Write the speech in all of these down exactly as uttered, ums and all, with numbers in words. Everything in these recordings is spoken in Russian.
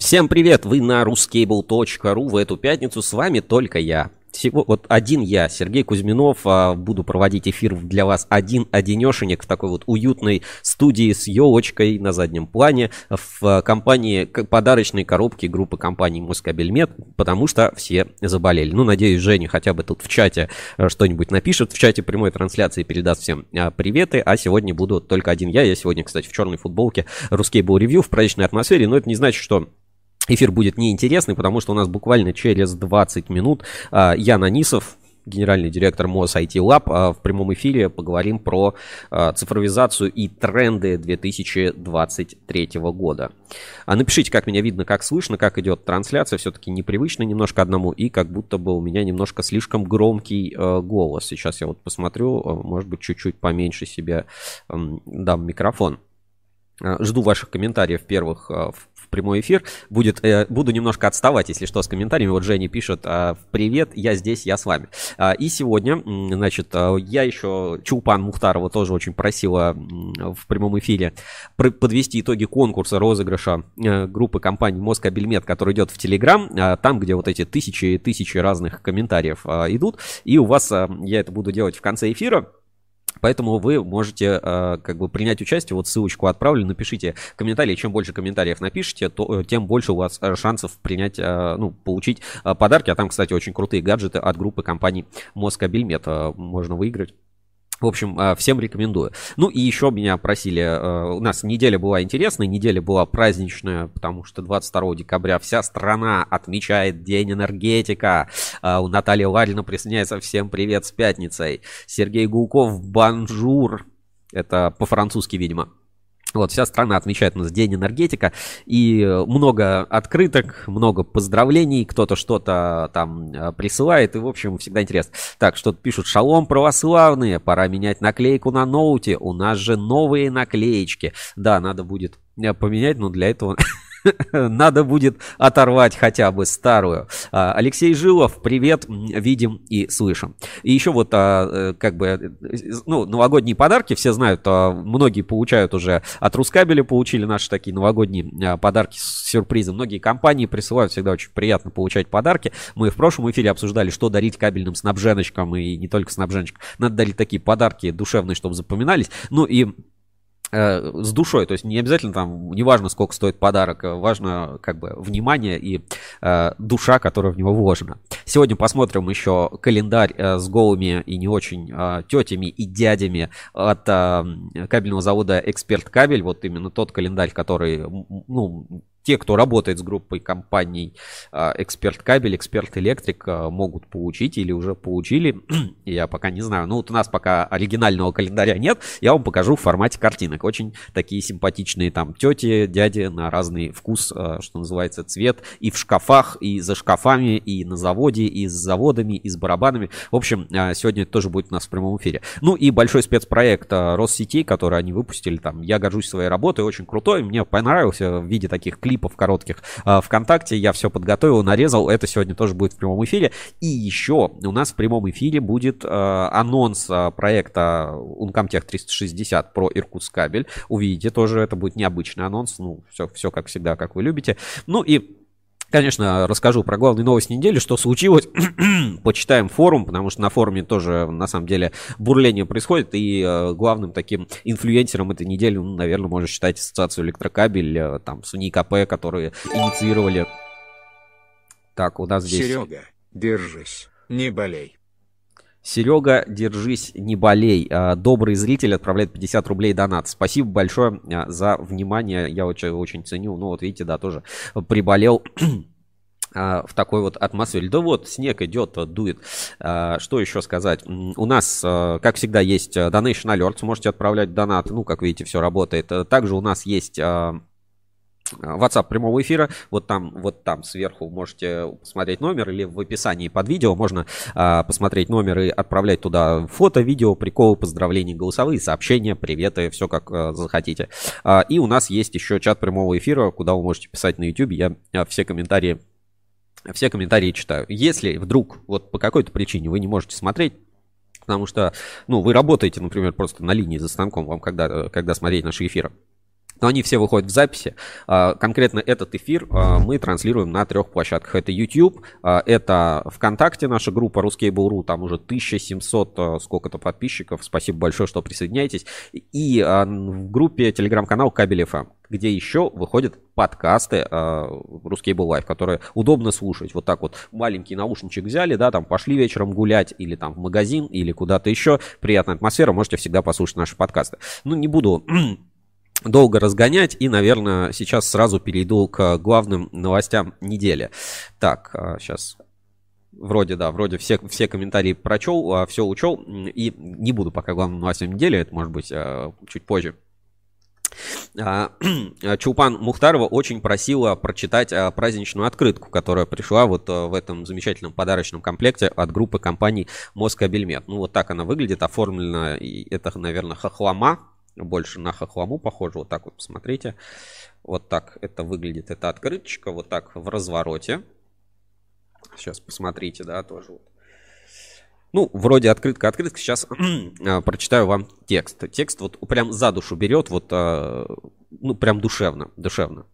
Всем привет! Вы на ruskable точка ру. В эту пятницу с вами только я. Всего, вот один я, Сергей Кузьминов, буду проводить эфир для вас один-одинешенек в такой вот уютной студии с елочкой на заднем плане в компании подарочной коробки группы компаний Москабельмет, потому что все заболели. Ну, надеюсь, Женя хотя бы тут в чате что-нибудь напишет, в чате прямой трансляции передаст всем приветы, а сегодня буду только один я. Я сегодня, кстати, в черной футболке Ruskable Review в праздничной атмосфере, но это не значит, что эфир будет неинтересный, потому что у нас буквально через двадцать минут а, Ян Анисов, генеральный директор МОЗ ай ти Lab, а, в прямом эфире поговорим про а, цифровизацию и тренды две тысячи двадцать третьего года. А напишите, как меня видно, как слышно, как идет трансляция. Все-таки непривычно немножко одному, и как будто бы у меня немножко слишком громкий а, голос. Сейчас я вот посмотрю, а, может быть, чуть-чуть поменьше себе а, дам микрофон. А, жду ваших комментариев первых а, в прямой эфир. Будет, э, буду немножко отставать, если что, с комментариями. Вот Женя пишет: э, привет, я здесь, я с вами. А, и сегодня, значит, я еще, Чулпан Мухтарова тоже очень просила в прямом эфире подвести итоги конкурса розыгрыша э, группы компании Москабельмет, который идет в Телеграм, э, там, где вот эти тысячи и тысячи разных комментариев э, идут. И у вас, э, я это буду делать в конце эфира. Поэтому вы можете э, как бы принять участие. Вот ссылочку отправлю, напишите комментарии. Чем больше комментариев напишите, то, тем больше у вас шансов принять, э, ну, получить э, подарки. А там, кстати, очень крутые гаджеты от группы компаний Москабельмет э, можно выиграть. В общем, всем рекомендую. Ну и еще меня просили, у нас неделя была интересная, неделя была праздничная, потому что двадцать второго декабря вся страна отмечает День энергетика. У Натальи Ларина присоединяется: всем привет с пятницей. Сергей Гулков, бонжур. Это по-французски, видимо. Вот, вся страна отмечает у нас День энергетика, и много открыток, много поздравлений, кто-то что-то там присылает, и, в общем, всегда интересно. Так, что-то пишут: шалом, православные, пора менять наклейку на ноуте, у нас же новые наклеечки. Да, надо будет поменять, но для этого... Надо будет оторвать хотя бы старую. Алексей Жилов, привет, видим и слышим. И еще вот как бы, ну, новогодние подарки, все знают, многие получают уже от Рускабеля, получили наши такие новогодние подарки с сюрпризом. Многие компании присылают, всегда очень приятно получать подарки. Мы в прошлом эфире обсуждали, что дарить кабельным снабженочкам, и не только снабженочкам. Надо дарить такие подарки душевные, чтобы запоминались. Ну и с душой, то есть не обязательно там, не важно, сколько стоит подарок, важно как бы внимание и э, душа, которая в него вложена. Сегодня посмотрим еще календарь э, с голыми и не очень э, тетями и дядями от э, кабельного завода Эксперт Кабель. Вот именно тот календарь, который, ну, те, кто работает с группой компаний Эксперт Кабель, Эксперт Электрик, могут получить или уже получили. Я пока не знаю. Ну, вот у нас пока оригинального календаря нет. Я вам покажу в формате картинок. Очень такие симпатичные там тети, дяди на разный вкус, что называется, цвет. И в шкафах, и за шкафами, и на заводе, и с заводами, и с барабанами. В общем, сегодня это тоже будет у нас в прямом эфире. Ну и большой спецпроект Россетей, который они выпустили. Там я горжусь своей работой. Очень крутой. Мне понравился в виде таких клипов коротких э, ВКонтакте. Я все подготовил, нарезал. Это сегодня тоже будет в прямом эфире. И еще у нас в прямом эфире будет э, анонс э, проекта Uncomtech триста шестьдесят про Иркутскабель. Увидите, тоже это будет необычный анонс. Ну, все, все как всегда, как вы любите. Ну и, конечно, расскажу про главные новости недели, что случилось. Почитаем форум, потому что на форуме тоже, на самом деле, бурление происходит. И э, главным таким инфлюенсером этой недели, ну, наверное, можно считать ассоциацию Электрокабель, э, там, СУНИ КП, которые инициировали. Так, у нас здесь... Серега, держись, не болей. Серега, держись, не болей. Добрый зритель отправляет пятьдесят рублей донат. Спасибо большое за внимание. Я очень, очень ценю. Ну вот видите, да, тоже приболел в такой вот атмосфере. Да вот, снег идет, дует. Что еще сказать? У нас, как всегда, есть Donation Alerts. Можете отправлять донат. Ну, как видите, все работает. Также у нас есть... WhatsApp прямого эфира, вот там, вот там сверху можете посмотреть номер, или в описании под видео можно а, посмотреть номер и отправлять туда фото, видео, приколы, поздравления, голосовые, сообщения, приветы, все как а, захотите. А, и у нас есть еще чат прямого эфира, куда вы можете писать на YouTube, я а, все комментарии, все комментарии читаю. Если вдруг вот по какой-то причине вы не можете смотреть, потому что, ну, вы работаете, например, просто на линии за станком, вам когда, когда смотреть наши эфиры, Но они все выходят в записи. Конкретно этот эфир мы транслируем на трех площадках. Это YouTube, это ВКонтакте, наша группа Ruscable точка ру, там уже тысяча семьсот сколько-то подписчиков. Спасибо большое, что присоединяетесь. И в группе телеграм-канал Кабель эф эм, где еще выходят подкасты Ruscable Live, которые удобно слушать. Вот так вот маленький наушничек взяли, да, там пошли вечером гулять или там в магазин или куда-то еще. Приятная атмосфера, можете всегда послушать наши подкасты. Ну, не буду долго разгонять, и, наверное, сейчас сразу перейду к главным новостям недели. Так, сейчас вроде, да, вроде все, все комментарии прочел, все учел, и не буду пока главным новостям недели, это может быть чуть позже. Чулпан Мухтарова очень просила прочитать праздничную открытку, которая пришла вот в этом замечательном подарочном комплекте от группы компаний Москабельмет. Ну, вот так она выглядит, оформлена, и это, наверное, хохлома. Больше на хохлому похоже. Вот так вот посмотрите. Вот так это выглядит. Это открыточка. Вот так в развороте. Сейчас посмотрите, да, тоже вот. Ну, вроде открытка-открытка. Сейчас прочитаю вам текст. Текст вот прям за душу берет. Вот, ну, прям душевно. Душевно.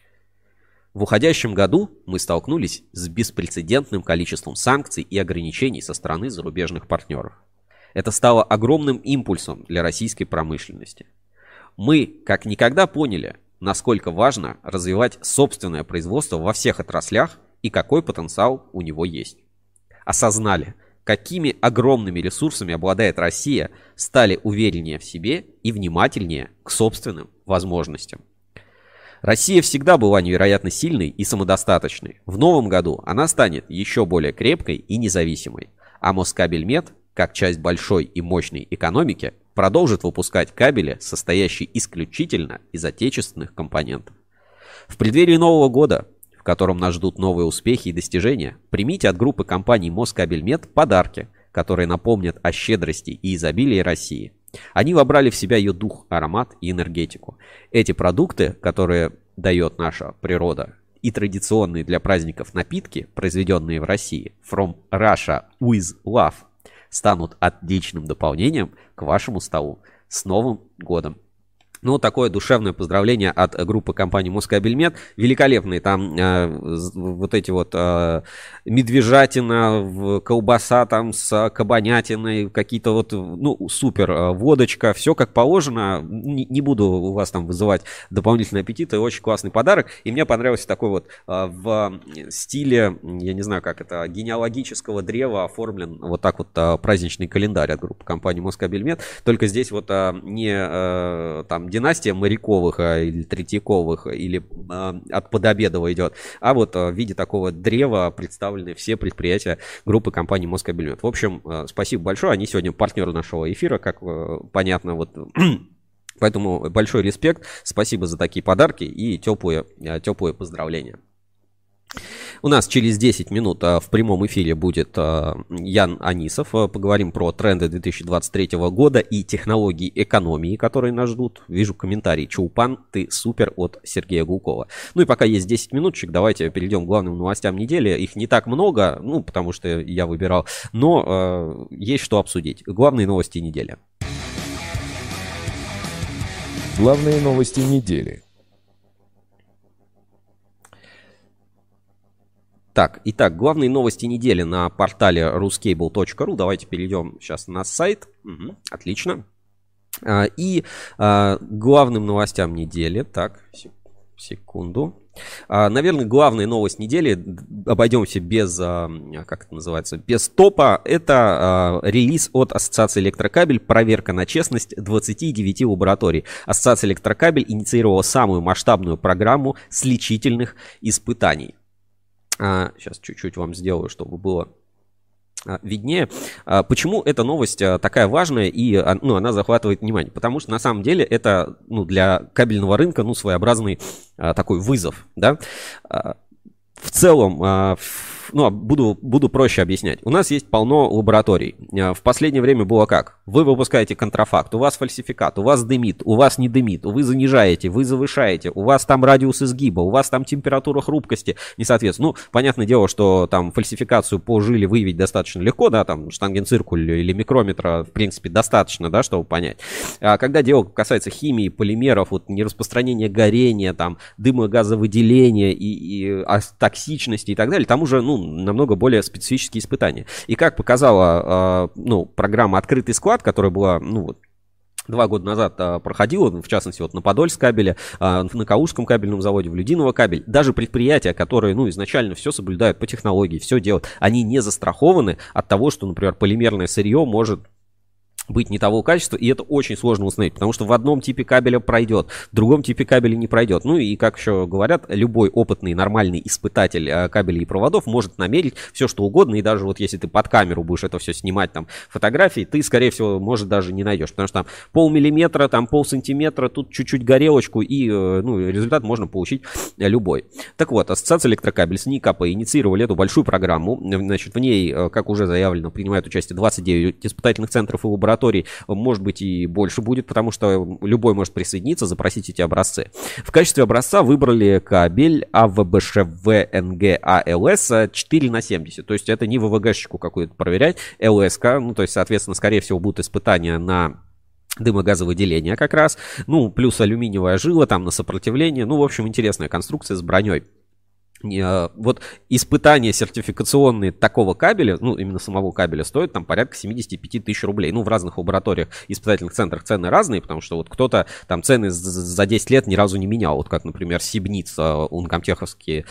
В уходящем году мы столкнулись с беспрецедентным количеством санкций и ограничений со стороны зарубежных партнеров. Это стало огромным импульсом для российской промышленности. Мы как никогда поняли, насколько важно развивать собственное производство во всех отраслях и какой потенциал у него есть. Осознали, какими огромными ресурсами обладает Россия, стали увереннее в себе и внимательнее к собственным возможностям. Россия всегда была невероятно сильной и самодостаточной. В новом году она станет еще более крепкой и независимой. А Москабельмет, как часть большой и мощной экономики, продолжит выпускать кабели, состоящие исключительно из отечественных компонентов. В преддверии Нового года, в котором нас ждут новые успехи и достижения, примите от группы компаний Москабельмет подарки, которые напомнят о щедрости и изобилии России. Они вобрали в себя ее дух, аромат и энергетику. Эти продукты, которые дает наша природа, и традиционные для праздников напитки, произведенные в России, From Russia with Love, станут отличным дополнением к вашему столу. С Новым годом! Ну, такое душевное поздравление от группы компании Москабельмет. Великолепные там э, вот эти вот э, медвежатина, колбаса там с кабанятиной, какие-то вот, ну, супер э, водочка. Все как положено. Не, не буду у вас там вызывать дополнительный аппетит. И очень классный подарок. И мне понравился такой вот э, в стиле, я не знаю, как это, генеалогического древа оформлен вот так вот э, праздничный календарь от группы компании Москабельмет. Только здесь вот э, не э, там династия Моряковых а, или Третьяковых, или а, от Подобедова идет, а вот а, в виде такого древа представлены все предприятия группы компании Москабельмет. В общем, а, спасибо большое, они сегодня партнеры нашего эфира, как а, понятно, вот. Поэтому большой респект, спасибо за такие подарки и теплые, теплые поздравления. У нас через десять минут а, в прямом эфире будет а, Ян Анисов. А, поговорим про тренды две тысячи двадцать третьего года и технологии экономии, которые нас ждут. Вижу комментарий. Чулпан, ты супер, от Сергея Гулкова. Ну и пока есть десять минуточек, давайте перейдем к главным новостям недели. Их не так много, ну потому что я выбирал, но а, есть что обсудить. Главные новости недели. Главные новости недели. Так, итак, главные новости недели на портале Ruscable точка ру. Давайте перейдем сейчас на сайт. Угу, отлично. А, и а, главным новостям недели. Так, секунду. А, наверное, главная новость недели, обойдемся без, а, как это называется, без топа. Это а, релиз от Ассоциации Электрокабель, проверка на честность двадцати девяти лабораторий. Ассоциация Электрокабель инициировала самую масштабную программу сличительных испытаний. А, сейчас чуть-чуть вам сделаю, чтобы было а, виднее. А, почему эта новость а, такая важная и а, ну, она захватывает внимание? Потому что на самом деле это, ну, для кабельного рынка, ну, своеобразный а, такой вызов, да? А, в целом, а, ну, буду, буду проще объяснять. У нас есть полно лабораторий. В последнее время было как? Вы выпускаете контрафакт, у вас фальсификат, у вас дымит, у вас не дымит, вы занижаете, вы завышаете, у вас там радиус изгиба, у вас там температура хрупкости не соответствует. Ну, понятное дело, что там фальсификацию по жиле выявить достаточно легко, да, там штангенциркуль или микрометра, в принципе, достаточно, да, чтобы понять. А когда дело касается химии, полимеров, вот нераспространения горения, там, дымогазовыделения и, и токсичности и так далее, там уже, ну, намного более специфические испытания. И как показала, э, ну, программа «Открытый склад», которая была, ну, вот, два года назад а, проходила, в частности, вот на Подольск кабеле, а, на Калужском кабельном заводе, в Людиново кабель. Даже предприятия, которые, ну, изначально все соблюдают по технологии, все делают, они не застрахованы от того, что, например, полимерное сырье может быть не того качества, и это очень сложно установить, потому что в одном типе кабеля пройдет, в другом типе кабеля не пройдет. Ну и, как еще говорят, любой опытный, нормальный испытатель кабелей и проводов может намерить все, что угодно, и даже вот если ты под камеру будешь это все снимать, там, фотографии, ты, скорее всего, может, даже не найдешь, потому что там полмиллиметра, там полсантиметра, тут чуть-чуть горелочку, и, ну, результат можно получить любой. Так вот, Ассоциация Электрокабель с НИИКП инициировали эту большую программу, значит, в ней, как уже заявлено, принимают участие двадцать девять испытательных центров и лабораторий, может быть, и больше будет, потому что любой может присоединиться, запросить эти образцы. В качестве образца выбрали кабель а вэ бэ ш вэ эн гэ а эл эс четыре на семьдесят. То есть это не вэ вэ гэ-щику какую-то проверять, эл эс-ка, ну, то есть, соответственно, скорее всего, будут испытания на дымогазовыделение как раз, ну, плюс алюминиевая жила там на сопротивление, ну, в общем, интересная конструкция с броней. Вот испытания сертификационные такого кабеля, ну, именно самого кабеля, стоят там порядка семьдесят пять тысяч рублей. Ну, в разных лабораториях, испытательных центрах цены разные, потому что вот кто-то там цены за десять лет ни разу не менял. Вот как, например, Сибниц, ункомтеховские,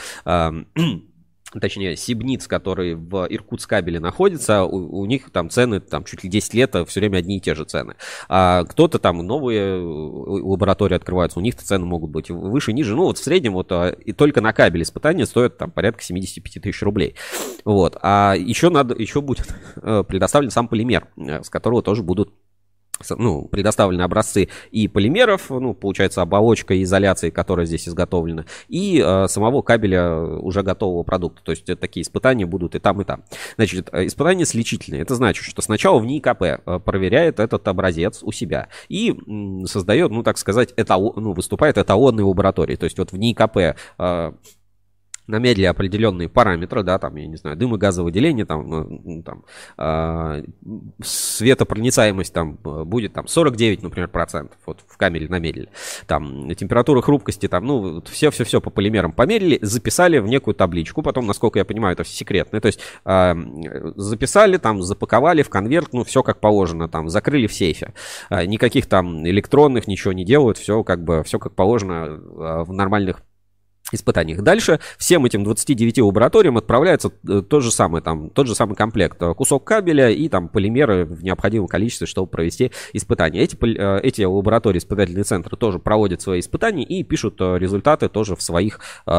точнее, Сибниц, который в Иркутскабеле находится, у, у них там цены там чуть ли десять лет, все время одни и те же цены. А кто-то там новые лаборатории открываются, у них цены могут быть выше, ниже. Ну вот в среднем вот и только на кабель испытания стоят там порядка семьдесят пять тысяч рублей. Вот. А еще надо, еще будет предоставлен сам полимер, с которого тоже будут, ну, предоставлены образцы и полимеров, ну, получается, оболочка и изоляции, которая здесь изготовлена, и э, самого кабеля уже готового продукта. То есть такие испытания будут и там, и там. Значит, испытания сличительные. Это значит, что сначала в НИИКП проверяет этот образец у себя и м, создает, ну, так сказать, эталон, ну, выступает эталонной лабораторией. То есть вот в НИИКП э, намерили определенные параметры, да, там, я не знаю, дымогазовыделение, там, там э, светопроницаемость там будет там сорок девять, например, процентов, вот в камере намерили, там, температура хрупкости, там, ну, все-все-все по полимерам померили, записали в некую табличку, потом, насколько я понимаю, это все секретное, то есть э, записали, там, запаковали в конверт, ну, все как положено, там, закрыли в сейфе, э, никаких там электронных ничего не делают, все как бы, все как положено э, в нормальных испытаниях. Дальше всем этим двадцати девяти лабораториям отправляется то же самое, там, тот же самый комплект. Кусок кабеля и там полимеры в необходимом количестве, чтобы провести испытания. Эти, эти лаборатории, испытательные центры тоже проводят свои испытания и пишут результаты тоже в своих,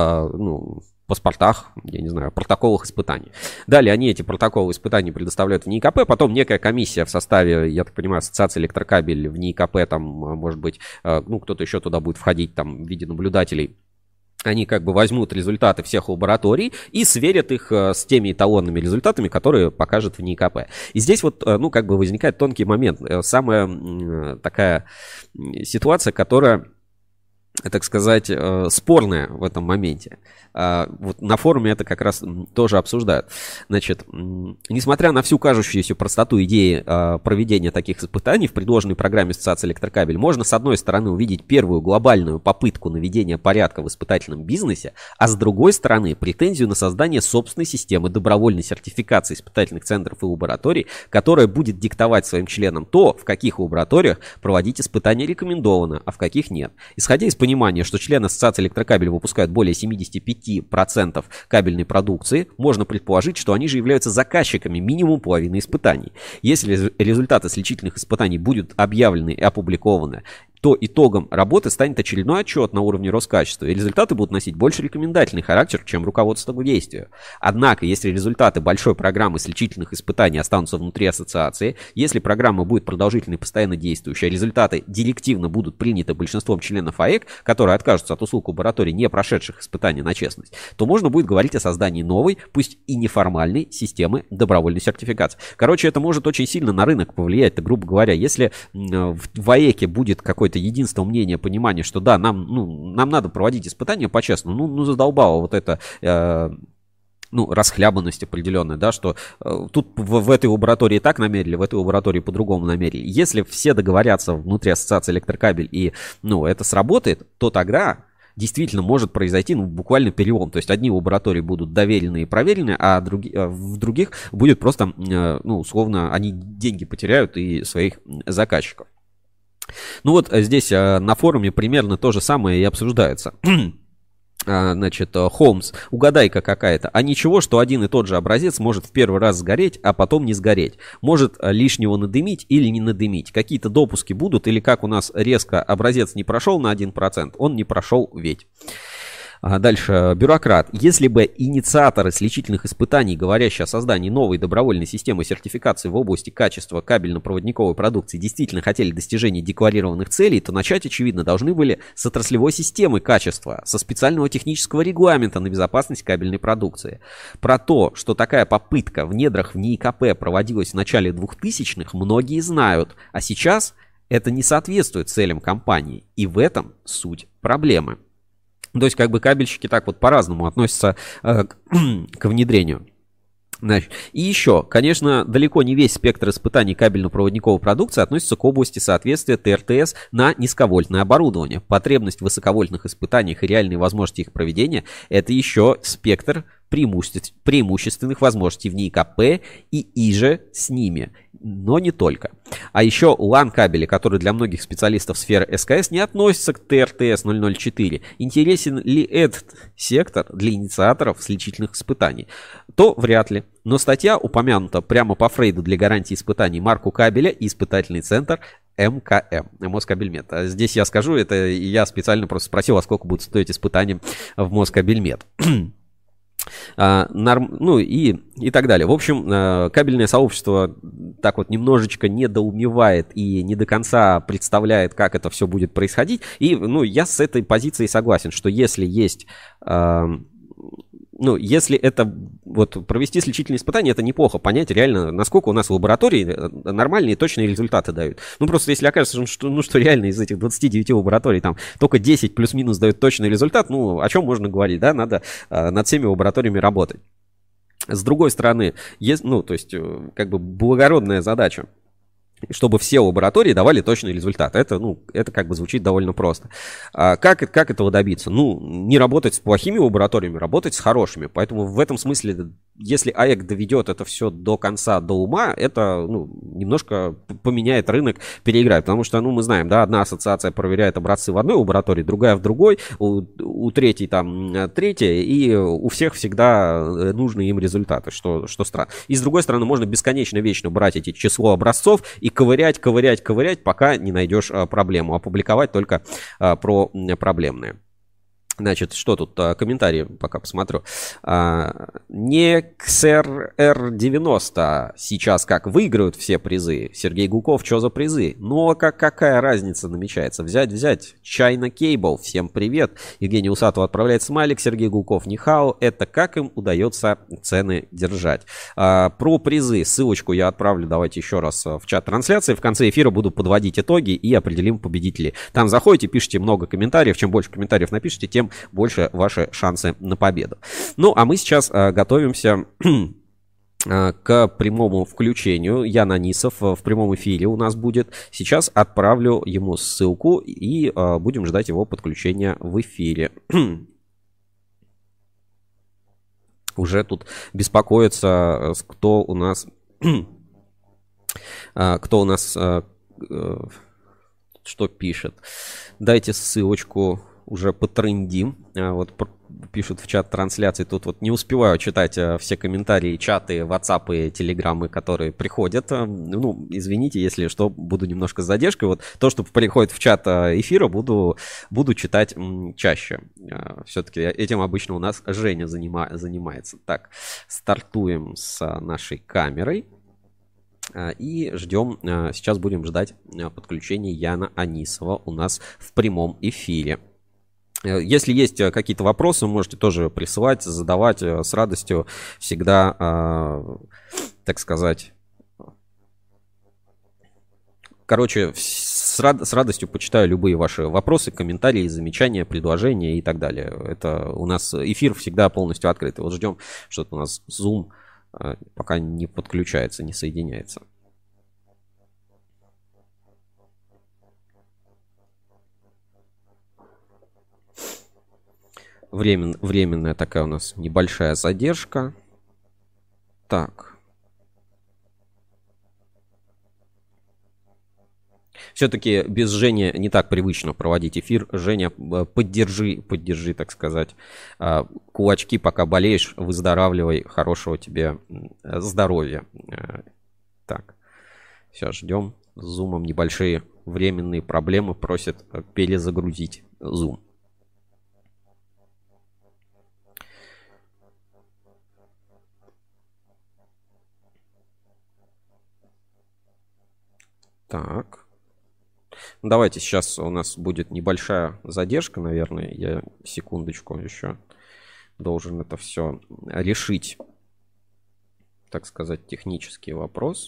ну, паспортах, я не знаю, протоколах испытаний. Далее они эти протоколы испытаний предоставляют в НИИКП, потом некая комиссия в составе, я так понимаю, Ассоциации Электрокабель в НИИКП, там, может быть, ну, кто-то еще туда будет входить, там, в виде наблюдателей. Они как бы возьмут результаты всех лабораторий и сверят их с теми эталонными результатами, которые покажет в НИИКП. И здесь вот, ну, как бы возникает тонкий момент. Самая такая ситуация, которая, так сказать, спорная в этом моменте. Вот на форуме это как раз тоже обсуждают. Значит, несмотря на всю кажущуюся простоту идеи проведения таких испытаний в предложенной программе Ассоциации Электрокабель, можно с одной стороны увидеть первую глобальную попытку наведения порядка в испытательном бизнесе, а с другой стороны претензию на создание собственной системы добровольной сертификации испытательных центров и лабораторий, которая будет диктовать своим членам то, в каких лабораториях проводить испытания рекомендовано, а в каких нет. Исходя из понимания, что члены Ассоциации Электрокабель выпускают более семьдесят пять процентов кабельной продукции, можно предположить, что они же являются заказчиками минимум половины испытаний. Если результаты сличительных испытаний будут объявлены и опубликованы, то итогом работы станет очередной отчет на уровне Роскачества, и результаты будут носить больше рекомендательный характер, чем руководство к действию. Однако, если результаты большой программы сличительных испытаний останутся внутри ассоциации, если программа будет продолжительной и постоянно действующей, а результаты директивно будут приняты большинством членов АЭК, которые откажутся от услуг лабораторий, не прошедших испытания на честность, то можно будет говорить о создании новой, пусть и неформальной системы добровольной сертификации. Короче, это может очень сильно на рынок повлиять. Грубо говоря, если в АЭКе будет какое-то единство мнения, понимание, что да, нам, ну, нам надо проводить испытания по-честному, ну, ну задолбало вот это... Э, ну, расхлябанность определенная, да, что э, тут в, в этой лаборатории так намерили, в этой лаборатории по-другому намерили. Если все договорятся внутри ассоциации электрокабель и, ну, это сработает, то тогда действительно может произойти, ну, буквально перелом. То есть одни лаборатории будут доверены и проверены, а други, в других будет просто, э, ну, условно, они деньги потеряют и своих заказчиков. Ну вот здесь э, на форуме примерно то же самое и обсуждается. Значит, Холмс, угадайка какая-то. А ничего, что один и тот же образец может в первый раз сгореть, а потом не сгореть. Может лишнего надымить или не надымить. Какие-то допуски будут, или как у нас резко образец не прошел на один процент, он не прошел ведь. Дальше, бюрократ. Если бы инициаторы сличительных испытаний, говорящие о создании новой добровольной системы сертификации в области качества кабельно-проводниковой продукции, действительно хотели достижения декларированных целей, то начать, очевидно, должны были с отраслевой системы качества, со специального технического регламента на безопасность кабельной продукции. Про то, что такая попытка в недрах в НИИКП проводилась в начале двухтысячных, многие знают, а сейчас это не соответствует целям компании, и в этом суть проблемы. То есть, как бы кабельщики так вот по-разному относятся э, к, к внедрению. Значит, и еще, конечно, далеко не весь спектр испытаний кабельно-проводниковой продукции относится к области соответствия ТРТС на низковольтное оборудование. Потребность в высоковольтных испытаниях и реальные возможности их проведения – это еще спектр преимуществ, преимущественных возможностей в НИИКП и иже с ними, но не только. А еще лан-кабели, которые для многих специалистов сферы СКС не относятся к ТРТС ноль ноль четыре. Интересен ли этот сектор для инициаторов сличительных испытаний? То вряд ли. Но статья упомянута прямо по Фрейду для гарантии испытаний марку кабеля и испытательный центр эм ка эм, Москабельмет. А здесь я скажу, это я специально просто спросил, а сколько будет стоить испытание в Москабельмет. А, норм, ну и, и так далее. В общем, а, кабельное сообщество так вот немножечко недоумевает и не до конца представляет, как это все будет происходить. И, ну, я с этой позицией согласен, что если есть... А, ну, если это вот провести сличительные испытания, это неплохо понять реально, насколько у нас в лаборатории нормальные точные результаты дают. Ну, просто если окажется, что, ну, что реально из этих двадцати девяти лабораторий там только десять плюс-минус дают точный результат, ну, о чем можно говорить, да, надо а, над всеми лабораториями работать. С другой стороны, есть, ну, то есть, как бы благородная задача, чтобы все лаборатории давали точный результат. Это, ну, это как бы звучит довольно просто. А как, как этого добиться? Ну, не работать с плохими лабораториями, работать с хорошими. Поэтому в этом смысле, если АЭК доведет это все до конца, до ума, это, ну, немножко поменяет рынок, переиграет. Потому что, ну, мы знаем, да, одна ассоциация проверяет образцы в одной лаборатории, другая в другой, у, у третьей там третья, и у всех всегда нужны им результаты, что, что странно. И с другой стороны, можно бесконечно вечно брать эти число образцов и ковырять, ковырять, ковырять, пока не найдешь а, проблему. Опубликовать только а, про проблемные. Значит, что тут? А, комментарии пока посмотрю. А, не икс эр эр девяносто сейчас как выиграют все призы. Сергей Гулков, что за призы? Ну, а как, какая разница намечается? Взять, взять. China Cable, всем привет. Евгений Усатов отправляет смайлик. Сергей Гулков, нихао. Это как им удается цены держать. А, про призы. Ссылочку я отправлю, давайте еще раз в чат трансляции. В конце эфира буду подводить итоги и определим победителей. Там заходите, пишите много комментариев. Чем больше комментариев напишите, тем больше ваши шансы на победу. Ну, а мы сейчас а, готовимся а, к прямому включению. Ян Анисов в прямом эфире у нас будет. Сейчас отправлю ему ссылку и а, будем ждать его подключения в эфире. Уже тут беспокоится, кто у нас... кто у нас... что пишет. Дайте ссылочку... Уже потрындим. Вот пишут в чат трансляции. Тут вот не успеваю читать э, все комментарии, чаты, ватсапы, телеграммы, которые приходят. Э, ну, извините, если что, буду немножко с задержкой. Вот то, что приходит в чат э, эфира, буду, буду читать м, чаще. Э, все-таки этим обычно у нас Женя занима, занимается. Так, стартуем с нашей камерой. Э, и ждем, э, сейчас будем ждать э, подключения Яна Анисова у нас в прямом эфире. Если есть какие-то вопросы, можете тоже присылать, задавать с радостью. Всегда, так сказать, короче, с радостью почитаю любые ваши вопросы, комментарии, замечания, предложения и так далее. Это у нас эфир всегда полностью открытый. Вот ждем, что-то у нас Zoom пока не подключается, не соединяется. Времен, временная такая у нас небольшая задержка. Так. Все-таки без Жени не так привычно проводить эфир. Женя, поддержи, поддержи, так сказать, кулачки, пока болеешь, выздоравливай, хорошего тебе здоровья. Так, сейчас ждем. С зумом небольшие временные проблемы, просят перезагрузить Zoom. Так, давайте сейчас у нас будет небольшая задержка, наверное. Я секундочку еще должен это все решить, так сказать, технический вопрос.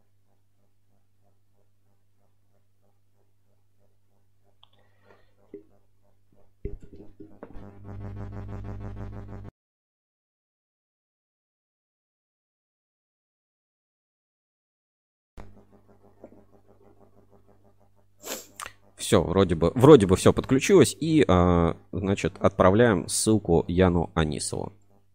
Все, вроде бы, вроде бы все подключилось. И, а, значит, отправляем ссылку Яну Анисову.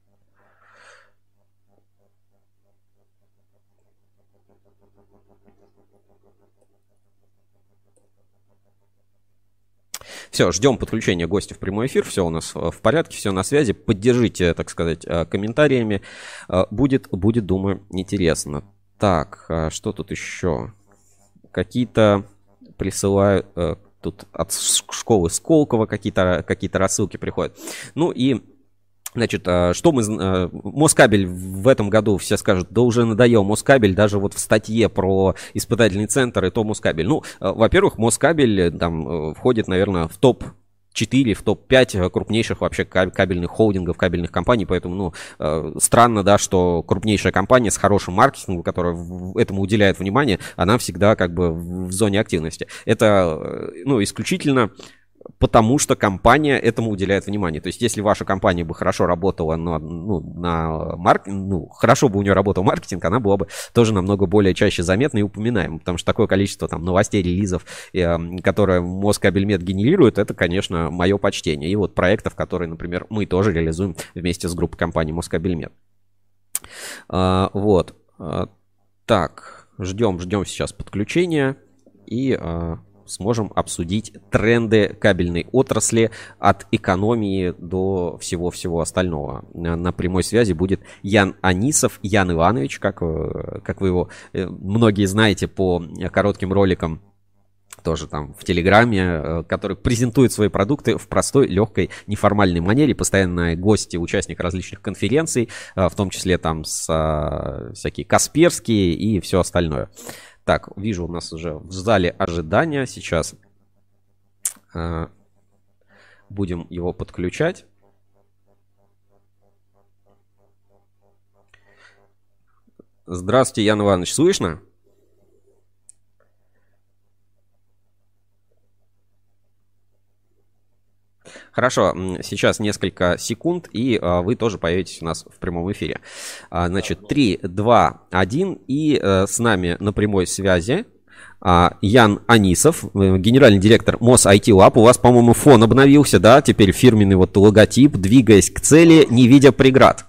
Все, ждем подключения гостя в прямой эфир. Все у нас в порядке, все на связи. Поддержите, так сказать, комментариями. Будет, будет, думаю, интересно. Так, что тут еще? Какие-то присылают тут от школы Сколково какие-то какие-то рассылки приходят. Ну и, значит, что мы... Москабель в этом году, все скажут, да уже надоел Москабель, даже вот в статье про испытательный центр и то Москабель. Ну, во-первых, Москабель там входит, наверное, в топ четыре, в топ пять крупнейших вообще кабельных холдингов, кабельных компаний, поэтому, ну, э, странно, да, что крупнейшая компания с хорошим маркетингом, которая этому уделяет внимание, она всегда как бы в зоне активности. Это, ну, исключительно потому, что компания этому уделяет внимание. То есть, если ваша компания бы хорошо работала на, ну, на маркетинг, ну, хорошо бы у нее работал маркетинг, она была бы тоже намного более чаще заметна и упоминаема. Потому что такое количество там новостей, релизов, э, которые Москабельмет генерирует, это, конечно, мое почтение. И вот проектов, которые, например, мы тоже реализуем вместе с группой компаний Москабельмет. А, вот. А, так, ждем, ждем сейчас подключения. И... А, сможем обсудить тренды кабельной отрасли от экономии до всего-всего остального. На прямой связи будет Ян Анисов, Ян Иванович, как, как вы его многие знаете по коротким роликам, тоже там в Телеграме, который презентует свои продукты в простой, легкой, неформальной манере. Постоянно гости, участник различных конференций, в том числе там с, всякие Касперские и все остальное. Так, вижу, у нас уже в зале ожидания. Сейчас э, будем его подключать. Здравствуйте, Ян Иванович, слышно? Хорошо, сейчас несколько секунд, и а, вы тоже появитесь у нас в прямом эфире. А, значит, три, два, один, и а, с нами на прямой связи а, Ян Анисов, генеральный директор Мос ай ти Lab. У вас, по-моему, фон обновился, да? Теперь фирменный вот логотип, двигаясь к цели, не видя преград.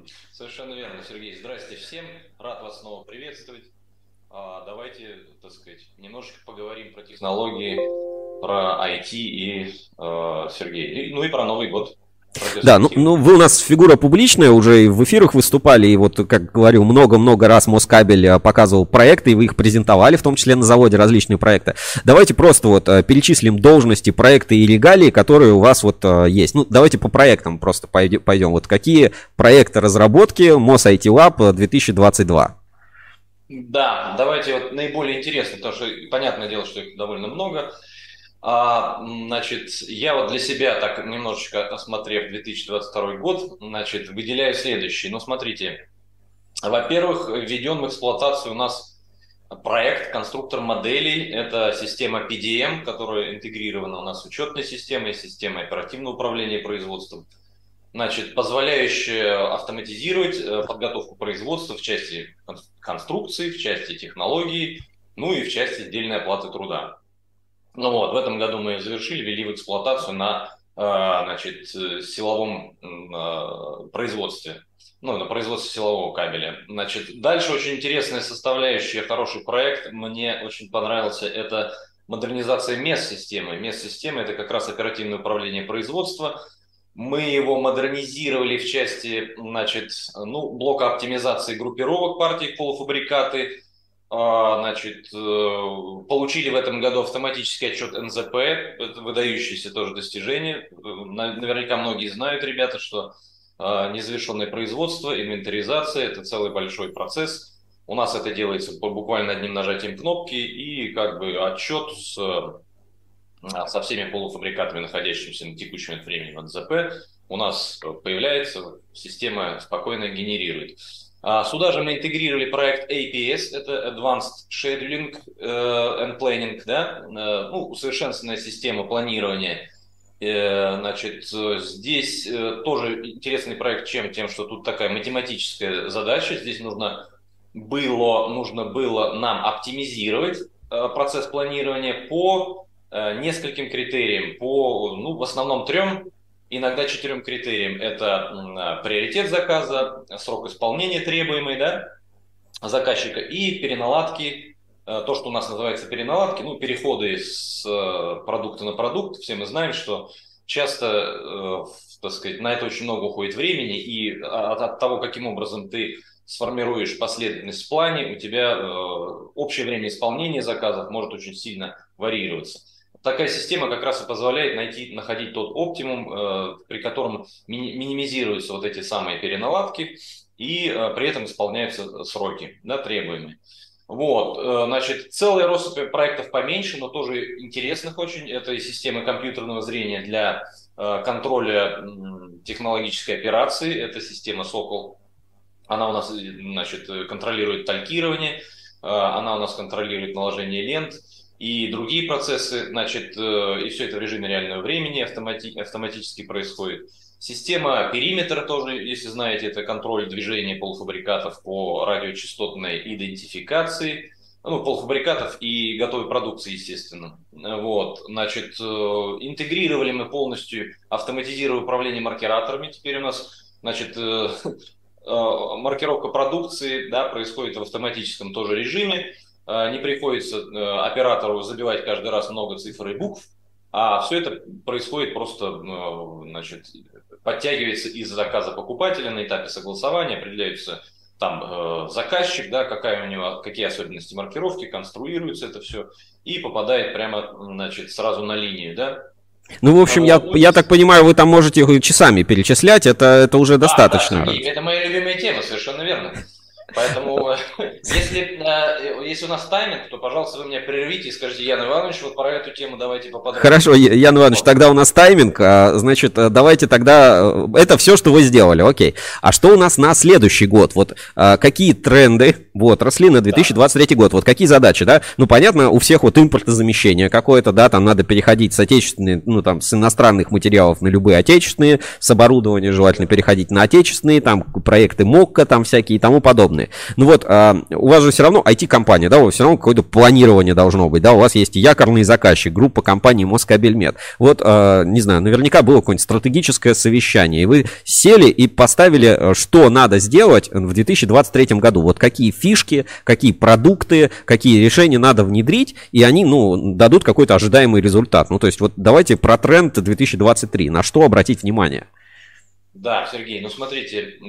Совершенно верно, Сергей. Здрасте всем. Рад вас снова приветствовать. А, давайте, так сказать, быть. Немножечко поговорим про технологии, про ай ти и э, Сергей. И, ну и про Новый год. Да, ну, ну вы у нас фигура публичная, уже и в эфирах выступали, и вот, как говорю, много-много раз Москабель показывал проекты, и вы их презентовали, в том числе на заводе, различные проекты. Давайте просто вот перечислим должности, проекты и регалии, которые у вас вот есть. Ну, давайте по проектам просто пойдем. Вот какие проекты разработки Мос-ай ти Lab две тысячи двадцать два? Да, давайте вот наиболее интересно, потому что понятное дело, что их довольно много. А, значит, я вот для себя, так немножечко осмотрев две тысячи двадцать второй год, значит, выделяю следующее. Ну, смотрите, во-первых, введен в эксплуатацию у нас проект конструктор моделей. Это система пи ди эм, которая интегрирована у нас с учетной системой, системой оперативного управления производством. Значит, позволяющая автоматизировать подготовку производства в части конструкции, в части технологий, ну и в части сдельной оплаты труда. Ну вот, в этом году мы завершили, ввели в эксплуатацию на, значит, силовом производстве, ну, на производстве силового кабеля. Значит, дальше очень интересная составляющая, хороший проект, мне очень понравился, это модернизация мест-системы. Мест-системы – это как раз оперативное управление производства. Мы его модернизировали в части, значит, ну, блока оптимизации группировок партий полуфабрикаты. Значит, получили в этом году автоматический отчет эн зэ пэ, это выдающееся тоже достижение. Наверняка многие знают, ребята, что незавершенное производство, инвентаризация – это целый большой процесс. У нас это делается буквально одним нажатием кнопки, и как бы отчет с, со всеми полуфабрикатами, находящимися на текущем времени в эн зэ пэ, у нас появляется, система спокойно генерирует. Сюда же мы интегрировали проект эй пи эс, это Advanced Scheduling and Planning, да? Ну, усовершенствованная система планирования. Значит, здесь тоже интересный проект чем? Тем, что тут такая математическая задача. Здесь нужно было, нужно было нам оптимизировать процесс планирования по нескольким критериям, по, ну, в основном трем, иногда четырем критериям. Это приоритет заказа, срок исполнения требуемый, да, заказчика и переналадки, то, что у нас называется переналадки, ну, переходы с продукта на продукт. Все мы знаем, что часто, так сказать, на это очень много уходит времени, и от, от того, каким образом ты сформируешь последовательность в плане, у тебя общее время исполнения заказов может очень сильно варьироваться. Такая система как раз и позволяет найти, находить тот оптимум, э, при котором ми- минимизируются вот эти самые переналадки и э, при этом исполняются сроки, да, требуемые. Вот, э, значит, целая россыпь проектов поменьше, но тоже интересных очень. Это и системы компьютерного зрения для э, контроля э, технологической операции. Это система Сокол. Она у нас, значит, контролирует талькирование, э, она у нас контролирует наложение лент и другие процессы, значит, и все это в режиме реального времени автомати- автоматически происходит. Система периметра тоже, если знаете, это контроль движения полуфабрикатов по радиочастотной идентификации, ну, полуфабрикатов и готовой продукции, естественно. Вот, значит, интегрировали мы полностью, автоматизировали управление маркираторами. Теперь у нас, значит, маркировка продукции, да, происходит в автоматическом тоже режиме. Не приходится оператору забивать каждый раз много цифр и букв, а все это происходит просто, значит, подтягивается из заказа покупателя на этапе согласования, определяется там заказчик, да, какая у него, какие особенности маркировки, конструируется это все и попадает прямо, значит, сразу на линию, да. Ну, в общем, я, я так понимаю, вы там можете часами перечислять, это, это уже достаточно. Да, да, это моя любимая тема, совершенно верно. Поэтому, если, если у нас тайминг, то, пожалуйста, вы меня прервите и скажите: Ян Иванович, вот про эту тему давайте поподробнее. Хорошо, Ян Иванович, тогда у нас тайминг, значит, давайте тогда, это все, что вы сделали, окей. А что у нас на следующий год? Вот какие тренды в отрасли на две тысячи двадцать третий год? Вот какие задачи, да? Ну, понятно, у всех вот импортозамещение какое-то, да, там надо переходить с отечественных, ну, там, с иностранных материалов на любые отечественные, с оборудования желательно переходить на отечественные, там, проекты МОККа, там, всякие и тому подобное. работали. Ну вот, а, у вас же все равно ай ти-компания, да, у вас все равно какое-то планирование должно быть, да, у вас есть якорный заказчик, группа компаний Москабельмет. Вот, а, не знаю, наверняка было какое-нибудь стратегическое совещание, и вы сели и поставили, что надо сделать в две тысячи двадцать третьем году. Вот какие фишки, какие продукты, какие решения надо внедрить, и они, ну, дадут какой-то ожидаемый результат. Ну, то есть, вот давайте про тренд две тысячи двадцать три, на что обратить внимание? Да, Сергей, ну смотрите,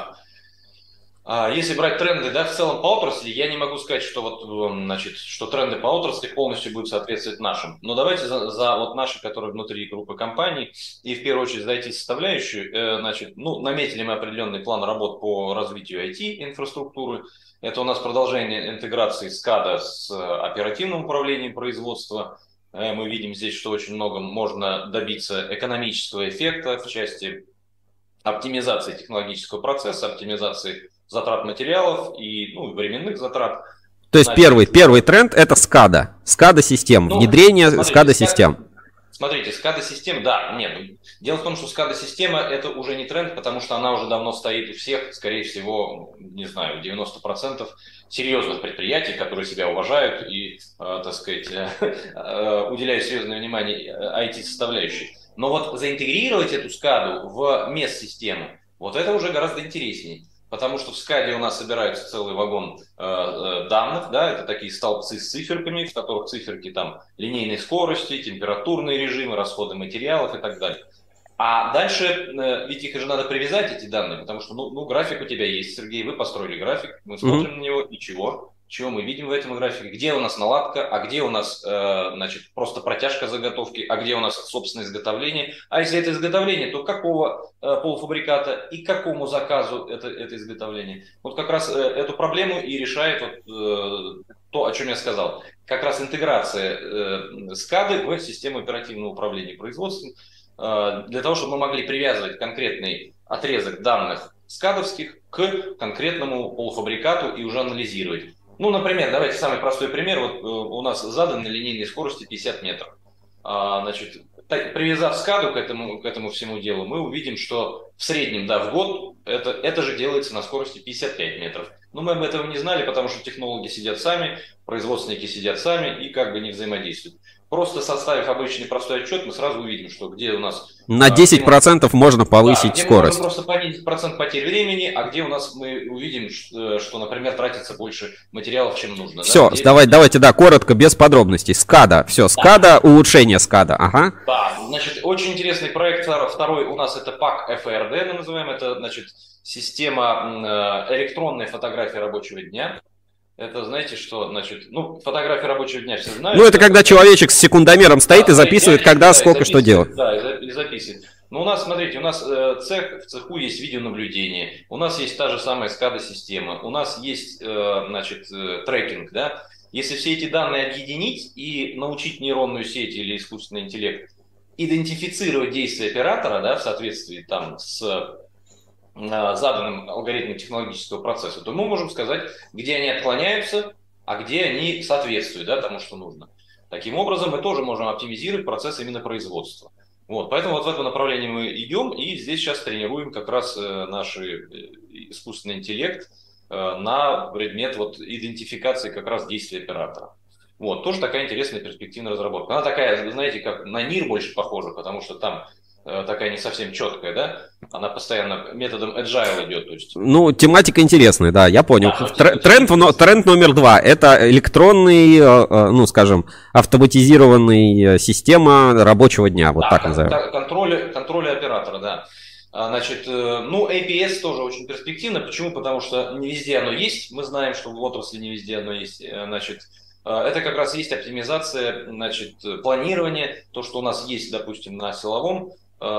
если брать тренды, да, в целом по отрасли, я не могу сказать, что вот, значит, что тренды по отрасли полностью будут соответствовать нашим. Но давайте за, за вот наши, которые внутри группы компаний, и в первую очередь за ай ти-составляющую, значит, ну, наметили мы определенный план работ по развитию ай ти-инфраструктуры. Это у нас продолжение интеграции скада с оперативным управлением производства. Мы видим здесь, что очень много можно добиться экономического эффекта в части оптимизации технологического процесса, оптимизации затрат материалов и, ну, временных затрат. То есть Значит, первый, первый тренд — это скада, скада-систем, ну, внедрение скада-систем. Смотрите, скада-систем, да, нет. Дело в том, что скада-система — это уже не тренд, потому что она уже давно стоит у всех, скорее всего, не знаю, девяносто процентов серьезных предприятий, которые себя уважают и, э, так сказать, э, уделяют серьезное внимание ай ти-составляющей. Но вот заинтегрировать эту скаду в мест-систему, вот это уже гораздо интереснее. Потому что в скаде у нас собирается целый вагон э, э, данных, да, это такие столбцы с циферками, в которых циферки там линейной скорости, температурные режимы, расходы материалов и так далее. А дальше, э, ведь их же надо привязать, эти данные, потому что, ну, ну, график у тебя есть, Сергей, вы построили график, мы смотрим mm-hmm. на него, и чего? Чего мы видим в этом графике? Где у нас наладка, а где у нас, э, значит, просто протяжка заготовки, а где у нас собственное изготовление? А если это изготовление, то какого э, полуфабриката и какому заказу это, это изготовление? Вот как раз э, эту проблему и решает вот, э, то, о чем я сказал. Как раз интеграция э, скады в систему оперативного управления производством, э, для того, чтобы мы могли привязывать конкретный отрезок данных скадовских к конкретному полуфабрикату и уже анализировать. Ну, например, давайте самый простой пример. Вот э, у нас заданы линейные скорости пятьдесят метров. А, значит, так, привязав скаду к этому, к этому всему делу, мы увидим, что в среднем, да, в год это, это же делается на скорости пятьдесят пять метров. Но мы об этом не знали, потому что технологи сидят сами, производственники сидят сами и как бы не взаимодействуют. Просто составив обычный простой отчет, мы сразу увидим, что где у нас... На десять процентов можно, можно повысить да, скорость. Можно просто понизить процент потерь времени, а где у нас мы увидим, что, что например, тратится больше материалов, чем нужно. Все, да? давай, давайте, да, коротко, без подробностей. скада, все, скада, да. Улучшение скада, ага. Да, значит, очень интересный проект. Второй у нас это пак эф эр дэ, мы называем это, значит, система электронной фотографии рабочего дня. Это, знаете, что, значит, ну, фотография рабочего дня все знают. Ну, это когда это... человечек с секундомером стоит да, и записывает, когда, да, сколько, что делать. Да, и записывает. Но у нас, смотрите, у нас э, цех, в цеху есть видеонаблюдение, у нас есть та же самая скада-система, у нас есть, э, значит, э, трекинг, да. Если все эти данные объединить и научить нейронную сеть или искусственный интеллект идентифицировать действия оператора, да, в соответствии там с заданным алгоритмом технологического процесса, то мы можем сказать, где они отклоняются, а где они соответствуют, да, тому, что нужно. Таким образом, мы тоже можем оптимизировать процесс именно производства. Вот, поэтому вот в этом направлении мы идем, и здесь сейчас тренируем как раз э, наш искусственный интеллект э, на предмет вот, идентификации как раз действий оператора. Вот, тоже такая интересная перспективная разработка. Она такая, знаете, как на НИР больше похожа, потому что там такая не совсем четкая, да? Она постоянно методом agile идет. То есть... Ну, тематика интересная, да, я понял. Да, Тр- тренд, но, тренд номер два – это электронный, ну, скажем, автоматизированная система рабочего дня, вот да, так кон- назовем. Контроль, контроль оператора, да. Значит, ну, эй пи эс тоже очень перспективно. Почему? Потому что не везде оно есть. Мы знаем, что в отрасли не везде оно есть. Значит, это как раз есть оптимизация, значит, планирование. То, что у нас есть, допустим, на силовом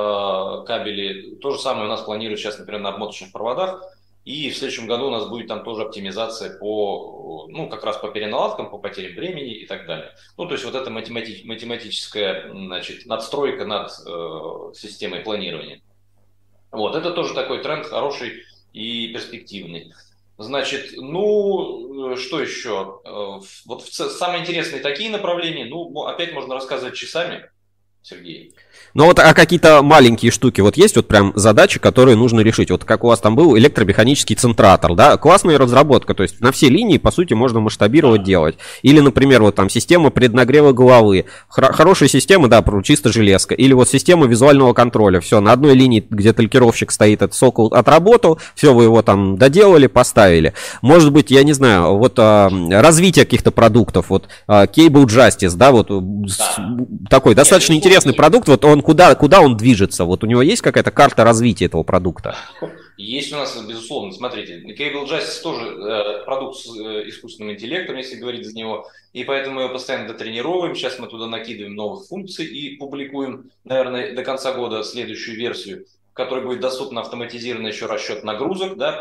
кабели, то же самое у нас планируют сейчас, например, на обмоточных проводах. И в следующем году у нас будет там тоже оптимизация по, ну, как раз по переналадкам, по потерям времени и так далее. Ну, то есть вот эта математи- математическая, значит, надстройка над э, системой планирования. Вот, это тоже такой тренд хороший и перспективный. Значит, ну, что еще? Вот самые интересные такие направления, ну, опять можно рассказывать часами. Сергей. Ну вот, а какие-то маленькие штуки, вот есть вот прям задачи, которые нужно решить. Вот как у вас там был электромеханический центратор, да, классная разработка, то есть на все линии, по сути, можно масштабировать, да. делать. Или, например, вот там система преднагрева головы. Хор- хорошая система, да, чисто железка. Или вот система визуального контроля. Все, на одной линии, где талькировщик стоит, этот сокол отработал, все, вы его там доделали, поставили. Может быть, я не знаю, вот а, развитие каких-то продуктов, вот а, Cable Justice, да, вот да. такой достаточно Нет, интересный продукт, вот он Куда, куда он движется? Вот у него есть какая-то карта развития этого продукта? Есть у нас, безусловно. Смотрите, Cable Justice тоже э, продукт с э, искусственным интеллектом, если говорить за него, и поэтому мы его постоянно дотренировываем. Сейчас мы туда накидываем новых функций и публикуем, наверное, до конца года следующую версию, в которой будет доступен автоматизированный еще расчет нагрузок, да,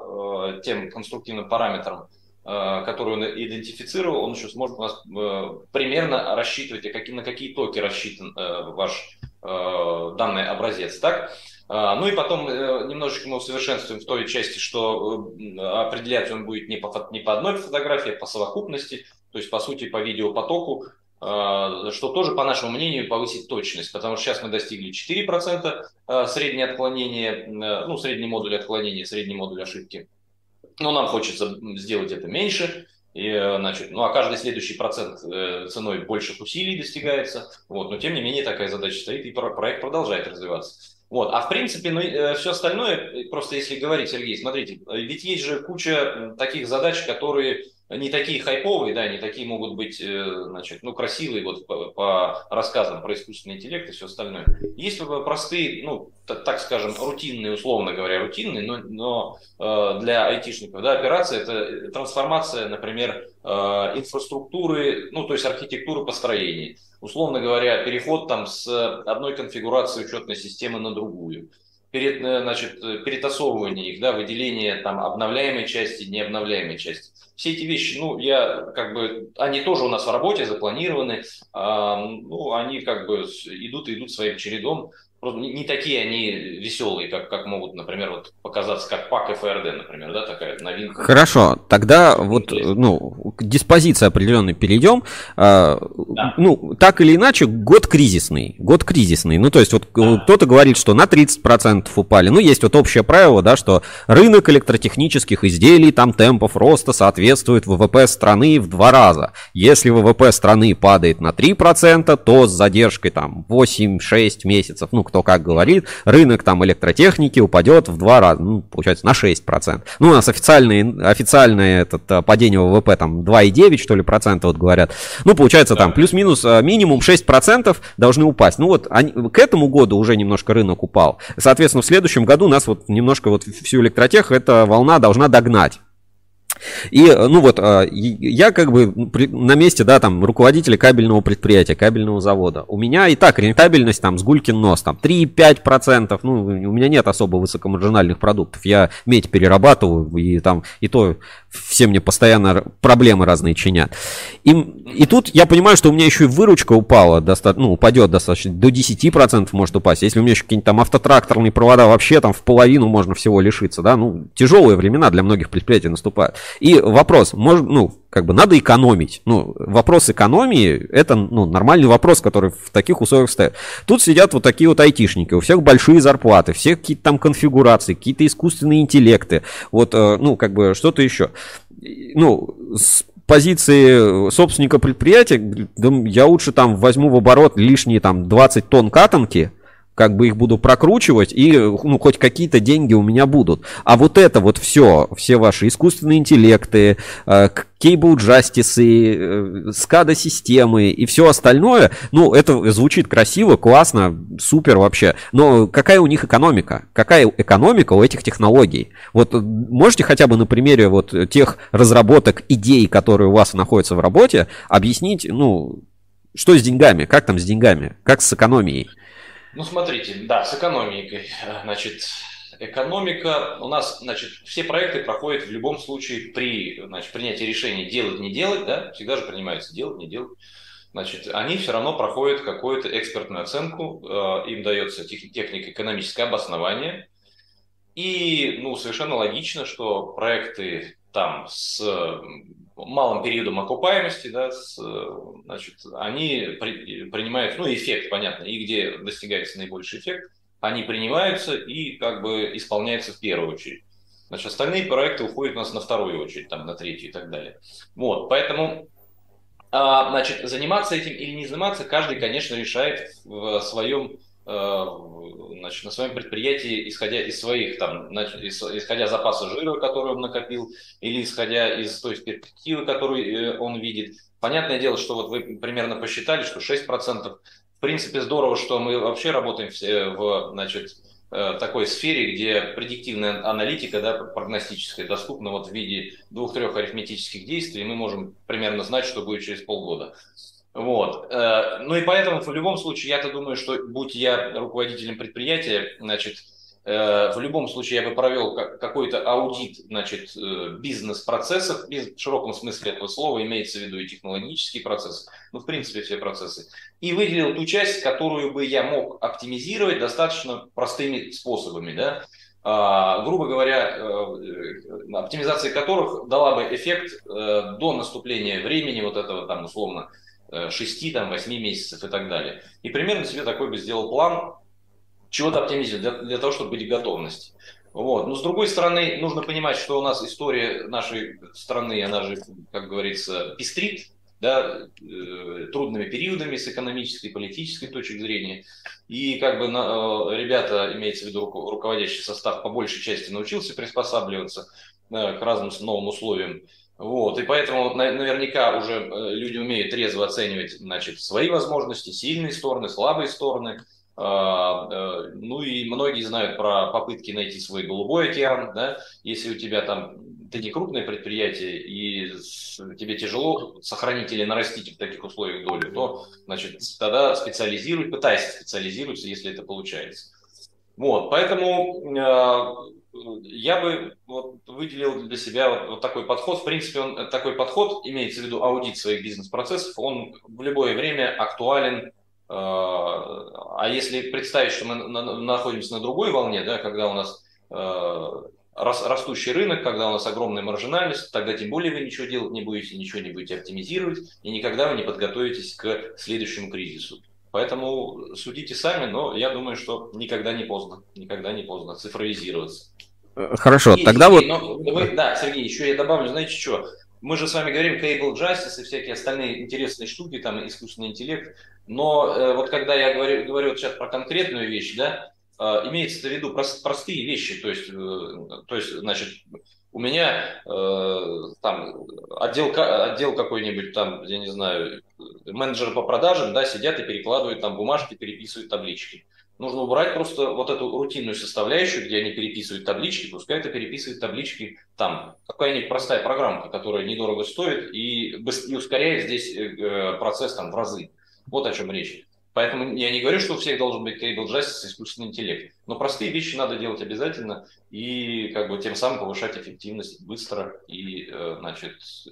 по э, тем конструктивным параметрам, который он идентифицировал, он еще сможет у нас э, примерно рассчитывать, а какие, на какие токи рассчитан э, ваш э, данный образец. Так? А, ну и потом э, немножечко мы усовершенствуем в той части, что э, определять он будет не по, не по одной фотографии, а по совокупности, то есть по сути по видеопотоку, э, что тоже, по нашему мнению, повысит точность, потому что сейчас мы достигли четыре процента среднее отклонение, э, ну средний модуль отклонения, средний модуль ошибки. Но нам хочется сделать это меньше, и, значит, ну а каждый следующий процент ценой больших усилий достигается. Вот, но тем не менее такая задача стоит, и проект продолжает развиваться. Вот, а в принципе, ну, все остальное, просто если говорить, Сергей, смотрите, ведь есть же куча таких задач, которые не такие хайповые, да, не такие могут быть, значит, ну, красивые вот по, по рассказам про искусственный интеллект и все остальное. Есть простые, ну, так скажем, рутинные, условно говоря, рутинные, но, но э, для айтишников, да, операция — это трансформация, например, э, инфраструктуры, ну, то есть архитектуры построения. Условно говоря, переход там с одной конфигурации учетной системы на другую. Перед, значит, перетасовывание их, да, выделение там обновляемой части, необновляемой части. Все эти вещи, ну, я как бы, они тоже у нас в работе запланированы, а, ну, они как бы идут и идут своим чередом. Просто не, не такие они веселые, как, как могут, например, вот показаться, как пак эф эр дэ, например, да, такая новинка. Хорошо, тогда вот, ну, к диспозиции определенной перейдем. Да. Ну, так или иначе, год кризисный, год кризисный. Ну, то есть, вот да. кто-то говорит, что на тридцать процентов упали. Ну, есть вот общее правило, да, что рынок электротехнических изделий, там темпов роста соответствует вэ вэ пэ страны в два раза. Если вэ вэ пэ страны падает на три процента, то с задержкой там восемь-шесть месяцев, ну, кто как говорит, рынок там электротехники упадет в два раза, ну, получается, на шесть процентов. Ну, у нас официальное, официальное это, падение вэ вэ пэ там два и девять, что ли, процента, вот говорят. Ну, получается, там плюс-минус минимум шесть процентов должны упасть. Ну, вот они, к этому году уже немножко рынок упал. Соответственно, в следующем году нас вот немножко вот всю электротех эта волна должна догнать. И, ну вот, я как бы на месте, да, там, руководителя кабельного предприятия, кабельного завода. У меня и так рентабельность там с гулькин нос, там, три-пять процентов, ну, у меня нет особо высокомаржинальных продуктов. Я медь перерабатываю, и там, и то все мне постоянно проблемы разные чинят. И, и тут я понимаю, что у меня еще и выручка упала, достаточно, ну, упадет достаточно, до десять процентов может упасть. Если у меня еще какие-нибудь там автотракторные провода, вообще там в половину можно всего лишиться, да, ну, тяжелые времена для многих предприятий наступают. И вопрос, может, ну, как бы надо экономить. Ну, вопрос экономии — это, ну, нормальный вопрос, который в таких условиях стоит. Тут сидят вот такие вот айтишники, у всех большие зарплаты, все какие-то там конфигурации, какие-то искусственные интеллекты, вот, ну, как бы что-то еще. Ну, с позиции собственника предприятия, я лучше там возьму в оборот лишние там двадцать тонн катанки, как бы их буду прокручивать, и, ну, хоть какие-то деньги у меня будут. А вот это вот все, все ваши искусственные интеллекты, Cable Justice, скада-системы и все остальное, ну, это звучит красиво, классно, супер вообще. Но какая у них экономика? Какая экономика у этих технологий? Вот можете хотя бы на примере вот тех разработок, идей, которые у вас находятся в работе, объяснить, ну, что с деньгами, как там с деньгами, как с экономией? Ну, смотрите, да, с экономикой. Значит, экономика у нас, значит, все проекты проходят в любом случае при, значит, принятии решения делать, не делать, да, всегда же принимается делать, не делать. Значит, они все равно проходят какую-то экспертную оценку, им дается технико-экономическое обоснование. И, ну, совершенно логично, что проекты там с малым периодом окупаемости, да, с, значит, они при, принимают, ну, эффект, понятно, и где достигается наибольший эффект, они принимаются и как бы исполняются в первую очередь. Значит, остальные проекты уходят у нас на вторую очередь, там, на третью и так далее. Вот, поэтому, а, значит, заниматься этим или не заниматься, каждый, конечно, решает в своем, значит, на своем предприятии, исходя из своих, там, значит, исходя запаса жира, который он накопил, или исходя из той перспективы, которую он видит. Понятное дело, что вот вы примерно посчитали, что шесть процентов, в принципе, здорово, что мы вообще работаем в, значит, такой сфере, где предиктивная аналитика, да, прогностическая, доступна вот в виде двух-трех арифметических действий, и мы можем примерно знать, что будет через полгода. Вот. Ну и поэтому в любом случае, я-то думаю, что будь я руководителем предприятия, значит, в любом случае я бы провел какой-то аудит, значит, бизнес-процессов, в широком смысле этого слова, имеется в виду и технологические процессы, ну, в принципе, все процессы, и выделил ту часть, которую бы я мог оптимизировать достаточно простыми способами, да, Uh, грубо говоря, uh, оптимизация которых дала бы эффект uh, до наступления времени вот этого там условно шести-восьми месяцев и так далее. И примерно себе такой бы сделал план чего-то оптимизировать для, для того, чтобы быть в готовности. Вот. Но с другой стороны, нужно понимать, что у нас история нашей страны, она же, как говорится, пестрит, да, э, трудными периодами с экономической и политической точки зрения. И как бы на, э, ребята, имеется в виду руко, руководящий состав, по большей части научился приспосабливаться э, к разным новым условиям. Вот. И поэтому наверняка уже люди умеют трезво оценивать, значит, свои возможности, сильные стороны, слабые стороны. Ну и многие знают про попытки найти свой голубой океан, да? Если у тебя там, ты не крупное предприятие и тебе тяжело сохранить или нарастить в таких условиях долю, то, значит, тогда специализируй, пытайся специализироваться, если это получается. Вот, поэтому э, я бы вот выделил для себя вот, вот такой подход. В принципе, он, такой подход, имеется в виду аудит своих бизнес-процессов, он в любое время актуален. А если представить, что мы находимся на другой волне, да, когда у нас растущий рынок, когда у нас огромная маржинальность, тогда тем более вы ничего делать не будете, ничего не будете оптимизировать, и никогда вы не подготовитесь к следующему кризису. Поэтому судите сами, но я думаю, что никогда не поздно, никогда не поздно цифровизироваться. Хорошо, и, тогда Сергей, вот... Но, вы, да, Сергей, еще я добавлю, знаете что? Мы же с вами говорим Cable Justice и всякие остальные интересные штуки, там искусственный интеллект, но э, вот когда я говорю, говорю вот сейчас про конкретную вещь, да, э, имеется в виду прост, простые вещи, то есть, э, то есть, значит, у меня э, там отдел, отдел какой-нибудь там, я не знаю, менеджеры по продажам, да, сидят и перекладывают там бумажки, переписывают таблички. Нужно убрать просто вот эту рутинную составляющую, где они переписывают таблички, пускай это переписывают таблички там. Какая-нибудь простая программка, которая недорого стоит и, и ускоряет здесь э, процесс там в разы. Вот о чем речь. Поэтому я не говорю, что у всех должен быть Cable Justice и искусственный интеллект. Но простые вещи надо делать обязательно и как бы тем самым повышать эффективность быстро и, э, значит,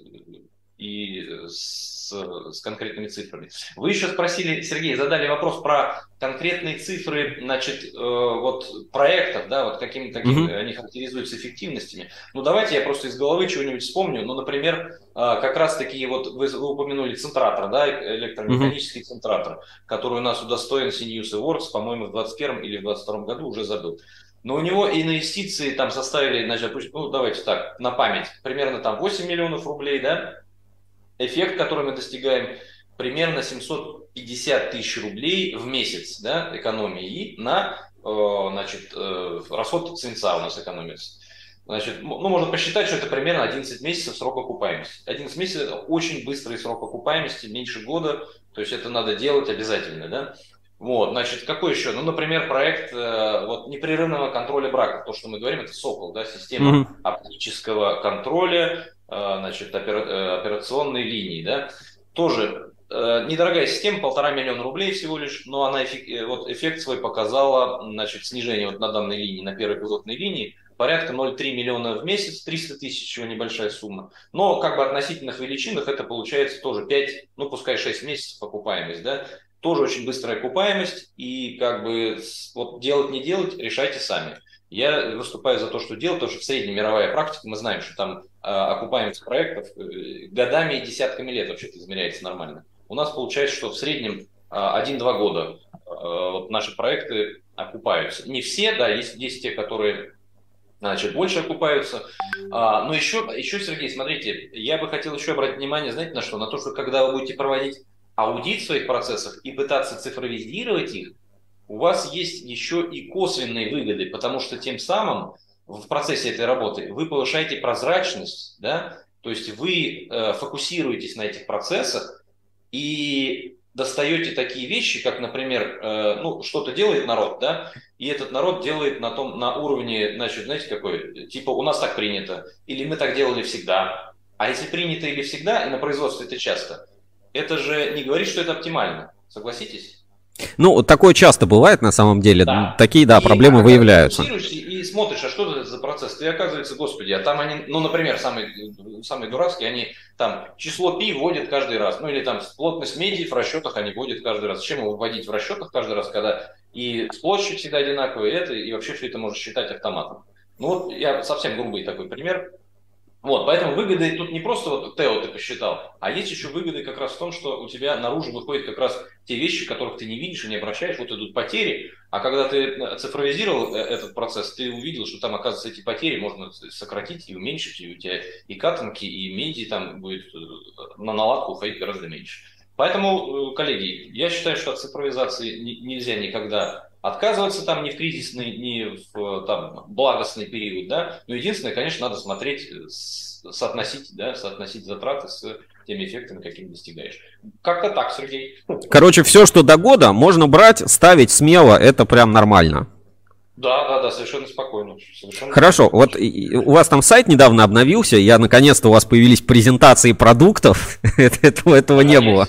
и с, с конкретными цифрами. Вы еще спросили, Сергей, задали вопрос про конкретные цифры, значит, э, вот проектов, да, вот каким, каким mm-hmm. они характеризуются эффективностями. Ну, давайте я просто из головы чего-нибудь вспомню. Ну, например, э, как раз-таки вот вы, вы упомянули центратор, да, электромеханический mm-hmm. центратор, который у нас удостоен Синьюс Awards, по-моему, в двадцать первом или в двадцать втором году, уже забыл. Но у него и инвестиции там составили, значит, ну, давайте так, на память, примерно там восемь миллионов рублей, да. Эффект, который мы достигаем, примерно семьсот пятьдесят тысяч рублей в месяц, да, экономии на, э, значит, э, расход свинца у нас экономится. Значит, ну, можно посчитать, что это примерно одиннадцать месяцев срок окупаемости. одиннадцать месяцев – это очень быстрый срок окупаемости, меньше года, то есть это надо делать обязательно, да. Вот, значит, какой еще? Ну, например, проект э, вот, непрерывного контроля браков. То, что мы говорим, это СОКОЛ, да, система mm-hmm. оптического контроля, э, значит, опера, э, операционной линии, да. Тоже э, недорогая система, полтора миллиона рублей всего лишь, но она эффект, вот, эффект свой показала, значит, снижение вот на данной линии, на первой пилотной линии, порядка ноль целых три миллиона в месяц, триста тысяч, чего небольшая сумма. Но как бы относительных величинах это получается тоже пять, ну пускай шесть месяцев окупаемость, да. Тоже очень быстрая окупаемость, и как бы вот делать не делать, решайте сами. Я выступаю за то, что делать, потому что в среднем мировая практика, мы знаем, что там э, окупаемость проектов э, годами и десятками лет вообще-то измеряется нормально. У нас получается, что в среднем э, один-два года э, вот наши проекты окупаются. Не все, да, есть, есть те, которые, значит, больше окупаются. А, но еще, еще, Сергей, смотрите, я бы хотел еще обратить внимание, знаете, на что? На то, что когда вы будете проводить аудит своих процессов и пытаться цифровизировать их, у вас есть еще и косвенные выгоды, потому что тем самым в процессе этой работы вы повышаете прозрачность, да? То есть вы э, фокусируетесь на этих процессах и достаете такие вещи, как, например, э, ну, что-то делает народ, да, и этот народ делает на том, на уровне, значит, знаете, какой, типа, у нас так принято, или мы так делали всегда. А если принято или всегда, и на производстве это часто, это же не говорит, что это оптимально. Согласитесь? Ну, такое часто бывает на самом деле. Да. Такие, да, и проблемы выявляются. И смотришь, а что это за процесс? Ты, оказывается, господи, а там они, ну, например, самые, самые дурацкие, они там число пи вводят каждый раз. Ну, или там плотность меди в расчетах они вводят каждый раз. Зачем его вводить в расчетах каждый раз, когда и площадь всегда одинаковая, и это, и вообще все это можно считать автоматом. Ну, вот я совсем грубый такой пример. Вот, поэтому выгоды тут не просто вот Тео ты посчитал, а есть еще выгоды как раз в том, что у тебя наружу выходят как раз те вещи, которых ты не видишь и не обращаешь, вот идут потери, а когда ты цифровизировал этот процесс, ты увидел, что там, оказывается, эти потери можно сократить и уменьшить, и у тебя и катанки, и меди там будет на наладку уходить гораздо меньше. Поэтому, коллеги, я считаю, что от цифровизации нельзя никогда отказываться там ни в кризисный, ни в там, благостный период, да, но единственное, конечно, надо смотреть, соотносить, да, соотносить затраты с теми эффектами, какими достигаешь. Как-то так, Сергей. Короче, все, что до года, можно брать, ставить смело, это прям нормально. Да, да, да, совершенно спокойно. Совершенно Хорошо, спокойно. Вот у вас там сайт недавно обновился, я наконец-то у вас появились презентации продуктов, этого, этого не было.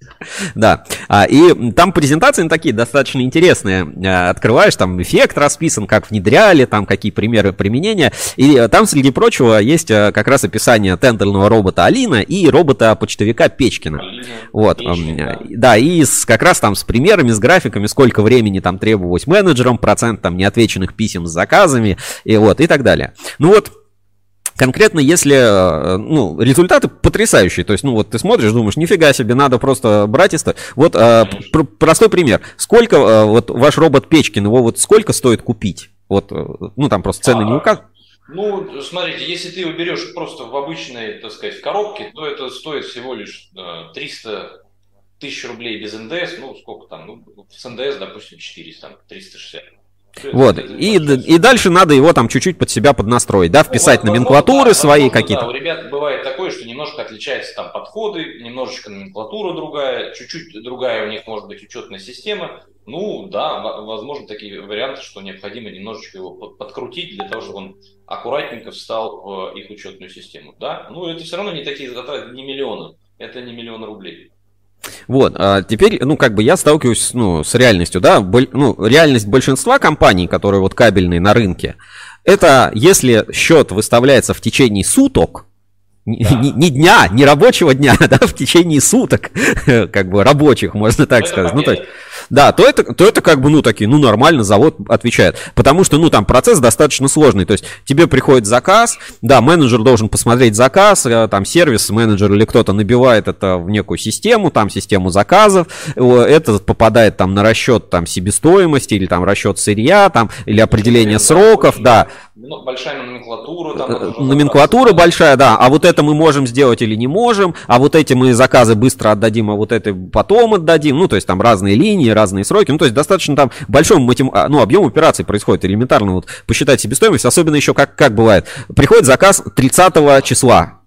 Да, и там презентации такие достаточно интересные. Открываешь, там эффект расписан, как внедряли, там какие примеры применения. И там, среди прочего, есть как раз описание тендерного робота Алина и робота-почтовика Печкина. Алина, вот, Печкина. Да, и с, как раз там с примерами, с графиками, сколько времени там требовалось менеджерам, процент там неотвеченных писем с заказами, и вот, и так далее. Ну вот, конкретно, если, ну, результаты потрясающие, то есть, ну, вот ты смотришь, думаешь, нифига себе, надо просто брать и ставить. Вот э, пр- простой пример. Сколько, э, вот ваш робот Печкин, его вот сколько стоит купить? Вот, э, ну, там просто цены а, не указаны. Ну, смотрите, если ты его берешь просто в обычной, так сказать, в коробке, то это стоит всего лишь э, триста тысяч рублей без эн дэ эс, ну, сколько там, ну, с эн дэ эс, допустим, четыреста, там, триста шестьдесят. Вот, и, и дальше надо его там чуть-чуть под себя поднастроить, да, вписать ну, номенклатуры да, свои возможно, какие-то. Да, у ребят бывает такое, что немножко отличаются там подходы, немножечко номенклатура другая, чуть-чуть другая у них может быть учетная система. Ну да, возможно такие варианты, что необходимо немножечко его подкрутить для того, чтобы он аккуратненько встал в их учетную систему. Да, ну это все равно не такие затраты, не миллионы, это не миллионы рублей. Вот, а теперь, ну, как бы я сталкиваюсь, ну, с реальностью, да, Боль, ну, реальность большинства компаний, которые вот кабельные на рынке, это если счет выставляется в течение суток, да. ни, ни дня, ни рабочего дня, да, в течение суток, как бы рабочих, можно так сказать, ну, то есть, да, то это, то это как бы, ну, такие, ну, нормально, завод отвечает, потому что, ну, там процесс достаточно сложный, то есть тебе приходит заказ, да, менеджер должен посмотреть заказ, там сервис, менеджер или кто-то набивает это в некую систему, там систему заказов, это попадает там на расчет там себестоимости или там расчет сырья, там, или определение сроков, да. Большая номенклатура. Там номенклатура большая, да, а вот это мы можем сделать или не можем, а вот эти мы заказы быстро отдадим, а вот это потом отдадим, ну, то есть там разные линии, разные сроки, ну, то есть достаточно там большой матем... ну, объем операций происходит, элементарно вот посчитать себестоимость, особенно еще как, как бывает, приходит заказ тридцатого числа,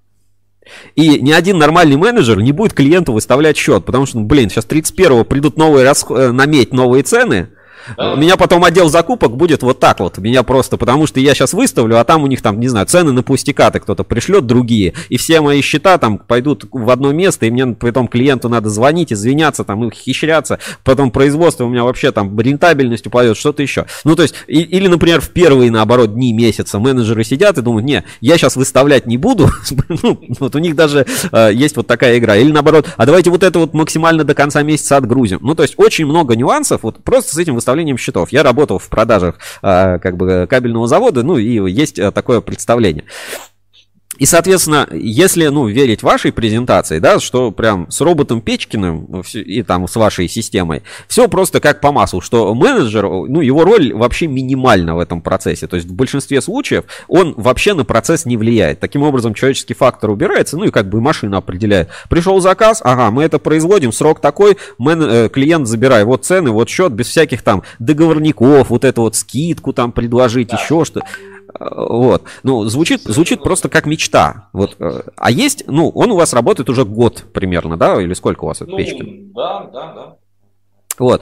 и ни один нормальный менеджер не будет клиенту выставлять счет, потому что, ну, блин, сейчас тридцать первого придут новые расход... на медь, новые цены. У меня потом отдел закупок будет вот так вот. Меня просто, потому что я сейчас выставлю, а там у них там, не знаю, цены на пустякаты кто-то пришлет другие. И все мои счета там пойдут в одно место, и мне потом клиенту надо звонить, извиняться, там, и хищряться. Потом производство у меня вообще там рентабельность упадет, что-то еще. Ну, то есть, и, или, например, в первые, наоборот, дни месяца менеджеры сидят и думают, не, я сейчас выставлять не буду. Ну, вот у них даже э, есть вот такая игра. Или наоборот, а давайте вот это вот максимально до конца месяца отгрузим. Ну, то есть, очень много нюансов, вот просто с этим выставлением представлением счетов. Я работал в продажах э, как бы кабельного завода, ну и есть э, такое представление. И, соответственно, если, ну, верить вашей презентации, да, что прям с роботом Печкиным и там с вашей системой, все просто как по маслу, что менеджер, ну, его роль вообще минимальна в этом процессе. То есть в большинстве случаев он вообще на процесс не влияет. Таким образом, человеческий фактор убирается, ну, и как бы машина определяет. Пришел заказ, ага, мы это производим, срок такой, мен, клиент забирай, вот цены, вот счет, без всяких там договорников, вот эту вот скидку там предложить, да. Еще что-то. Вот, ну, звучит, звучит просто как мечта. Вот, а есть, ну, он у вас работает уже год примерно, да, или сколько у вас эта ну, печка? Да, да, да. Вот,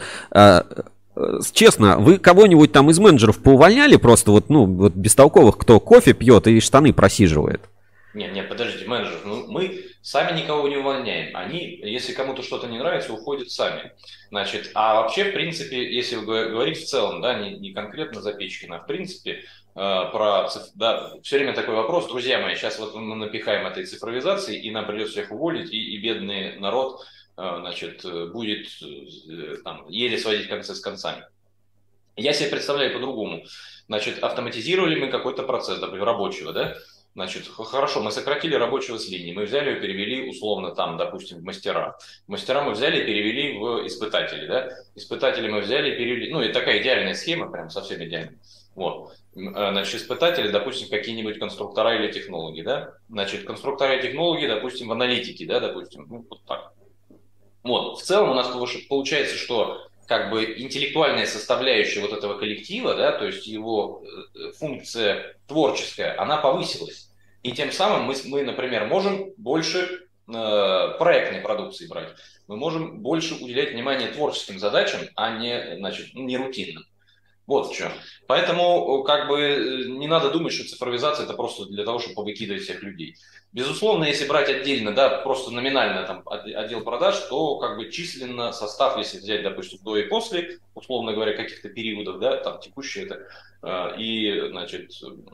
честно, вы кого-нибудь там из менеджеров поувольняли просто вот, ну, вот бестолковых, кто кофе пьет и штаны просиживает? Нет, нет, подождите, менеджер, ну, мы сами никого не увольняем. Они, если кому-то что-то не нравится, уходят сами. Значит, а вообще, в принципе, если говорить в целом, да, не, не конкретно за Печкина, а в принципе, про, да, все время такой вопрос, друзья мои, сейчас вот мы напихаем этой цифровизации, и нам придется всех уволить, и, и бедный народ, значит, будет там, еле сводить концы с концами. Я себе представляю по-другому. Значит, автоматизировали мы какой-то процесс, например, рабочего, да? Значит, хорошо, мы сократили рабочего с линии, мы взяли и перевели условно там, допустим, в мастера. Мастера мы взяли и перевели в испытатели, да? Испытатели мы взяли и перевели, ну и такая идеальная схема, прям совсем идеальная. Вот. Значит, испытатели, допустим, какие-нибудь конструктора или технологи, да? Значит, конструктора и технологи, допустим, в аналитике, да, допустим, ну, вот так. Вот, в целом у нас получается, что как бы интеллектуальная составляющая вот этого коллектива, да, то есть его функция творческая, она повысилась. И тем самым мы, мы например, можем больше э, проектной продукции брать. Мы можем больше уделять внимание творческим задачам, а не, значит, не рутинным. Вот в чем. Поэтому как бы не надо думать, что цифровизация это просто для того, чтобы повыкидывать всех людей. Безусловно, если брать отдельно, да, просто номинально там отдел продаж, то как бы численно состав, если взять, допустим, до и после, условно говоря, каких-то периодов, да, там текущий это, э, и, значит,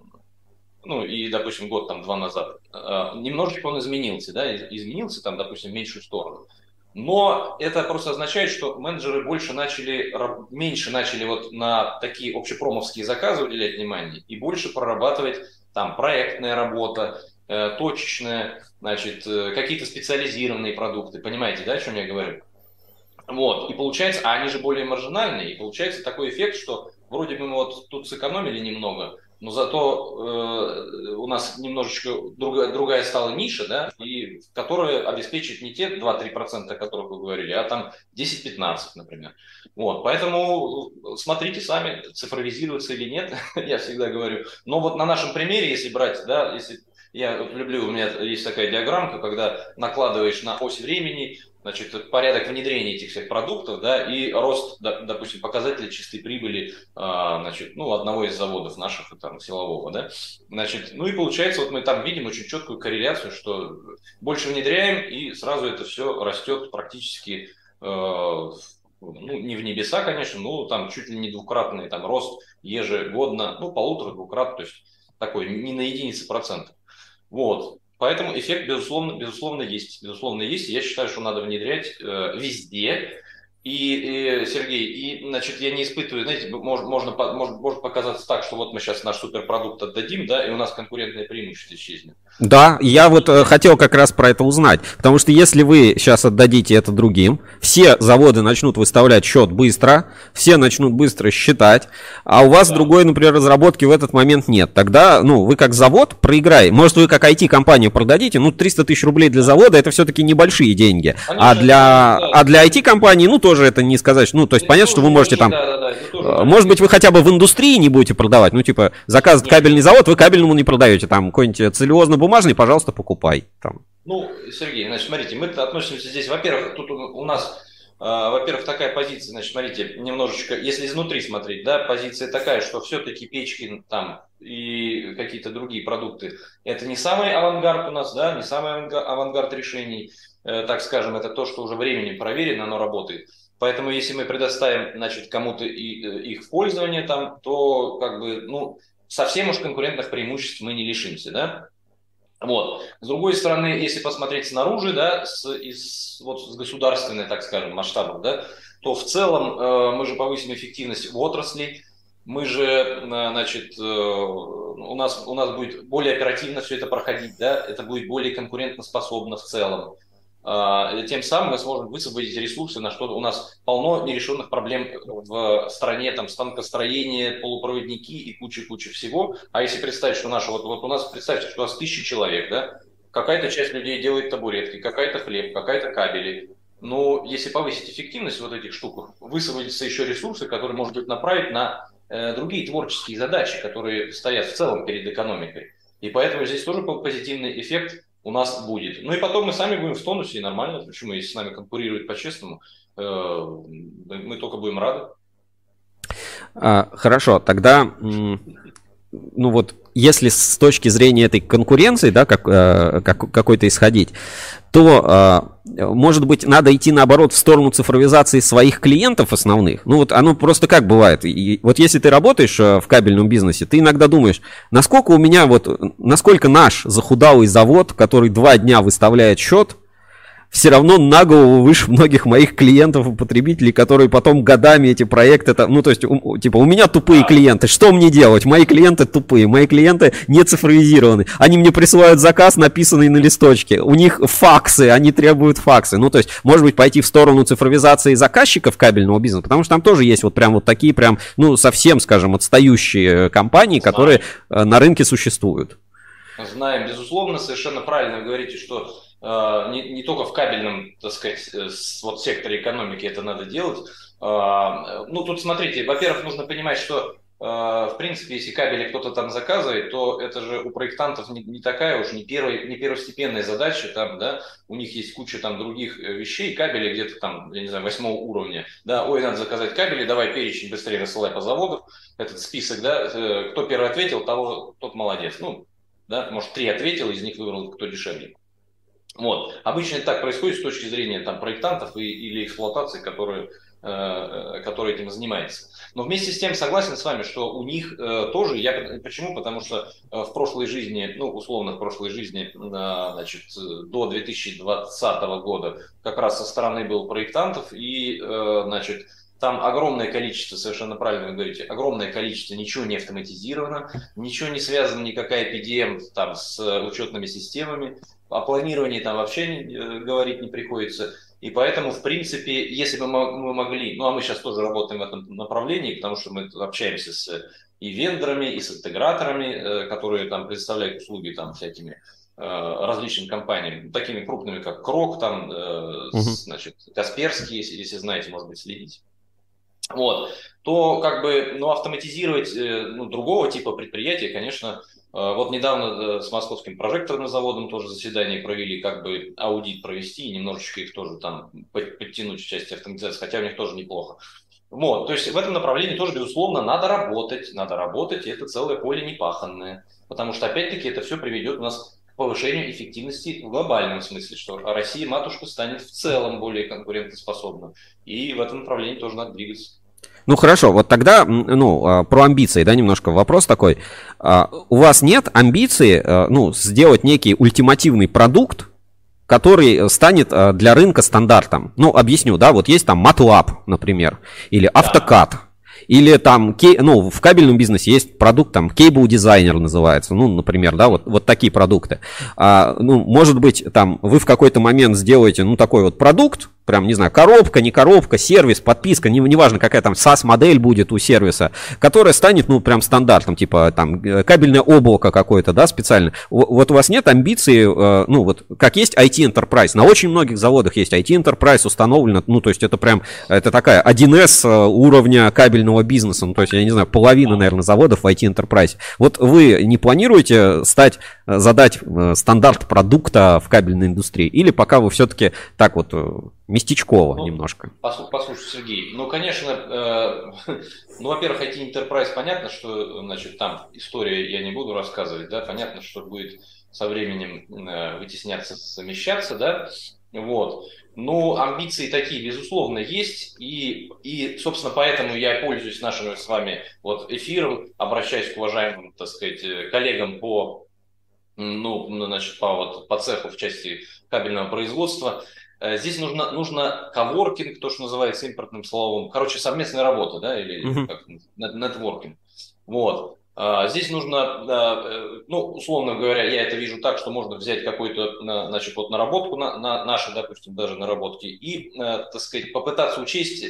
ну и, допустим, год там два назад, э, немножечко он изменился, да, изменился там, допустим, в меньшую сторону. Но это просто означает, что менеджеры больше начали, меньше начали вот на такие общепромовские заказы уделять внимание и больше прорабатывать там проектная работа, э, точечная, значит, э, какие-то специализированные продукты. Понимаете, да, о чем я говорю? Вот, и получается, а они же более маржинальные, и получается такой эффект, что вроде бы мы вот тут сэкономили немного, но зато э, у нас немножечко другая, другая стала ниша, да, и которая обеспечит не те два-три процента, о которых вы говорили, а там десять-пятнадцать, например. Вот, поэтому смотрите сами, цифровизироваться или нет, я всегда говорю. Но вот на нашем примере, если брать, да, если я вот люблю, у меня есть такая диаграммка, когда накладываешь на ось времени, значит, порядок внедрения этих всех продуктов, да, и рост, допустим, показателей чистой прибыли, значит, ну, одного из заводов наших, там, силового, да, значит, ну и получается, вот мы там видим очень четкую корреляцию, что больше внедряем, и сразу это все растет практически, ну, не в небеса, конечно, но там чуть ли не двукратный там рост ежегодно, ну, полутора-двукратный, то есть такой не на единицы процентов. Вот. Поэтому эффект, безусловно, безусловно, есть. Безусловно, есть. Я считаю, что надо внедрять э, везде. И, и, Сергей, и, значит, я не испытываю, знаете, может, можно, может, может показаться так, что вот мы сейчас наш суперпродукт отдадим, да, и у нас конкурентное преимущество исчезнет. Да, я вот э, хотел как раз про это узнать, потому что если вы сейчас отдадите это другим, все заводы начнут выставлять счет быстро, все начнут быстро считать, а у вас да. другой, например, разработки в этот момент нет. Тогда, ну, вы как завод проиграете. Может, вы как ай ти-компания продадите, ну, триста тысяч рублей для завода, это все-таки небольшие деньги. Конечно, а для, да. а для ай ти-компании, ну, тоже это не сказать, ну, то есть понятно, что вы можете там, да, да, да, может быть, вы хотя бы в индустрии не будете продавать, ну, типа, заказывает кабельный завод, вы кабельному не продаете, там, какой-нибудь целлюлозно-бумажный, пожалуйста, покупай. Там. Ну, Сергей, значит, смотрите, мы относимся здесь, во-первых, тут у нас, э, во-первых, такая позиция, значит, смотрите, немножечко, если изнутри смотреть, да, позиция такая, что все-таки Печкин там и какие-то другие продукты, это не самый авангард у нас, да, не самый авангард решений, э, так скажем, это то, что уже временем проверено, оно работает. Поэтому если мы предоставим, значит, кому-то и, их в пользование там, то как бы, ну, совсем уж конкурентных преимуществ мы не лишимся, да. Вот. С другой стороны, если посмотреть снаружи, да, с, из, вот, с государственной, так скажем, масштабов, да, то в целом э, мы же повысим эффективность в отрасли, мы же, э, значит, э, у нас, у нас будет более оперативно все это проходить, да, это будет более конкурентоспособно в целом. Э, тем самым мы сможем высвободить ресурсы на что-то. У нас полно нерешенных проблем в стране, там, станкостроение, полупроводники и куча-куча всего. А если представить, что наша, вот, вот у нас, представьте, что у нас тысяча человек, да, какая-то часть людей делает табуретки, какая-то хлеб, какая-то кабели. Но если повысить эффективность вот этих штук, высвободятся еще ресурсы, которые, может быть, направить на э, другие творческие задачи, которые стоят в целом перед экономикой. И поэтому здесь тоже позитивный эффект у нас будет. Ну и потом мы сами будем в тонусе, и нормально. Почему, если с нами конкурируют по-честному, э, мы только будем рады. А, хорошо, тогда, ну вот, если с точки зрения этой конкуренции, да, как, как, какой-то исходить, то, может быть, надо идти, наоборот, в сторону цифровизации своих клиентов основных. Ну, вот оно просто как бывает. И вот если ты работаешь в кабельном бизнесе, ты иногда думаешь, насколько у меня вот, насколько наш захудалый завод, который два дня выставляет счет, все равно на голову выше многих моих клиентов и потребителей, которые потом годами эти проекты, ну, то есть, у, типа, у меня тупые клиенты, что мне делать? Мои клиенты тупые, мои клиенты не цифровизированы, они мне присылают заказ, написанный на листочке, у них факсы, они требуют факсы, ну, то есть, может быть, пойти в сторону цифровизации заказчиков кабельного бизнеса, потому что там тоже есть вот прям вот такие прям, ну, совсем, скажем, отстающие компании, которые на рынке существуют. Знаем, безусловно, совершенно правильно вы говорите, что э, не, не только в кабельном, так сказать, вот секторе экономики это надо делать. Э, ну, тут смотрите, во-первых, нужно понимать, что, э, в принципе, если кабели кто-то там заказывает, то это же у проектантов не, не такая уж, не, первой, не первостепенная задача, там, да, у них есть куча там других вещей, кабели где-то там, я не знаю, восьмого уровня, да, ой, надо заказать кабели, давай перечень быстрее рассылай по заводу, этот список, да, э, кто первый ответил, того, тот молодец, ну, да, может, три ответил, из них выбрал, кто дешевле. Вот. Обычно это так происходит с точки зрения там, проектантов и, или эксплуатации, которые, э, которые этим занимаются. Но вместе с тем согласен с вами, что у них э, тоже, я, почему? Потому что э, в прошлой жизни, ну, условно, в прошлой жизни, э, значит, до две тысячи двадцатого года как раз со стороны был проектантов, и, э, значит, там огромное количество, совершенно правильно вы говорите, огромное количество, ничего не автоматизировано, ничего не связано, никакая пи ди эм там с учетными системами, о планировании там вообще не, говорить не приходится. И поэтому, в принципе, если бы мы могли, ну а мы сейчас тоже работаем в этом направлении, потому что мы общаемся с и вендорами, и с интеграторами, которые там предоставляют услуги там всякими различным компаниям, такими крупными, как Крок, там, uh-huh. значит, Касперский, если, если знаете, может быть, следите. Вот, то как бы, ну, автоматизировать ну, другого типа предприятия, конечно, вот недавно с московским прожекторным заводом тоже заседание провели, как бы аудит провести и немножечко их тоже там подтянуть в части автоматизации, хотя у них тоже неплохо. Вот, то есть в этом направлении тоже, безусловно, надо работать, надо работать, и это целое поле непаханное, потому что, опять-таки, это все приведет у нас к повышению эффективности в глобальном смысле, что Россия, матушка, станет в целом более конкурентоспособна, и в этом направлении тоже надо двигаться. Ну хорошо, вот тогда, ну, про амбиции, да, немножко вопрос такой. У вас нет амбиции, ну, сделать некий ультимативный продукт, который станет для рынка стандартом? Ну, объясню, да, вот есть там MATLAB, например, или AutoCAD. Или там, ну, в кабельном бизнесе есть продукт, там, Cable Designer называется, ну, например, да, вот, вот такие продукты. А, ну, может быть, там, вы в какой-то момент сделаете, ну, такой вот продукт, прям, не знаю, коробка, не коробка, сервис, подписка, не, неважно, какая там SaaS-модель будет у сервиса, которая станет, ну, прям стандартом, типа, там, кабельное облако какое-то, да, специально. Вот у вас нет амбиции, ну, вот, как есть ай ти Enterprise, на очень многих заводах есть ай ти Enterprise установлено, ну, то есть это прям, это такая один эс уровня кабельного бизнеса, ну, то есть, я не знаю, половина, наверное, заводов в ай ти Enterprise. Вот вы не планируете стать, задать стандарт продукта в кабельной индустрии, или пока вы все-таки так вот местечково ну, немножко? Послушай, Сергей, ну, конечно, э, ну, во-первых, ай ти Enterprise, понятно, что, значит, там история я не буду рассказывать, да, понятно, что будет со временем э, вытесняться, совмещаться, да, вот. Ну, амбиции такие, безусловно, есть, и, и, собственно, поэтому я пользуюсь нашим с вами вот эфиром, обращаюсь к уважаемым, так сказать, коллегам по ну, значит, по, вот, по цеху в части кабельного производства. Здесь нужно, нужно коворкинг, то, что называется импортным словом. Короче, совместная работа, да, или как нетворкинг. Вот. Здесь нужно, ну, условно говоря, я это вижу так, что можно взять какую-то, значит, вот наработку, на, на наши, допустим, даже наработки, и, так сказать, попытаться учесть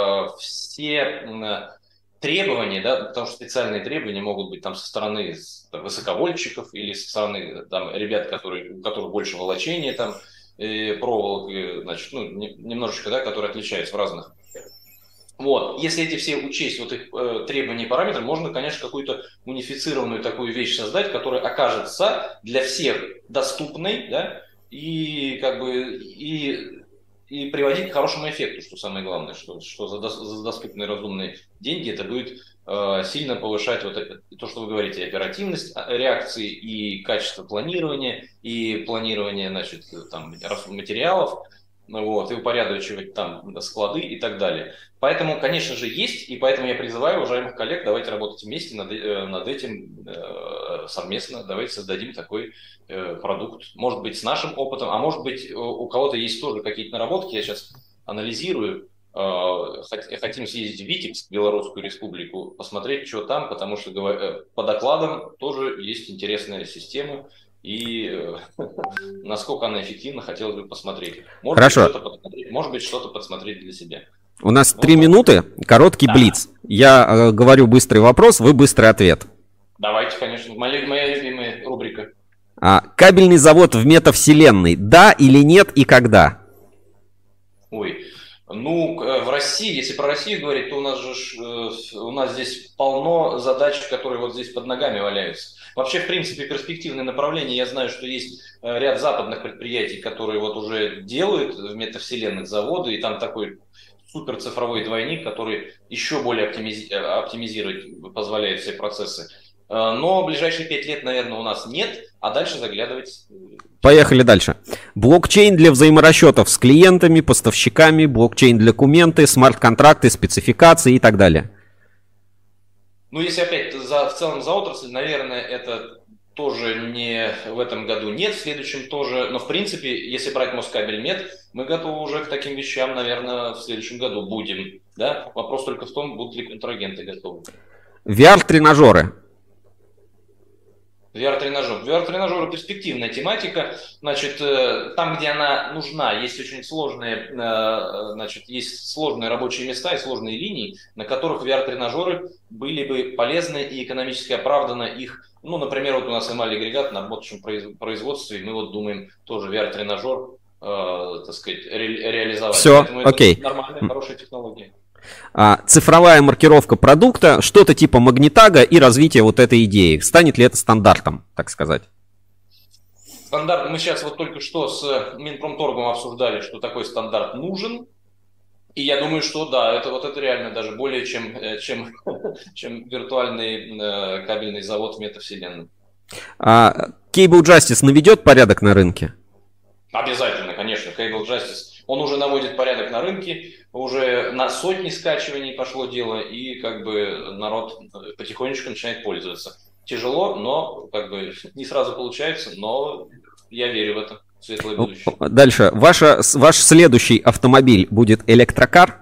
все требования, да, потому что специальные требования могут быть там со стороны высоковольтчиков или со стороны там ребят, которые, у которых больше волочения там, проволок, значит, ну, немножечко, да, которые отличаются в разных. Вот, если эти все учесть, вот их э, требования и параметры, можно, конечно, какую-то унифицированную такую вещь создать, которая окажется для всех доступной, да, и как бы и, и приводить к хорошему эффекту, что самое главное, что, что за, до, за доступные разумные деньги это будет э, сильно повышать вот это, то, что вы говорите, оперативность реакции и качество планирования, и планирование, значит, там, материалов. Вот, и упорядочивать там склады и так далее. Поэтому, конечно же, есть, и поэтому я призываю уважаемых коллег, давайте работать вместе над, над этим э, совместно, давайте создадим такой э, продукт. Может быть, с нашим опытом, а может быть, у кого-то есть тоже какие-то наработки, я сейчас анализирую. Э, хотим съездить в Витебск, Белорусскую республику, посмотреть, что там, потому что э, по докладам тоже есть интересная система. И э, насколько она эффективна, хотелось бы посмотреть. Может Хорошо. Быть, что-то подсмотреть, может быть, что-то подсмотреть для себя. У нас Вот три так. минуты, короткий Да. блиц. Я э, говорю быстрый вопрос, вы быстрый ответ. Давайте, конечно, моя, моя любимая рубрика. А, кабельный завод в метавселенной, да или нет и когда? Ой, ну, э, в России, если про Россию говорить, то у нас же ж, э, у нас здесь полно задач, которые вот здесь под ногами валяются. Вообще, в принципе, перспективные направления, я знаю, что есть э, ряд западных предприятий, которые вот уже делают в метавселенных заводы, и там такой супер цифровой двойник, который еще более оптимизи- оптимизировать позволяет все процессы. Э, Но в ближайшие пять лет, наверное, у нас нет, а дальше заглядывать. Поехали дальше. Блокчейн для взаиморасчетов с клиентами, поставщиками, блокчейн для документы, смарт-контракты, спецификации и так далее. Ну, если опять за, в целом за отрасль, наверное, это тоже не в этом году нет, в следующем тоже. Но, в принципе, если брать Москабельмет, мы готовы уже к таким вещам, наверное, в следующем году будем. Да? Вопрос только в том, будут ли контрагенты готовы. ви ар-тренажеры. ви ар-тренажер. ви ар-тренажеры перспективная тематика. Значит, там, где она нужна, есть очень сложные, значит, есть сложные рабочие места и сложные линии, на которых ви ар-тренажеры были бы полезны и экономически оправданно их. Ну, например, вот у нас эмаль-агрегат на будущем производстве, мы вот думаем тоже ви ар-тренажер, э, так сказать, ре- реализовать. Все, Поэтому окей. это нормальная, хорошая технология. А, цифровая маркировка продукта, что-то типа магнитага и развитие вот этой идеи. Станет ли это стандартом, так сказать? Стандарт, мы сейчас вот только что с Минпромторгом обсуждали, что такой стандарт нужен. И я думаю, что да, это вот это реально даже более чем, чем, чем виртуальный э, кабельный завод в метавселенной. А, Cable Justice наведет порядок на рынке? Обязательно, конечно, Cable Justice. Он уже наводит порядок на рынке, уже на сотни скачиваний пошло дело, и как бы народ потихонечку начинает пользоваться. Тяжело, но как бы не сразу получается, но я верю в это. Светлое будущее. Дальше. Ваша, ваш следующий автомобиль будет электрокар?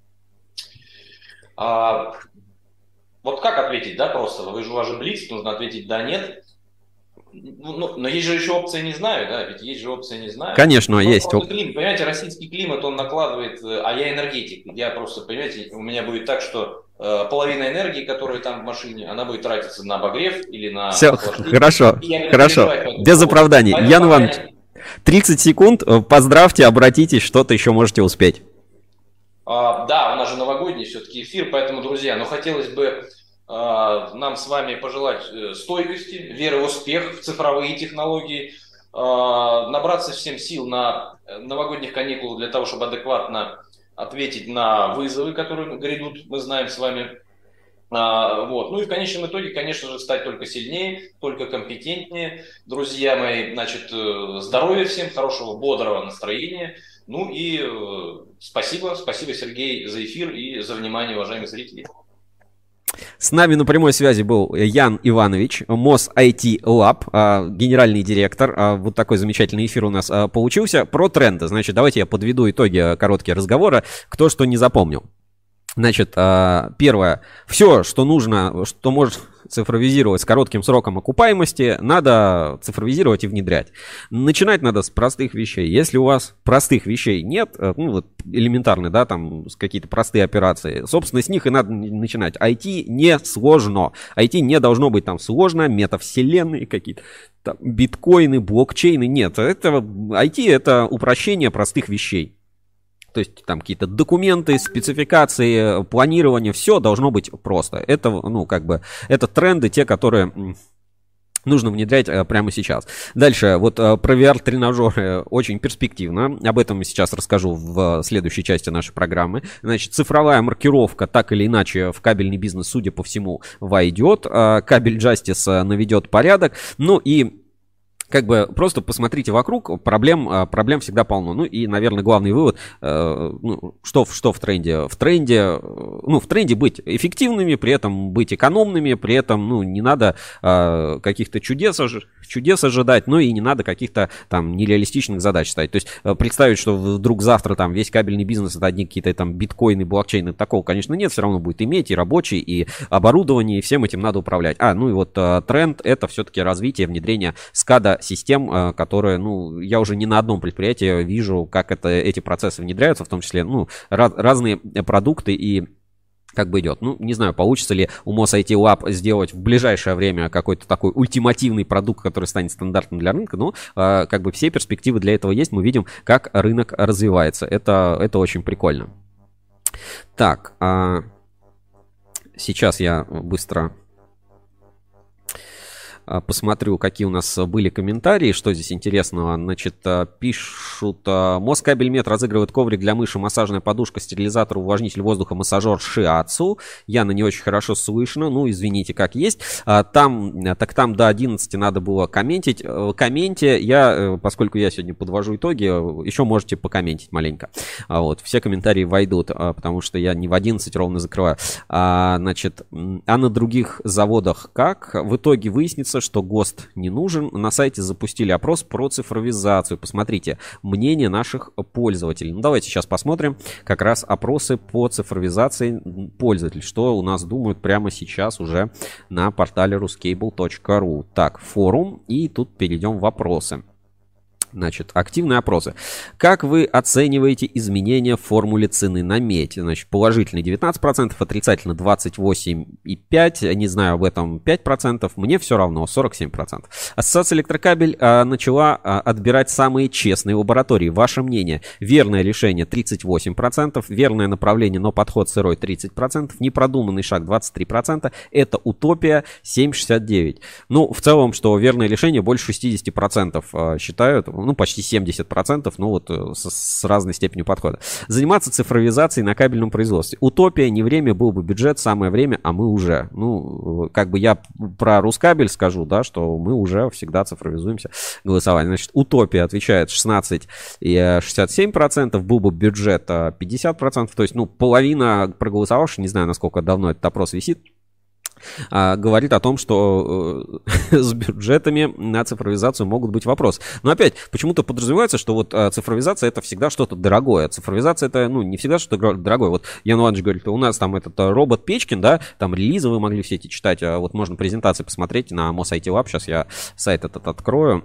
А, вот как ответить, да, просто? Вы же, у вас же блиц, нужно ответить да, нет. Ну, но есть же еще опция «не знаю», да, ведь есть же опция «не знаю». Конечно, но есть. Климат, понимаете, российский климат, он накладывает, а я энергетик, я просто, понимаете, у меня будет так, что э, половина энергии, которая там в машине, она будет тратиться на обогрев или на Все, охлаждение. хорошо, хорошо, без оправданий. Ян Иванович, тридцать секунд, поздравьте, обратитесь, что-то еще можете успеть. А, да, у нас же новогодний все-таки эфир, поэтому, друзья, ну хотелось бы а, нам с вами пожелать стойкости, веры в успех в цифровые технологии, а, набраться всем сил на новогодних каникулах для того, чтобы адекватно ответить на вызовы, которые грядут, мы знаем с вами. А, вот. Ну и в конечном итоге, конечно же, стать только сильнее, только компетентнее. Друзья мои, значит, здоровья всем, хорошего, бодрого настроения. Ну и э, спасибо, спасибо, Сергей, за эфир и за внимание, уважаемые зрители. С нами на прямой связи был Ян Иванович, MositLab, генеральный директор. Вот такой замечательный эфир у нас получился. Про тренды. Значит, давайте я подведу итоги короткие разговора. Кто что не запомнил. Значит, первое. Все, что нужно, что может цифровизировать с коротким сроком окупаемости, надо цифровизировать и внедрять. Начинать надо с простых вещей. Если у вас простых вещей нет, ну вот элементарные, да, там какие-то простые операции, собственно, с них и надо начинать. ай ти не сложно. ай ти не должно быть там сложно, метавселенные какие-то, там, биткоины, блокчейны. Нет, это ай ти это упрощение простых вещей. То есть там какие-то документы, спецификации, планирование, все должно быть просто. Это, ну, как бы, это тренды, те, которые нужно внедрять прямо сейчас. Дальше, вот про ви ар-тренажеры очень перспективно. Об этом сейчас расскажу в следующей части нашей программы. Значит, цифровая маркировка так или иначе в кабельный бизнес, судя по всему, войдет. Кабель Justice наведет порядок. Ну и как бы просто посмотрите вокруг, проблем, проблем всегда полно. Ну и, наверное, главный вывод, э, ну, что, что в тренде? В тренде, ну, в тренде быть эффективными, при этом быть экономными, при этом, ну, не надо э, каких-то чудес, чудес ожидать, ну и не надо каких-то там нереалистичных задач ставить. То есть э, представить, что вдруг завтра там весь кабельный бизнес это одни какие-то там биткоины, блокчейны, такого, конечно, нет, все равно будет иметь и рабочий, и оборудование, и всем этим надо управлять. А, ну и вот э, тренд это все-таки развитие, внедрение скада систем, которые, ну, я уже не на одном предприятии вижу, как это, эти процессы внедряются, в том числе, ну, раз, разные продукты и как бы идет. Ну, не знаю, получится ли у MositLab сделать в ближайшее время какой-то такой ультимативный продукт, который станет стандартным для рынка, но э, как бы все перспективы для этого есть, мы видим, как рынок развивается. Это, это очень прикольно. Так, э, сейчас я быстро посмотрю, какие у нас были комментарии, что здесь интересного. Значит, пишут: Москабельмет разыгрывает коврик для мыши, массажная подушка, стерилизатор, увлажнитель воздуха, массажер Shiatsu. Яна не очень хорошо слышно, ну, извините, как есть. Там, так там до одиннадцати надо было комментить. В комменте я, поскольку я сегодня подвожу итоги, еще можете покомментить маленько. Вот, все комментарии войдут, потому что я не в одиннадцать ровно закрываю. Значит, а на других заводах как? В итоге выяснится, что ГОСТ не нужен. На сайте запустили опрос про цифровизацию. Посмотрите мнение наших пользователей. Ну, давайте сейчас посмотрим как раз опросы по цифровизации пользователей. Что у нас думают прямо сейчас уже на портале ruskable точка ру. Так, форум. И тут перейдем в вопросы. Значит, активные опросы. Как вы оцениваете изменения в формуле цены на медь? Значит, положительно девятнадцать процентов, отрицательно двадцать восемь и пять процентов, не знаю об этом пять процентов, мне все равно сорок семь процентов. Ассоциация Электрокабель а, начала а, отбирать самые честные лаборатории. Ваше мнение? Верное решение тридцать восемь процентов, верное направление, но подход сырой тридцать процентов, непродуманный шаг двадцать три процента, это утопия семь шестьдесят девять. Ну, в целом, что верное решение больше шестьдесят процентов а, считают, ну, почти семьдесят процентов, ну, вот с, с разной степенью подхода. Заниматься цифровизацией на кабельном производстве. Утопия, не время, был бы бюджет, самое время, а мы уже. Ну, как бы я про Рускабель скажу, да, что мы уже всегда цифровизуемся. Голосование. Значит, утопия отвечает шестнадцать и шестьдесят семь процентов, был бы бюджет пятьдесят процентов, то есть, ну, половина проголосовавших, не знаю, насколько давно этот опрос висит, говорит о том, что э, с бюджетами на цифровизацию могут быть вопросы. Но опять, почему-то подразумевается, что вот э, цифровизация это всегда что-то дорогое. Цифровизация это, ну, не всегда что-то дорогое. Вот Ян Иванович говорит, у нас там этот робот Печкин, да, там релизы вы могли все эти читать, а вот можно презентации посмотреть на MositLab. Сейчас я сайт этот открою.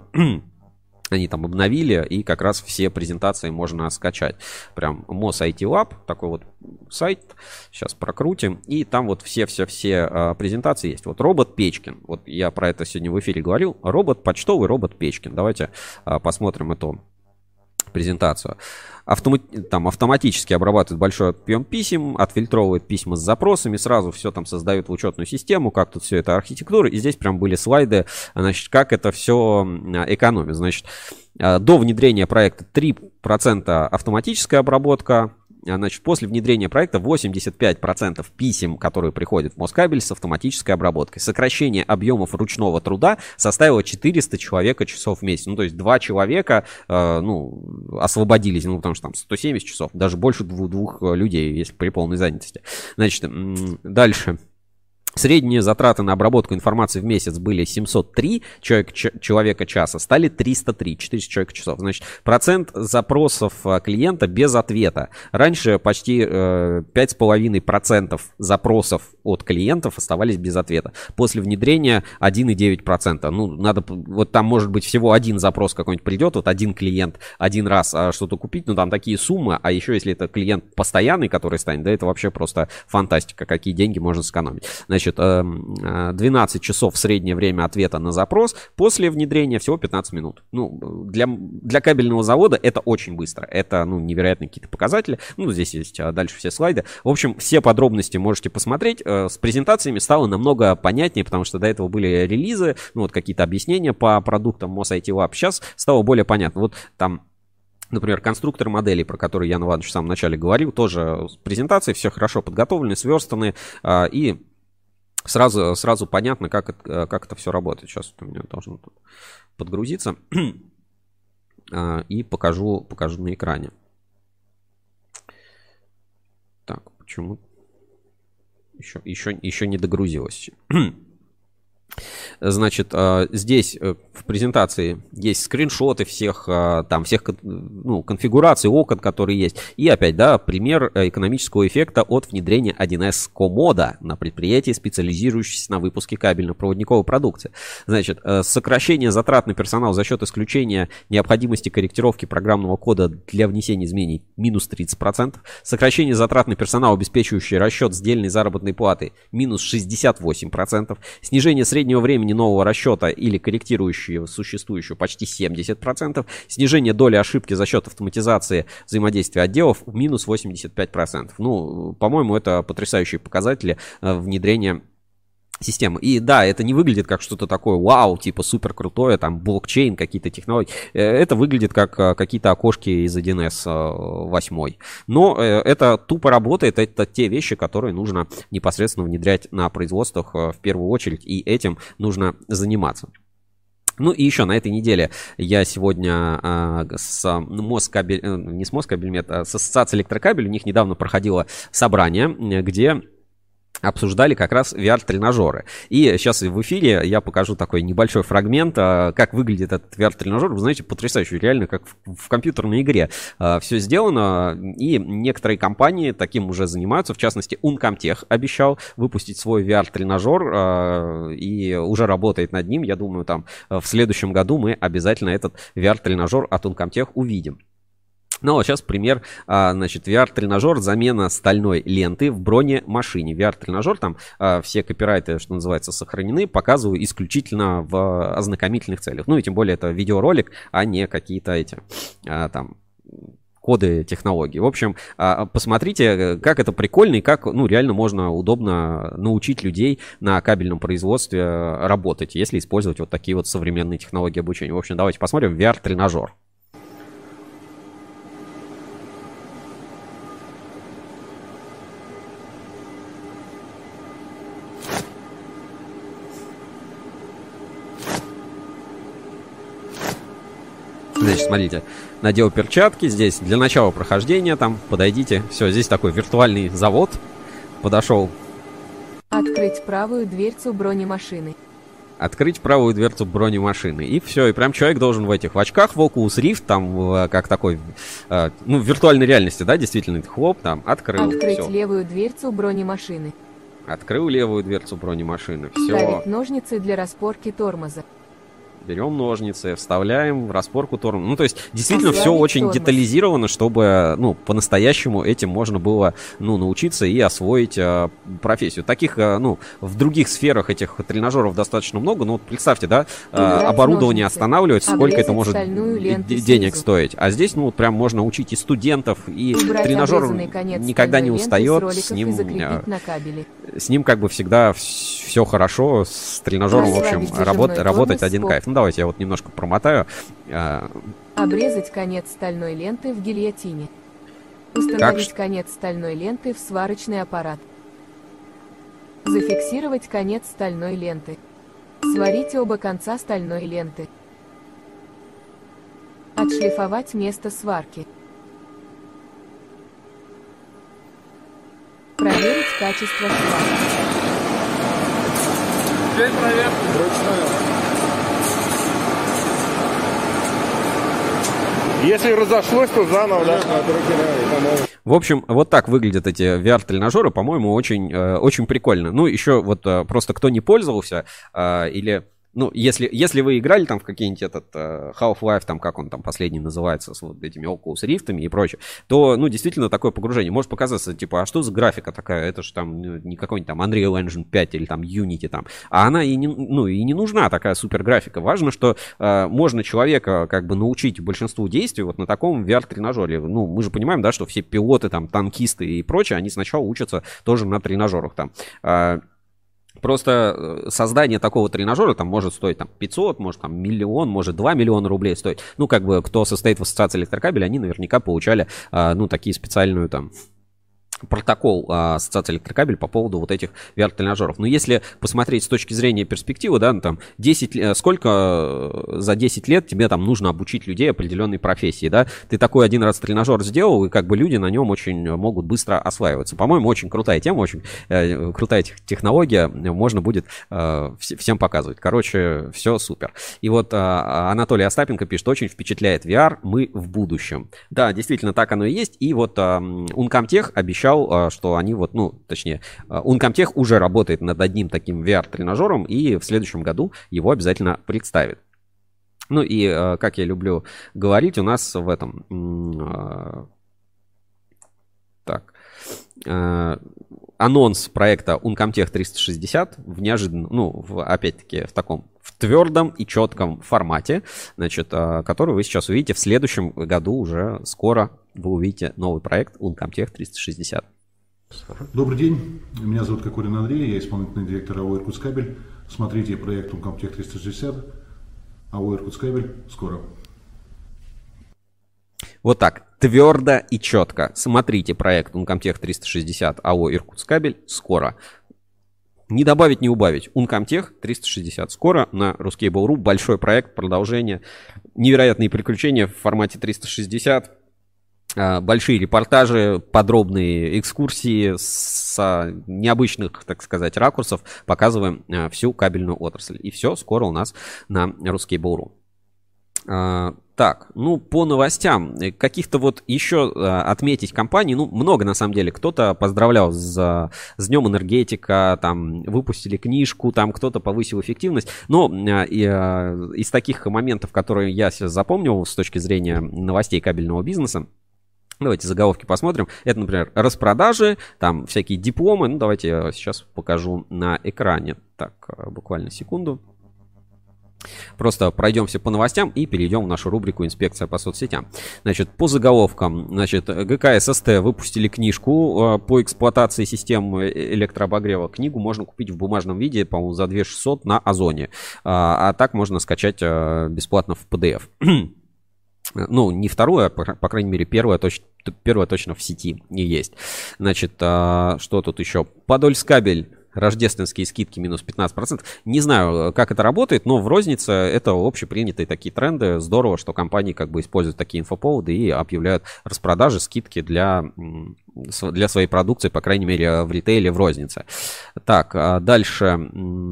Они там обновили, и как раз все презентации можно скачать. Прям MositLab, такой вот сайт. Сейчас прокрутим. И там вот все-все-все а, презентации есть. Вот робот Печкин. Вот я про это сегодня в эфире говорил. Робот, почтовый робот Печкин. Давайте а, посмотрим эту презентацию. Автомат, там автоматически обрабатывает большой объем писем, отфильтровывает письма с запросами, сразу все там создает в учетную систему, как тут все это архитектура. И здесь прям были слайды, значит, как это все экономит. Значит, до внедрения проекта три процента автоматическая обработка. Значит, после внедрения проекта восемьдесят пять процентов писем, которые приходят в Москабель, с автоматической обработкой. Сокращение объемов ручного труда составило четыреста человека часов в месяц. Ну, то есть два человека э, ну, освободились, ну, потому что там сто семьдесят часов, даже больше двух, двух людей, если при полной занятости. Значит, дальше. Средние затраты на обработку информации в месяц были семьсот три человек, человека часа, стали триста три, четыреста человека часов. Значит, процент запросов клиента без ответа. Раньше почти э, пять с половиной процентов запросов от клиентов оставались без ответа. После внедрения один и девять десятых процента. Ну, надо, вот там может быть всего один запрос какой-нибудь придет, вот один клиент один раз а, что-то купить, ну там такие суммы, а еще если это клиент постоянный, который станет, да, это вообще просто фантастика, какие деньги можно сэкономить. Значит, двенадцать часов среднее время ответа на запрос, после внедрения всего пятнадцать минут. Ну, для, для кабельного завода это очень быстро, это, ну, невероятные какие-то показатели. Ну, здесь есть дальше все слайды. В общем, все подробности можете посмотреть. С презентациями стало намного понятнее, потому что до этого были релизы, ну, вот какие-то объяснения по продуктам Mosaitlab. Сейчас стало более понятно. Вот там, например, конструктор моделей, про который Ян Иванович в самом начале говорил, тоже с презентацией, все хорошо подготовлены, сверстаны, и Сразу, сразу понятно, как это, как это все работает. Сейчас у меня должно тут подгрузиться. И покажу, покажу на экране. Так, почему? Еще, еще, еще не догрузилось. Значит, здесь в презентации есть скриншоты всех, там, всех, ну, конфигураций окон, которые есть. И опять, да, пример экономического эффекта от внедрения один эс комода на предприятии, специализирующемся на выпуске кабельно-проводниковой продукции. Значит, сокращение затрат на персонал за счет исключения необходимости корректировки программного кода для внесения изменений минус тридцать процентов. Сокращение затрат на персонал, обеспечивающий расчет сдельной заработной платы, минус шестьдесят восемь процентов. Снижение среднего времени нового расчета или корректирующего существующего почти семьдесят процентов. Снижение доли ошибки за счет автоматизации взаимодействия отделов минус восемьдесят пять процентов. Ну, по-моему, это потрясающие показатели внедрения системы. И да, это не выглядит как что-то такое вау, типа супер крутое, там блокчейн, какие-то технологии. Это выглядит как какие-то окошки из один эс восемь. Но это тупо работает, это те вещи, которые нужно непосредственно внедрять на производствах в первую очередь, и этим нужно заниматься. Ну и еще на этой неделе я сегодня а, с Москабель, не с Москабельмет, а с Ассоциацией Электрокабель, у них недавно проходило собрание, где обсуждали как раз ви ар-тренажеры. И сейчас в эфире я покажу такой небольшой фрагмент, как выглядит этот ви ар-тренажер. Вы знаете, потрясающе, реально как в, в компьютерной игре все сделано. И некоторые компании таким уже занимаются. В частности, Uncomtech обещал выпустить свой ви ар-тренажер и уже работает над ним. Я думаю, там в следующем году мы обязательно этот ви ар-тренажер от Uncomtech увидим. Ну, а вот сейчас пример, значит, ви ар-тренажер, замена стальной ленты в бронемашине. ви ар-тренажер, там все копирайты, что называется, сохранены, показываю исключительно в ознакомительных целях. Ну, и тем более это видеоролик, а не какие-то эти, там, коды технологий. В общем, посмотрите, как это прикольно и как, ну, реально можно удобно научить людей на кабельном производстве работать, если использовать вот такие вот современные технологии обучения. В общем, давайте посмотрим ви ар-тренажер. Значит, смотрите, надел перчатки, здесь для начала прохождения, там, подойдите, все, здесь такой виртуальный завод, подошел. Открыть правую дверцу бронемашины. Открыть правую дверцу бронемашины, и все, и прям человек должен в этих в очках, в Oculus Rift, там, как такой, ну, в виртуальной реальности, да, действительно, хлоп, там, открыл. Открыть все. левую дверцу бронемашины. Открыл левую дверцу бронемашины, все. Ставить ножницы для распорки тормоза. Берем ножницы, вставляем в распорку тормоза. Ну, то есть, действительно, Ослабить все очень тормоз. детализировано, чтобы, ну, по-настоящему этим можно было, ну, научиться и освоить э, профессию. Таких, э, ну, в других сферах этих тренажеров достаточно много. Ну, вот представьте, да, э, оборудование ножницы. останавливается, сколько Обрезать это может стальную ленту д- денег снизу. стоить. А здесь, ну, вот прям можно учить и студентов, и Убрать тренажер обрезанный конец никогда не стальной ленты с устает. роликов С ним, и закрепить э, на кабеле. с ним как бы всегда все хорошо. С тренажером, в общем, Расслабить работ- зажимной работать тормоз один с кайф. Ну, давайте я вот немножко промотаю. Обрезать конец стальной ленты в гильотине. Установить Как... конец стальной ленты в сварочный аппарат. Зафиксировать конец стальной ленты. Сварить оба конца стальной ленты. Отшлифовать место сварки. Проверить качество сварки. Здесь проверка. Вручную. Если разошлось, то заново, да? В общем, вот так выглядят эти ви ар-тренажеры, по-моему, очень, э, очень прикольно. Ну, еще вот э, просто кто не пользовался э, или... Ну, если, если вы играли там в какие-нибудь этот uh, Half-Life, там, как он там последний называется, с вот этими Oculus Rift'ами и прочее, то, ну, действительно, такое погружение. Может показаться, типа, а что за графика такая? Это же там не какой-нибудь там Unreal Engine пять или там Unity там. А она и не, ну, и не нужна такая супер графика. Важно, что uh, можно человека как бы научить большинству действий вот на таком ви ар-тренажере. Ну, мы же понимаем, да, что все пилоты, там, танкисты и прочее, они сначала учатся тоже на тренажерах там. Uh, Просто создание такого тренажера там может стоить там пятьсот, может там миллион, может два миллиона рублей стоить. Ну, как бы, кто состоит в ассоциации электрокабеля, они наверняка получали, ну, такие специальную там... протокол а, ассоциации электрокабель по поводу вот этих ви ар-тренажеров. Но если посмотреть с точки зрения перспективы, да, ну, там десять, сколько за десять лет тебе там нужно обучить людей определенной профессии, да, ты такой один раз тренажер сделал, и как бы люди на нем очень могут быстро осваиваться. По-моему, очень крутая тема, очень э, крутая технология, можно будет э, всем показывать. Короче, все супер. И вот э, Анатолий Остапенко пишет, очень впечатляет ви ар, мы в будущем. Да, действительно, так оно и есть. И вот э, Uncomtech обещал, что они вот, ну, точнее, Uncomtech уже работает над одним таким ви ар-тренажером и в следующем году его обязательно представит. Ну и, как я люблю говорить, у нас в этом... Так... Анонс проекта Uncomtech триста шестьдесят в неожиданном, ну, в, опять-таки, в таком, в твердом и четком формате, значит, который вы сейчас увидите в следующем году, уже скоро вы увидите новый проект Uncomtech триста шестьдесят. Добрый день, меня зовут Кокорин Андрей, я исполнительный директор АО «Иркутскабель». Смотрите проект Uncomtech триста шестьдесят, АО «Иркутскабель» скоро. Вот так, твердо и четко. Смотрите проект Uncomtech триста шестьдесят АО «Иркутскабель» скоро. Не добавить, не убавить. Uncomtech триста шестьдесят скоро на Ruskable точка ру. Большой проект, продолжение. Невероятные приключения в формате триста шестьдесят. Большие репортажи, подробные экскурсии с необычных, так сказать, ракурсов. Показываем всю кабельную отрасль. И все скоро у нас на Ruskable точка ру. Так, ну, по новостям, каких-то вот еще отметить компаний, ну, много на самом деле. Кто-то поздравлял с, с Днем энергетика, там, выпустили книжку, там, кто-то повысил эффективность. Но и, из таких моментов, которые я сейчас запомнил с точки зрения новостей кабельного бизнеса, давайте заголовки посмотрим. Это, например, распродажи, там, всякие дипломы. Ну, давайте я сейчас покажу на экране. Так, буквально секунду. Просто пройдемся по новостям и перейдем в нашу рубрику «Инспекция по соцсетям». Значит, по заголовкам, значит, ГК ССТ выпустили книжку по эксплуатации систем электрообогрева. Книгу можно купить в бумажном виде, по-моему, за две тысячи шестьсот на Озоне. А, а так можно скачать бесплатно в пи ди эф. Ну, не вторую, а, по крайней мере, первая точно, первая точно в сети не есть. Значит, что тут еще? Подольскабель. Рождественские скидки минус пятнадцать процентов. Не знаю, как это работает, но в рознице это общепринятые такие тренды. Здорово, что компании как бы используют такие инфоповоды и объявляют распродажи, скидки для, для своей продукции, по крайней мере, в ритейле, в рознице. Так, дальше...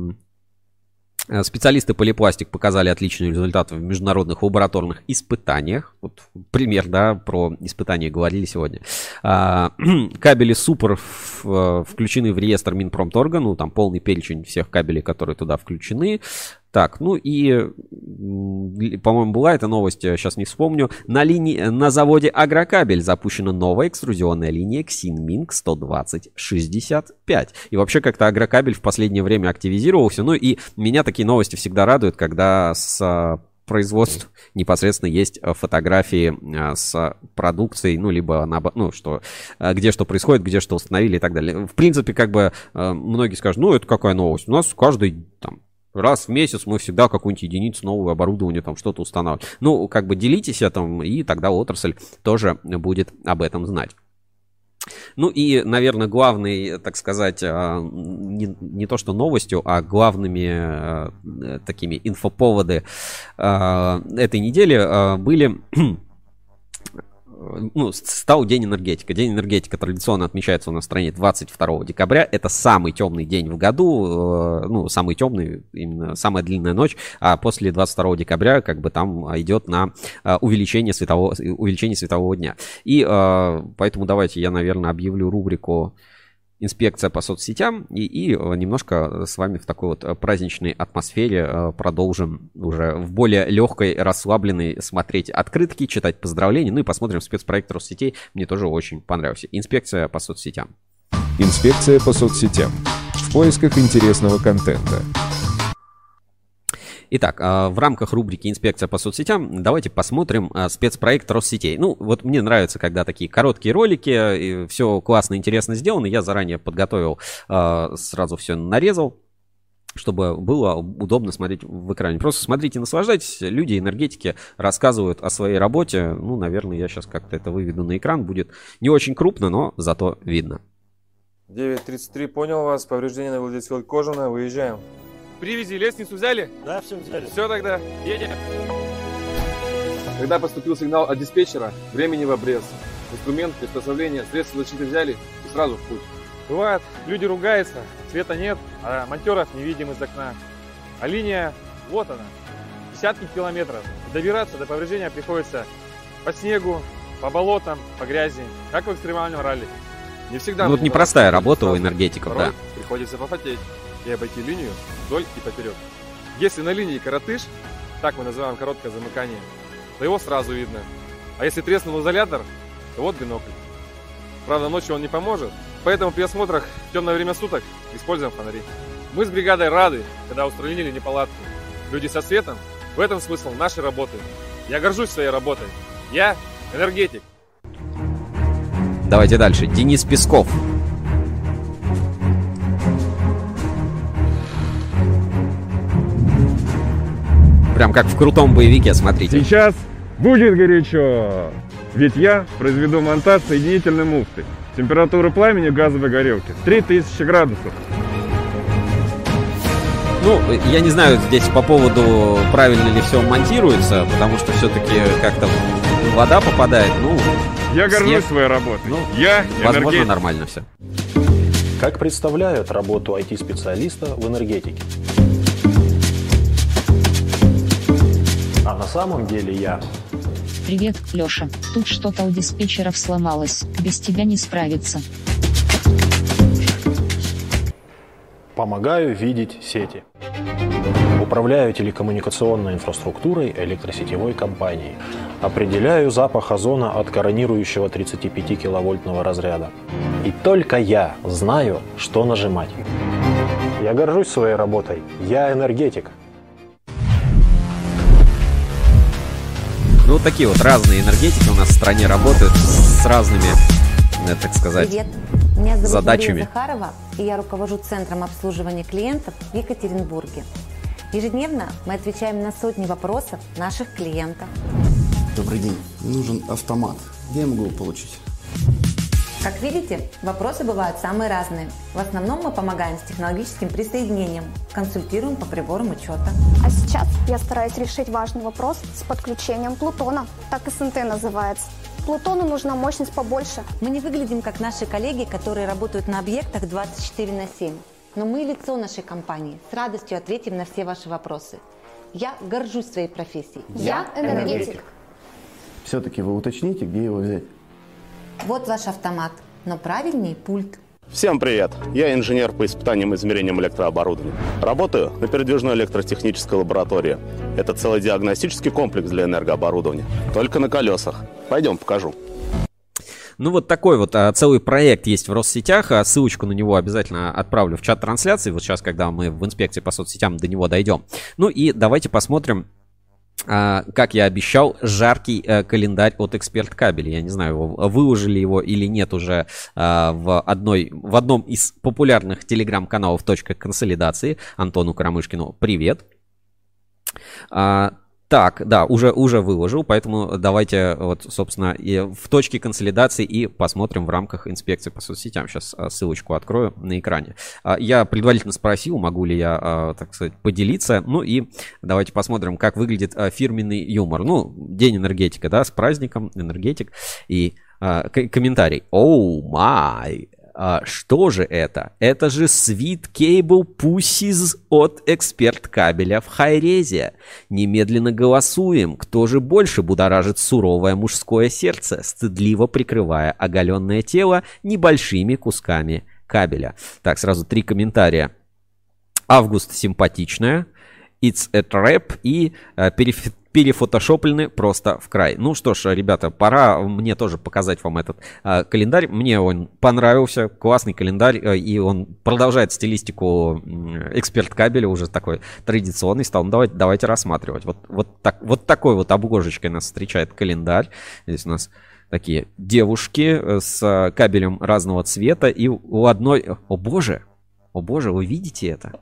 Специалисты Полипластик показали отличные результаты в международных лабораторных испытаниях. Вот пример, да, про испытания говорили сегодня. Кабели Супер включены в реестр Минпромторга. Ну, там полный перечень всех кабелей, которые туда включены. Так, ну и, по-моему, была эта новость, сейчас не вспомню. На, линии, на заводе Агрокабель запущена новая экструзионная линия Ксинминг сто двадцать шестьдесят пять. И вообще как-то Агрокабель в последнее время активизировался. Ну и меня такие новости всегда радуют, когда с производств непосредственно есть фотографии с продукцией, ну, либо, на, ну, что, где что происходит, где что установили и так далее. В принципе, как бы многие скажут, ну, это какая новость? У нас каждый, там, раз в месяц мы всегда какую-нибудь единицу нового оборудования, там что-то устанавливаем. Ну, как бы делитесь этим, и тогда отрасль тоже будет об этом знать. Ну и, наверное, главный, так сказать, не, не то что новостью, а главными такими инфоповоды этой недели были ну, стал День энергетика. День энергетика традиционно отмечается у нас в стране двадцать второго декабря. Это самый темный день в году, ну, самый темный, именно самая длинная ночь. А после двадцать второго декабря как бы там идет на увеличение светового, увеличение светового дня. И поэтому давайте я, наверное, объявлю рубрику «Инспекция по соцсетям» и, и немножко с вами в такой вот праздничной атмосфере продолжим уже в более легкой, расслабленной смотреть открытки, читать поздравления, ну и посмотрим спецпроект Россетей. Мне тоже очень понравился. «Инспекция по соцсетям». Инспекция по соцсетям. В поисках интересного контента. Итак, в рамках рубрики «Инспекция по соцсетям» давайте посмотрим спецпроект Россетей. Ну, вот мне нравится, когда такие короткие ролики, все классно, интересно сделано. Я заранее подготовил, сразу все нарезал, чтобы было удобно смотреть в экране. Просто смотрите, наслаждайтесь. Люди, энергетики рассказывают о своей работе. Ну, наверное, я сейчас как-то это выведу на экран. Будет не очень крупно, но зато видно. девять тридцать три, понял вас. Повреждение на Владиславе Кожаное. Выезжаем. Привези, лестницу взяли? Да, все взяли. Все тогда, едем. Когда поступил сигнал от диспетчера, времени в обрез. Инструмент, приспособление, средства защиты взяли и сразу в путь. Бывает, люди ругаются, света нет, а монтеров не видим из окна. А линия, вот она, десятки километров. Добираться до повреждения приходится по снегу, по болотам, по грязи, как в экстремальном ралли. Не всегда. Ну, вот непростая работа у энергетиков, да. Приходится попотеть и обойти линию вдоль и поперек. Если на линии коротыш, так мы называем короткое замыкание, то его сразу видно. А если треснул изолятор, то вот бинокль. Правда, ночью он не поможет, поэтому при осмотрах в темное время суток используем фонари. Мы с бригадой рады, когда устранили неполадки. Люди со светом, в этом смысл нашей работы. Я горжусь своей работой. Я энергетик. Давайте дальше. Денис Песков. Прям как в крутом боевике, смотрите. Сейчас будет горячо, ведь я произведу монтаж соединительной муфты. Температура пламени газовой горелки три тысячи градусов. Ну, я не знаю здесь по поводу, правильно ли все монтируется, потому что все-таки как-то вода попадает. Ну, я горжусь снег. своей работой. Ну, я возможно, энергетик. Нормально все. Как представляют работу ай ти-специалиста в энергетике? А на самом деле я... Привет, Леша. Тут что-то у диспетчеров сломалось. Без тебя не справиться. Помогаю видеть сети. Управляю телекоммуникационной инфраструктурой электросетевой компании. Определяю запах озона от коронирующего тридцатипятикиловольтного разряда. И только я знаю, что нажимать. Я горжусь своей работой. Я энергетик. Ну, вот такие вот разные энергетики у нас в стране работают с разными, так сказать, Привет. Меня зовут задачами. Мария Захарова, и я руковожу Центром обслуживания клиентов в Екатеринбурге. Ежедневно мы отвечаем на сотни вопросов наших клиентов. Добрый день. Нужен автомат. Где я могу его получить? Как видите, вопросы бывают самые разные. В основном мы помогаем с технологическим присоединением, консультируем по приборам учета. А сейчас я стараюсь решить важный вопрос с подключением Плутона. Так СНТ называется. Плутону нужна мощность побольше. Мы не выглядим как наши коллеги, которые работают на объектах двадцать четыре на семь. Но мы лицо нашей компании. С радостью ответим на все ваши вопросы. Я горжусь своей профессией. Я энергетик. Все-таки вы уточните, где его взять. Вот ваш автомат, но правильнее пульт. Всем привет! Я инженер по испытаниям и измерениям электрооборудования. Работаю на передвижной электротехнической лаборатории. Это целый диагностический комплекс для энергооборудования. Только на колесах. Пойдем, покажу. Ну, вот такой вот а, целый проект есть в Россетях. А, ссылочку на него обязательно отправлю в чат трансляции. Вот сейчас, когда мы в инспекции по соцсетям до него дойдем. Ну и давайте посмотрим, а, как я обещал, жаркий а, календарь от Эксперт Кабель. Я не знаю, выложили его или нет уже а, в, одной, в одном из популярных телеграм-каналов «Точка консолидации». Антону Карамышкину привет. А, Так, да, уже, уже выложил, поэтому давайте вот, собственно, и в точке консолидации и посмотрим в рамках инспекции по соцсетям. Сейчас ссылочку открою на экране. Я предварительно спросил, могу ли я, так сказать, поделиться. Ну и давайте посмотрим, как выглядит фирменный юмор. Ну, День энергетика, да, с праздником, энергетик. И комментарий. Оу, май. А что же это? Это же Sweet Cable Pussies от Эксперт Кабеля в Хайрезе. Немедленно голосуем. Кто же больше будоражит суровое мужское сердце, стыдливо прикрывая оголенное тело небольшими кусками кабеля? Так, сразу три комментария. Август симпатичная. It's a trap и uh, переф... перефотошоплены просто в край. Ну что ж, ребята, пора мне тоже показать вам этот э, календарь. Мне он понравился, классный календарь, э, и он продолжает стилистику э, Эксперт Кабеля, уже такой традиционный стал. Ну, давайте, давайте рассматривать. Вот, вот, так, вот такой вот обложечкой нас встречает календарь. Здесь у нас такие девушки с кабелем разного цвета, и у одной... О боже, о боже, вы видите это?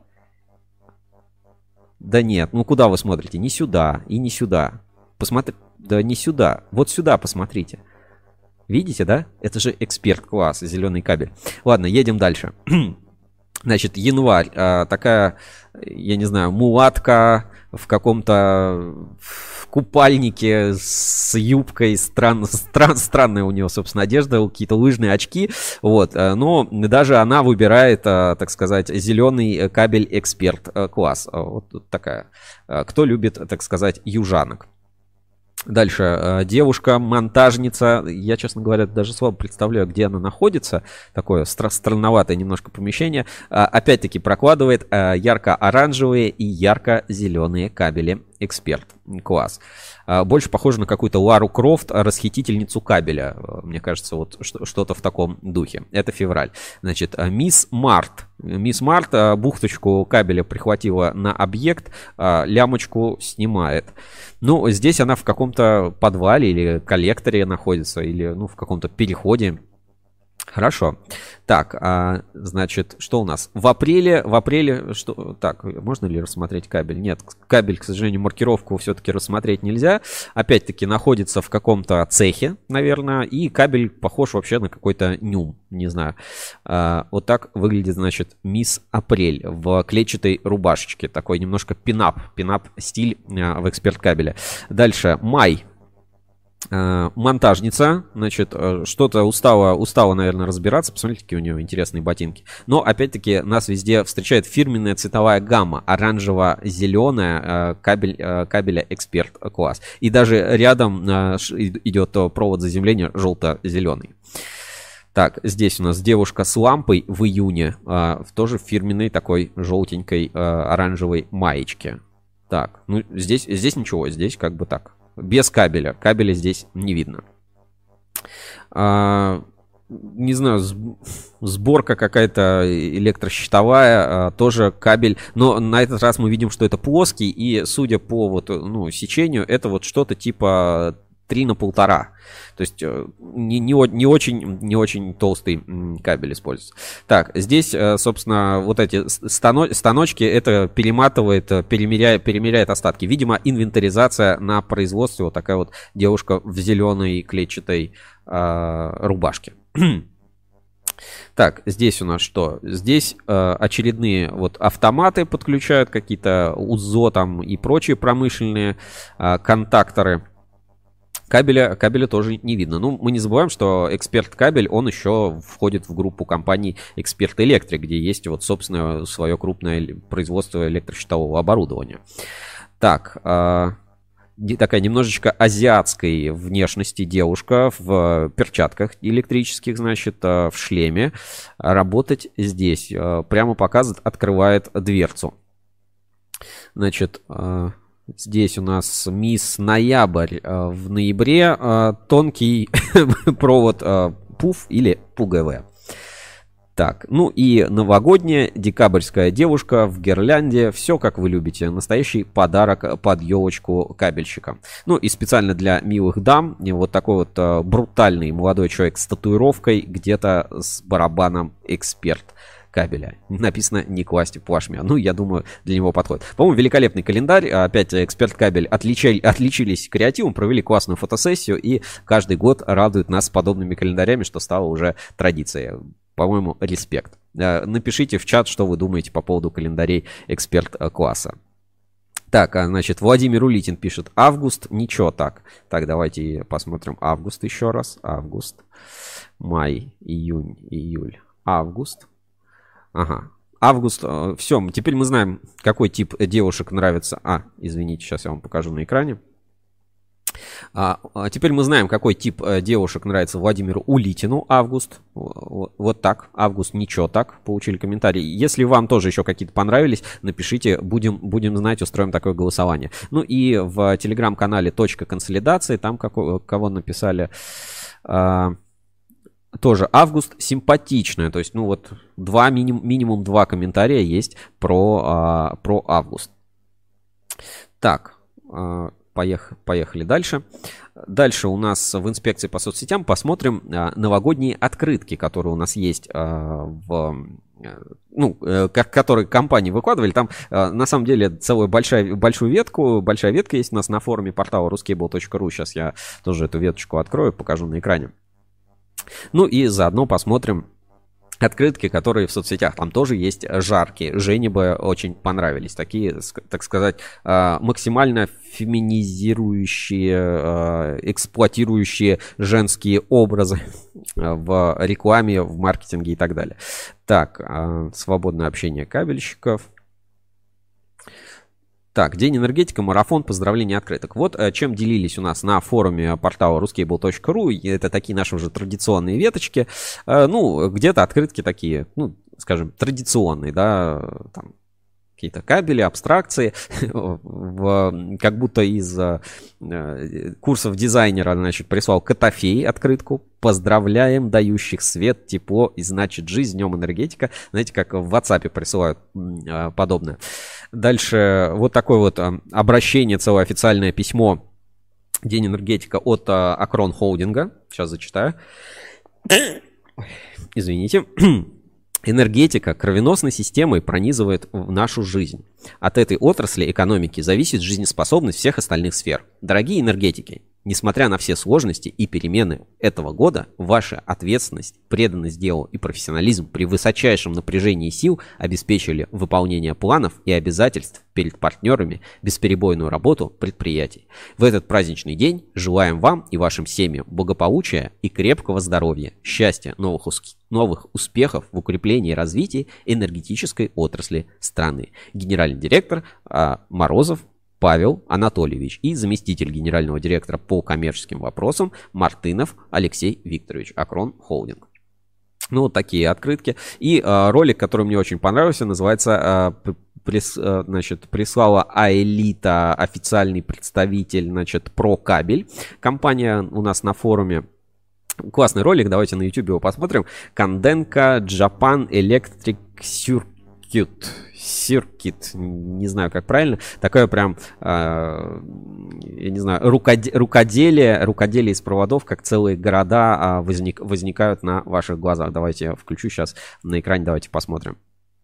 Да нет, ну куда вы смотрите? Не сюда и не сюда. Посмотри, да не сюда. Вот сюда посмотрите. Видите, да? Это же эксперт-класс, зеленый кабель. Ладно, едем дальше. Значит, январь. А, такая, я не знаю, мулатка в каком-то в купальнике с юбкой. Стран, стран, странная у нее, собственно, одежда, какие-то лыжные очки. Вот. Но даже она выбирает, так сказать, зеленый кабель эксперт-класс. Вот такая. Кто любит, так сказать, южанок. Дальше, девушка-монтажница, я, честно говоря, даже слабо представляю, где она находится, такое стра- странноватое немножко помещение, опять-таки прокладывает ярко-оранжевые и ярко-зеленые кабели эксперт-класс. Больше похоже на какую-то Лару Крофт, расхитительницу кабеля, мне кажется, вот что-то в таком духе. Это февраль. Значит, Мисс Март. Мисс Март бухточку кабеля прихватила на объект, лямочку снимает. Ну, здесь она в каком-то подвале или коллекторе находится, или ну, в каком-то переходе. Хорошо. Так, а, значит, что у нас? В апреле, в апреле, что, так, можно ли рассмотреть кабель? Нет, кабель, к сожалению, маркировку все-таки рассмотреть нельзя. Опять-таки находится в каком-то цехе, наверное, и кабель похож вообще на какой-то нюм, не знаю. А, вот так выглядит, значит, Мисс Апрель в клетчатой рубашечке. Такой немножко пинап, пинап стиль а, в эксперт кабеля. Дальше, май. Монтажница, значит, что-то устала, устала, наверное, разбираться. Посмотрите, какие у нее интересные ботинки. Но, опять-таки, нас везде встречает фирменная цветовая гамма. Оранжево-зеленая кабель, кабеля эксперт класс. И даже рядом идет провод заземления желто-зеленый. Так, здесь у нас девушка с лампой в июне. Тоже в фирменной такой желтенькой оранжевой маечке. Так, ну здесь, здесь ничего, здесь как бы так. Без кабеля. Кабеля здесь не видно. А, не знаю, сборка какая-то электрощитовая, а, тоже кабель. Но на этот раз мы видим, что это плоский. И судя по вот, ну, сечению, это вот что-то типа три на полтора. То есть не, не, не, очень, не очень толстый кабель используется. Так, здесь, собственно, вот эти стано, станочки, это перематывает, перемеряет, перемеряет остатки. Видимо, инвентаризация на производстве. Вот такая вот девушка в зеленой клетчатой э, рубашке. Так, здесь у нас что? Здесь э, очередные вот автоматы подключают, какие-то УЗО там и прочие промышленные э, контакторы. Кабеля, кабеля тоже не видно. Ну, мы не забываем, что Эксперт Кабель, он еще входит в группу компаний Эксперт Электрик, где есть вот, собственно, свое крупное производство электрощитового оборудования. Так, э, такая немножечко азиатской внешности девушка в перчатках электрических, значит, э, в шлеме. Работать здесь. Э, прямо показывает, открывает дверцу. Значит... Э, Здесь у нас Мисс Ноябрь. В ноябре тонкий провод ПУФ или ПУГВ. Так, ну и новогодняя декабрьская девушка в гирлянде. Все как вы любите. Настоящий подарок под елочку кабельщика. Ну и специально для милых дам вот такой вот брутальный молодой человек с татуировкой где-то с барабаном эксперт кабеля. Написано «не класть плашмя». Ну, я думаю, для него подходит. По-моему, великолепный календарь. Опять «Эксперт Кабель» отличали, отличились креативом, провели классную фотосессию и каждый год радуют нас подобными календарями, что стало уже традицией. По-моему, респект. Напишите в чат, что вы думаете по поводу календарей эксперт-класса. Так, значит, Владимир Улитин пишет: август, ничего так. Так, давайте посмотрим август еще раз. Август, май, июнь, июль, август. Ага, август, все, теперь мы знаем, какой тип девушек нравится. А, извините, сейчас я вам покажу на экране. А, а теперь мы знаем, какой тип девушек нравится Владимиру Улитину. Август. Вот, вот так. Август, ничего так. Получили комментарий. Если вам тоже еще какие-то понравились, напишите. Будем, будем знать, устроим такое голосование. Ну и в телеграм-канале «Точка консолидации», там како, кого написали... А, тоже август симпатичная. То есть, ну вот, два, минимум, минимум два комментария есть про, а, про август. Так... А, Поехали, поехали дальше. Дальше у нас в инспекции по соцсетям посмотрим а, новогодние открытки, которые у нас есть а, в... Ну, как, которые компании выкладывали. Там а, на самом деле целая большая, большую ветку, большая ветка есть у нас на форуме портала ruskable точка ру. Сейчас я тоже эту веточку открою, покажу на экране. Ну и заодно посмотрим открытки, которые в соцсетях. Там тоже есть жаркие. Жене бы очень понравились. Такие, так сказать, максимально феминизирующие, эксплуатирующие женские образы в рекламе, в маркетинге и так далее. Так, свободное общение кабельщиков. Так, День энергетика, марафон, поздравления открыток. Вот чем делились у нас на форуме портала ruskable точка ру. Это такие наши уже традиционные веточки. Ну, где-то открытки такие, ну, скажем, традиционные, да, там какие-то кабели, абстракции, в, как будто из э, курсов дизайнера, значит, прислал Котофей открытку. Поздравляем дающих свет, тепло и, значит, жизнь, днем энергетика. Знаете, как в WhatsApp присылают э, подобное. Дальше вот такое вот э, обращение, целое официальное письмо День энергетика от э, Акрон Холдинга. Сейчас зачитаю. Извините. Энергетика кровеносной системой пронизывает в нашу жизнь. От этой отрасли экономики зависит жизнеспособность всех остальных сфер. Дорогие энергетики, несмотря на все сложности и перемены этого года, ваша ответственность, преданность делу и профессионализм при высочайшем напряжении сил обеспечили выполнение планов и обязательств перед партнерами, бесперебойную работу предприятий. В этот праздничный день желаем вам и вашим семьям благополучия и крепкого здоровья, счастья, новых, новых успехов в укреплении и развитии энергетической отрасли страны. Генеральный директор а, Морозов Павел Анатольевич и заместитель генерального директора по коммерческим вопросам Мартынов Алексей Викторович, Акрон Холдинг. Ну, вот такие открытки. И а, ролик, который мне очень понравился, называется а, прис, а, значит, прислала Аэлита, официальный представитель, значит, про кабель. Компания у нас на форуме. Классный ролик, давайте на YouTube его посмотрим. Канденко Japan Electric Circuit. Circuit, не знаю, как правильно. Такое прям, э, я не знаю, рукоделие, рукоделие, рукоделие из проводов, как целые города э, возник, возникают на ваших глазах. Давайте я включу сейчас на экране, давайте посмотрим.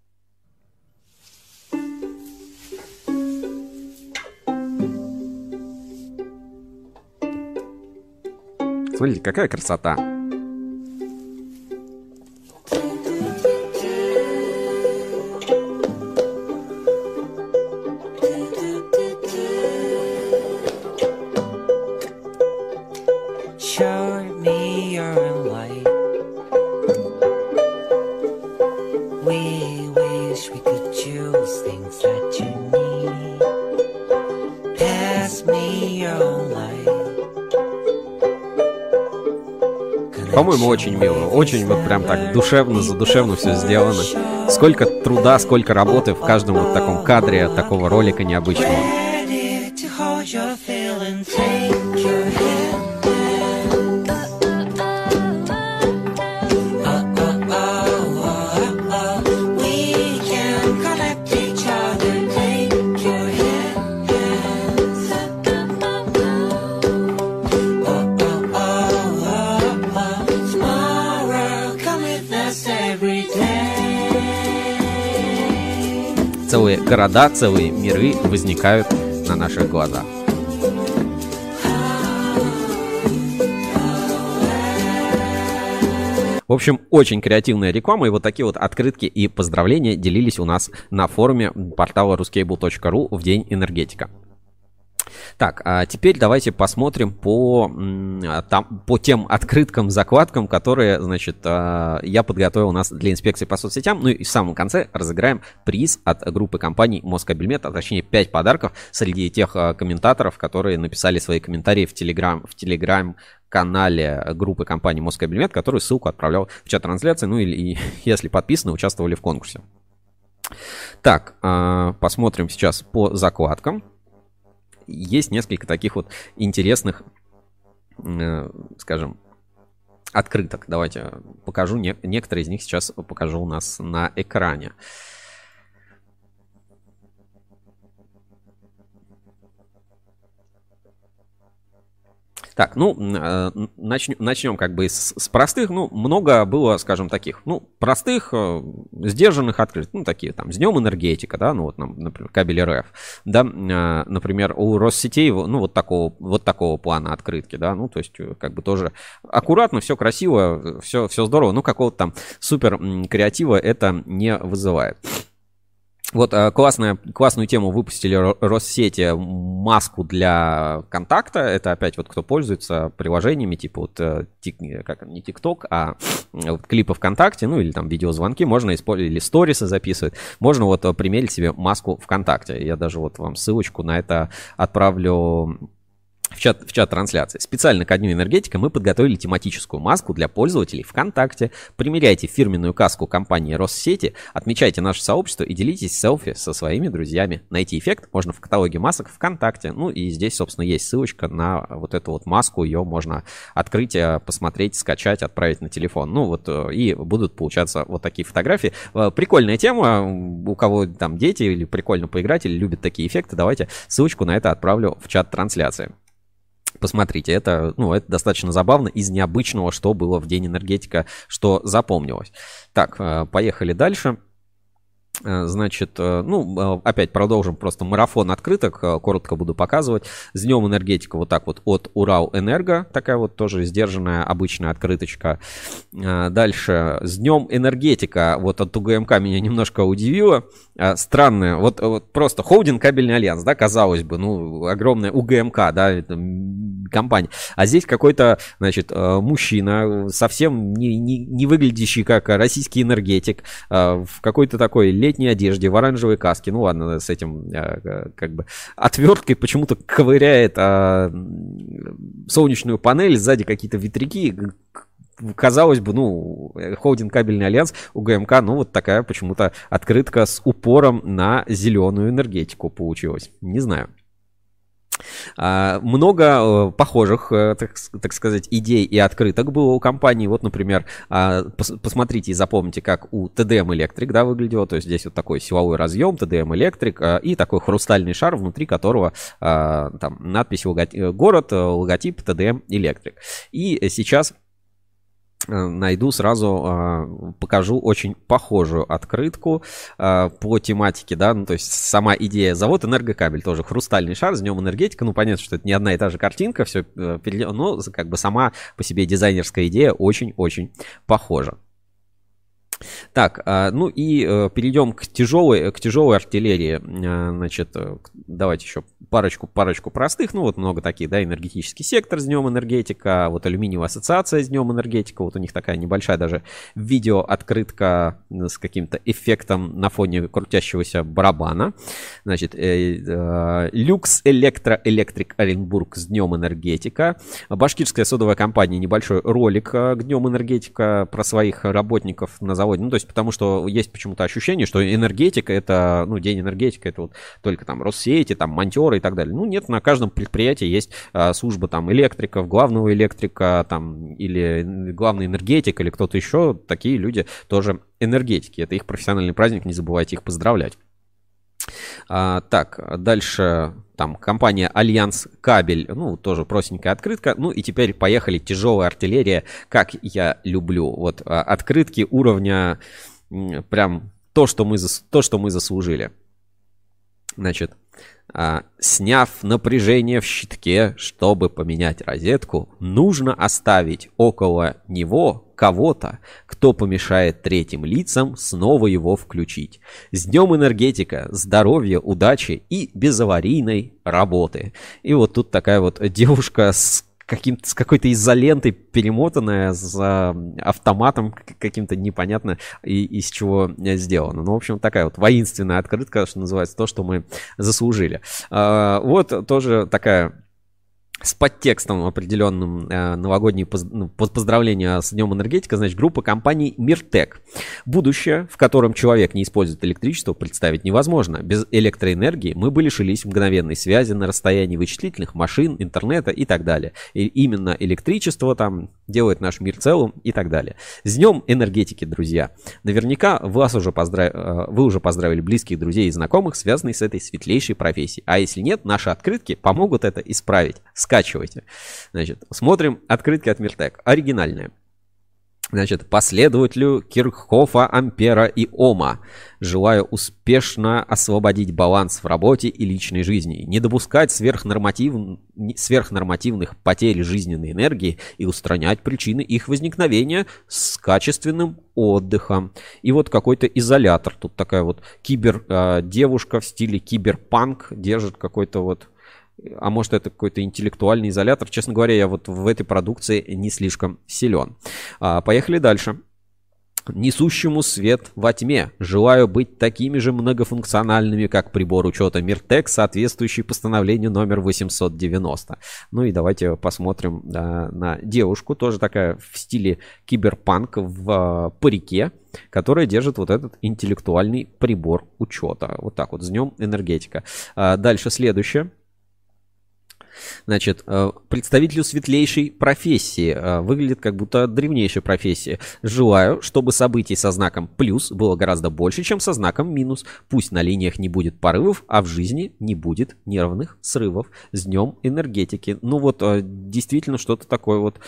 Смотрите, какая красота. По-моему, очень мило. Очень вот прям так душевно, задушевно все сделано. Сколько труда, сколько работы в каждом вот таком кадре такого ролика необычного. Every day. целые города, целые миры возникают на наших глазах. В общем, очень креативная реклама, и вот такие вот открытки и поздравления делились у нас на форуме портала рускейбл точка ру в День энергетика. Так, а теперь давайте посмотрим по, там, по тем открыткам, закладкам, которые, значит, я подготовил у нас для инспекции по соцсетям. Ну и в самом конце разыграем приз от группы компаний Москабельмет, а точнее пять подарков среди тех комментаторов, которые написали свои комментарии в Телеграм, в Телеграм канале группы компании Москабельмет, которую ссылку отправлял в чат трансляции, ну или если подписаны, участвовали в конкурсе. Так, посмотрим сейчас по закладкам. Есть несколько таких вот интересных, э, скажем, открыток. Давайте покажу. Не, некоторые из них сейчас покажу у нас на экране. Так, ну, начнем, начнем как бы с, с простых. Ну, много было, скажем, таких, ну, простых, сдержанных открыток. Ну, такие там, с Днем энергетика, да, ну, вот, например, кабель эр эф. Да, например, у Россетей, ну, вот такого, вот такого плана открытки, да, ну, то есть, как бы тоже аккуратно, все красиво, все, все здорово, но какого-то там супер креатива это не вызывает. Вот классная, классную тему выпустили Россети, маску для контакта. Это опять вот кто пользуется приложениями типа вот, как не ТикТок, а вот клипы ВКонтакте, ну или там видеозвонки, можно использовать, или сторисы записывать. Можно вот примерить себе маску ВКонтакте. Я даже вот вам ссылочку на это отправлю в чат, в чат трансляции. Специально ко Дню энергетика мы подготовили тематическую маску для пользователей ВКонтакте. Примеряйте фирменную каску компании Россети, отмечайте наше сообщество и делитесь селфи со своими друзьями. Найти эффект можно в каталоге масок ВКонтакте. Ну и здесь, собственно, есть ссылочка на вот эту вот маску. Ее можно открыть, посмотреть, скачать, отправить на телефон. Ну вот и будут получаться вот такие фотографии. Прикольная тема. У кого там дети или прикольно поиграть, или любят такие эффекты, давайте ссылочку на это отправлю в чат трансляции. Посмотрите, это, ну, это достаточно забавно из необычного, что было в День энергетика, что запомнилось. Так, поехали дальше. Значит, ну, опять продолжим просто марафон открыток, коротко буду показывать. С Днем энергетика вот так вот от Уралэнерго, такая вот тоже сдержанная обычная открыточка. Дальше, с Днем энергетика вот от УГМК меня немножко удивило. Странное, вот, вот просто холдинг Кабельный альянс, да, казалось бы, ну, огромная УГМК, да, это компания. А здесь какой-то, значит, мужчина, совсем не, не, не выглядящий как российский энергетик, в какой-то такой летней одежде, в оранжевой каске, ну ладно, с этим как бы отверткой почему-то ковыряет а, солнечную панель, сзади какие-то ветряки. Казалось бы, ну, холдинг Кабельный альянс, УГМК, ну, вот такая почему-то открытка с упором на зеленую энергетику получилась. Не знаю. Много похожих, так, так сказать, идей и открыток было у компании. Вот, например, посмотрите и запомните, как у тэ дэ эм Electric, да, выглядело. То есть здесь вот такой силовой разъем тэ дэ эм Electric и такой хрустальный шар, внутри которого там надпись логотип, город, логотип тэ дэ эм Electric. И сейчас найду сразу, покажу очень похожую открытку по тематике, да, ну, то есть сама идея. Завод Энергокабель, тоже хрустальный шар, с Днем энергетика, ну, понятно, что это не одна и та же картинка, все, но как бы сама по себе дизайнерская идея очень-очень похожа. Так, ну и перейдем к тяжелой, к тяжелой артиллерии. Значит, давайте еще парочку, парочку простых. Ну вот много таких, да, энергетический сектор с Днем энергетика, вот алюминиевая ассоциация с Днем энергетика. Вот у них такая небольшая даже видео-открытка с каким-то эффектом на фоне крутящегося барабана. Значит, Люкс Электро Электрик Оренбург с Днем энергетика. Башкирская содовая компания, небольшой ролик к Днем энергетика про своих работников на заводе. Ну, то есть, потому что есть почему-то ощущение, что энергетика это, ну, День энергетика, это вот только там Россети, там монтеры и так далее. Ну, нет, на каждом предприятии есть а, служба там электриков, главного электрика, там, или главный энергетик, или кто-то еще. Такие люди тоже энергетики. Это их профессиональный праздник, не забывайте их поздравлять. А, так, дальше там компания Альянс Кабель, ну, тоже простенькая открытка. Ну и теперь поехали, тяжелая артиллерия, как я люблю. Вот а, открытки уровня прям то, что мы, то, что мы заслужили. Значит, а, сняв напряжение в щитке, чтобы поменять розетку, нужно оставить около него кого-то, кто помешает третьим лицам снова его включить. С днем энергетика, здоровья, удачи и безаварийной работы. И вот тут такая вот девушка с Каким с какой-то изолентой перемотанная, с автоматом каким-то непонятно и, из чего сделано. Ну, в общем, такая вот воинственная открытка, что называется, то, что мы заслужили. А, вот тоже такая с подтекстом определенным э, новогодние поз, ну, поздравления с Днем энергетика, значит, группа компаний Миртек. Будущее, в котором человек не использует электричество, представить невозможно. Без электроэнергии мы бы лишились мгновенной связи на расстоянии вычислительных машин, интернета и так далее. И именно электричество там делает наш мир целым и так далее. С Днем энергетики, друзья! Наверняка вас уже поздрав... вы уже поздравили близких, друзей и знакомых, связанных с этой светлейшей профессией. А если нет, наши открытки помогут это исправить. Скачивайте. Значит, смотрим открытки от Миртек. Оригинальные. Значит, последователю Кирххофа, Ампера и Ома. Желаю успешно освободить баланс в работе и личной жизни, не допускать сверхнорматив... сверхнормативных потерь жизненной энергии и устранять причины их возникновения с качественным отдыхом. И вот какой-то изолятор. Тут такая вот кибер-девушка в стиле киберпанк держит какой-то вот... А может, это какой-то интеллектуальный изолятор. Честно говоря, я вот в этой продукции не слишком силен. А, поехали дальше. Несущему свет во тьме. Желаю быть такими же многофункциональными, как прибор учета Миртек, соответствующий постановлению номер восемьсот девяносто. Ну и давайте посмотрим а, на девушку. Тоже такая в стиле киберпанк в а, парике, которая держит вот этот интеллектуальный прибор учета. Вот так вот. С Днем энергетика. А, дальше следующее. Значит, представителю светлейшей профессии. Выглядит как будто древнейшей профессии. Желаю, чтобы событий со знаком плюс было гораздо больше, чем со знаком минус. Пусть на линиях не будет порывов, а в жизни не будет нервных срывов. С Днем энергетики. Ну вот, действительно, что-то такое вот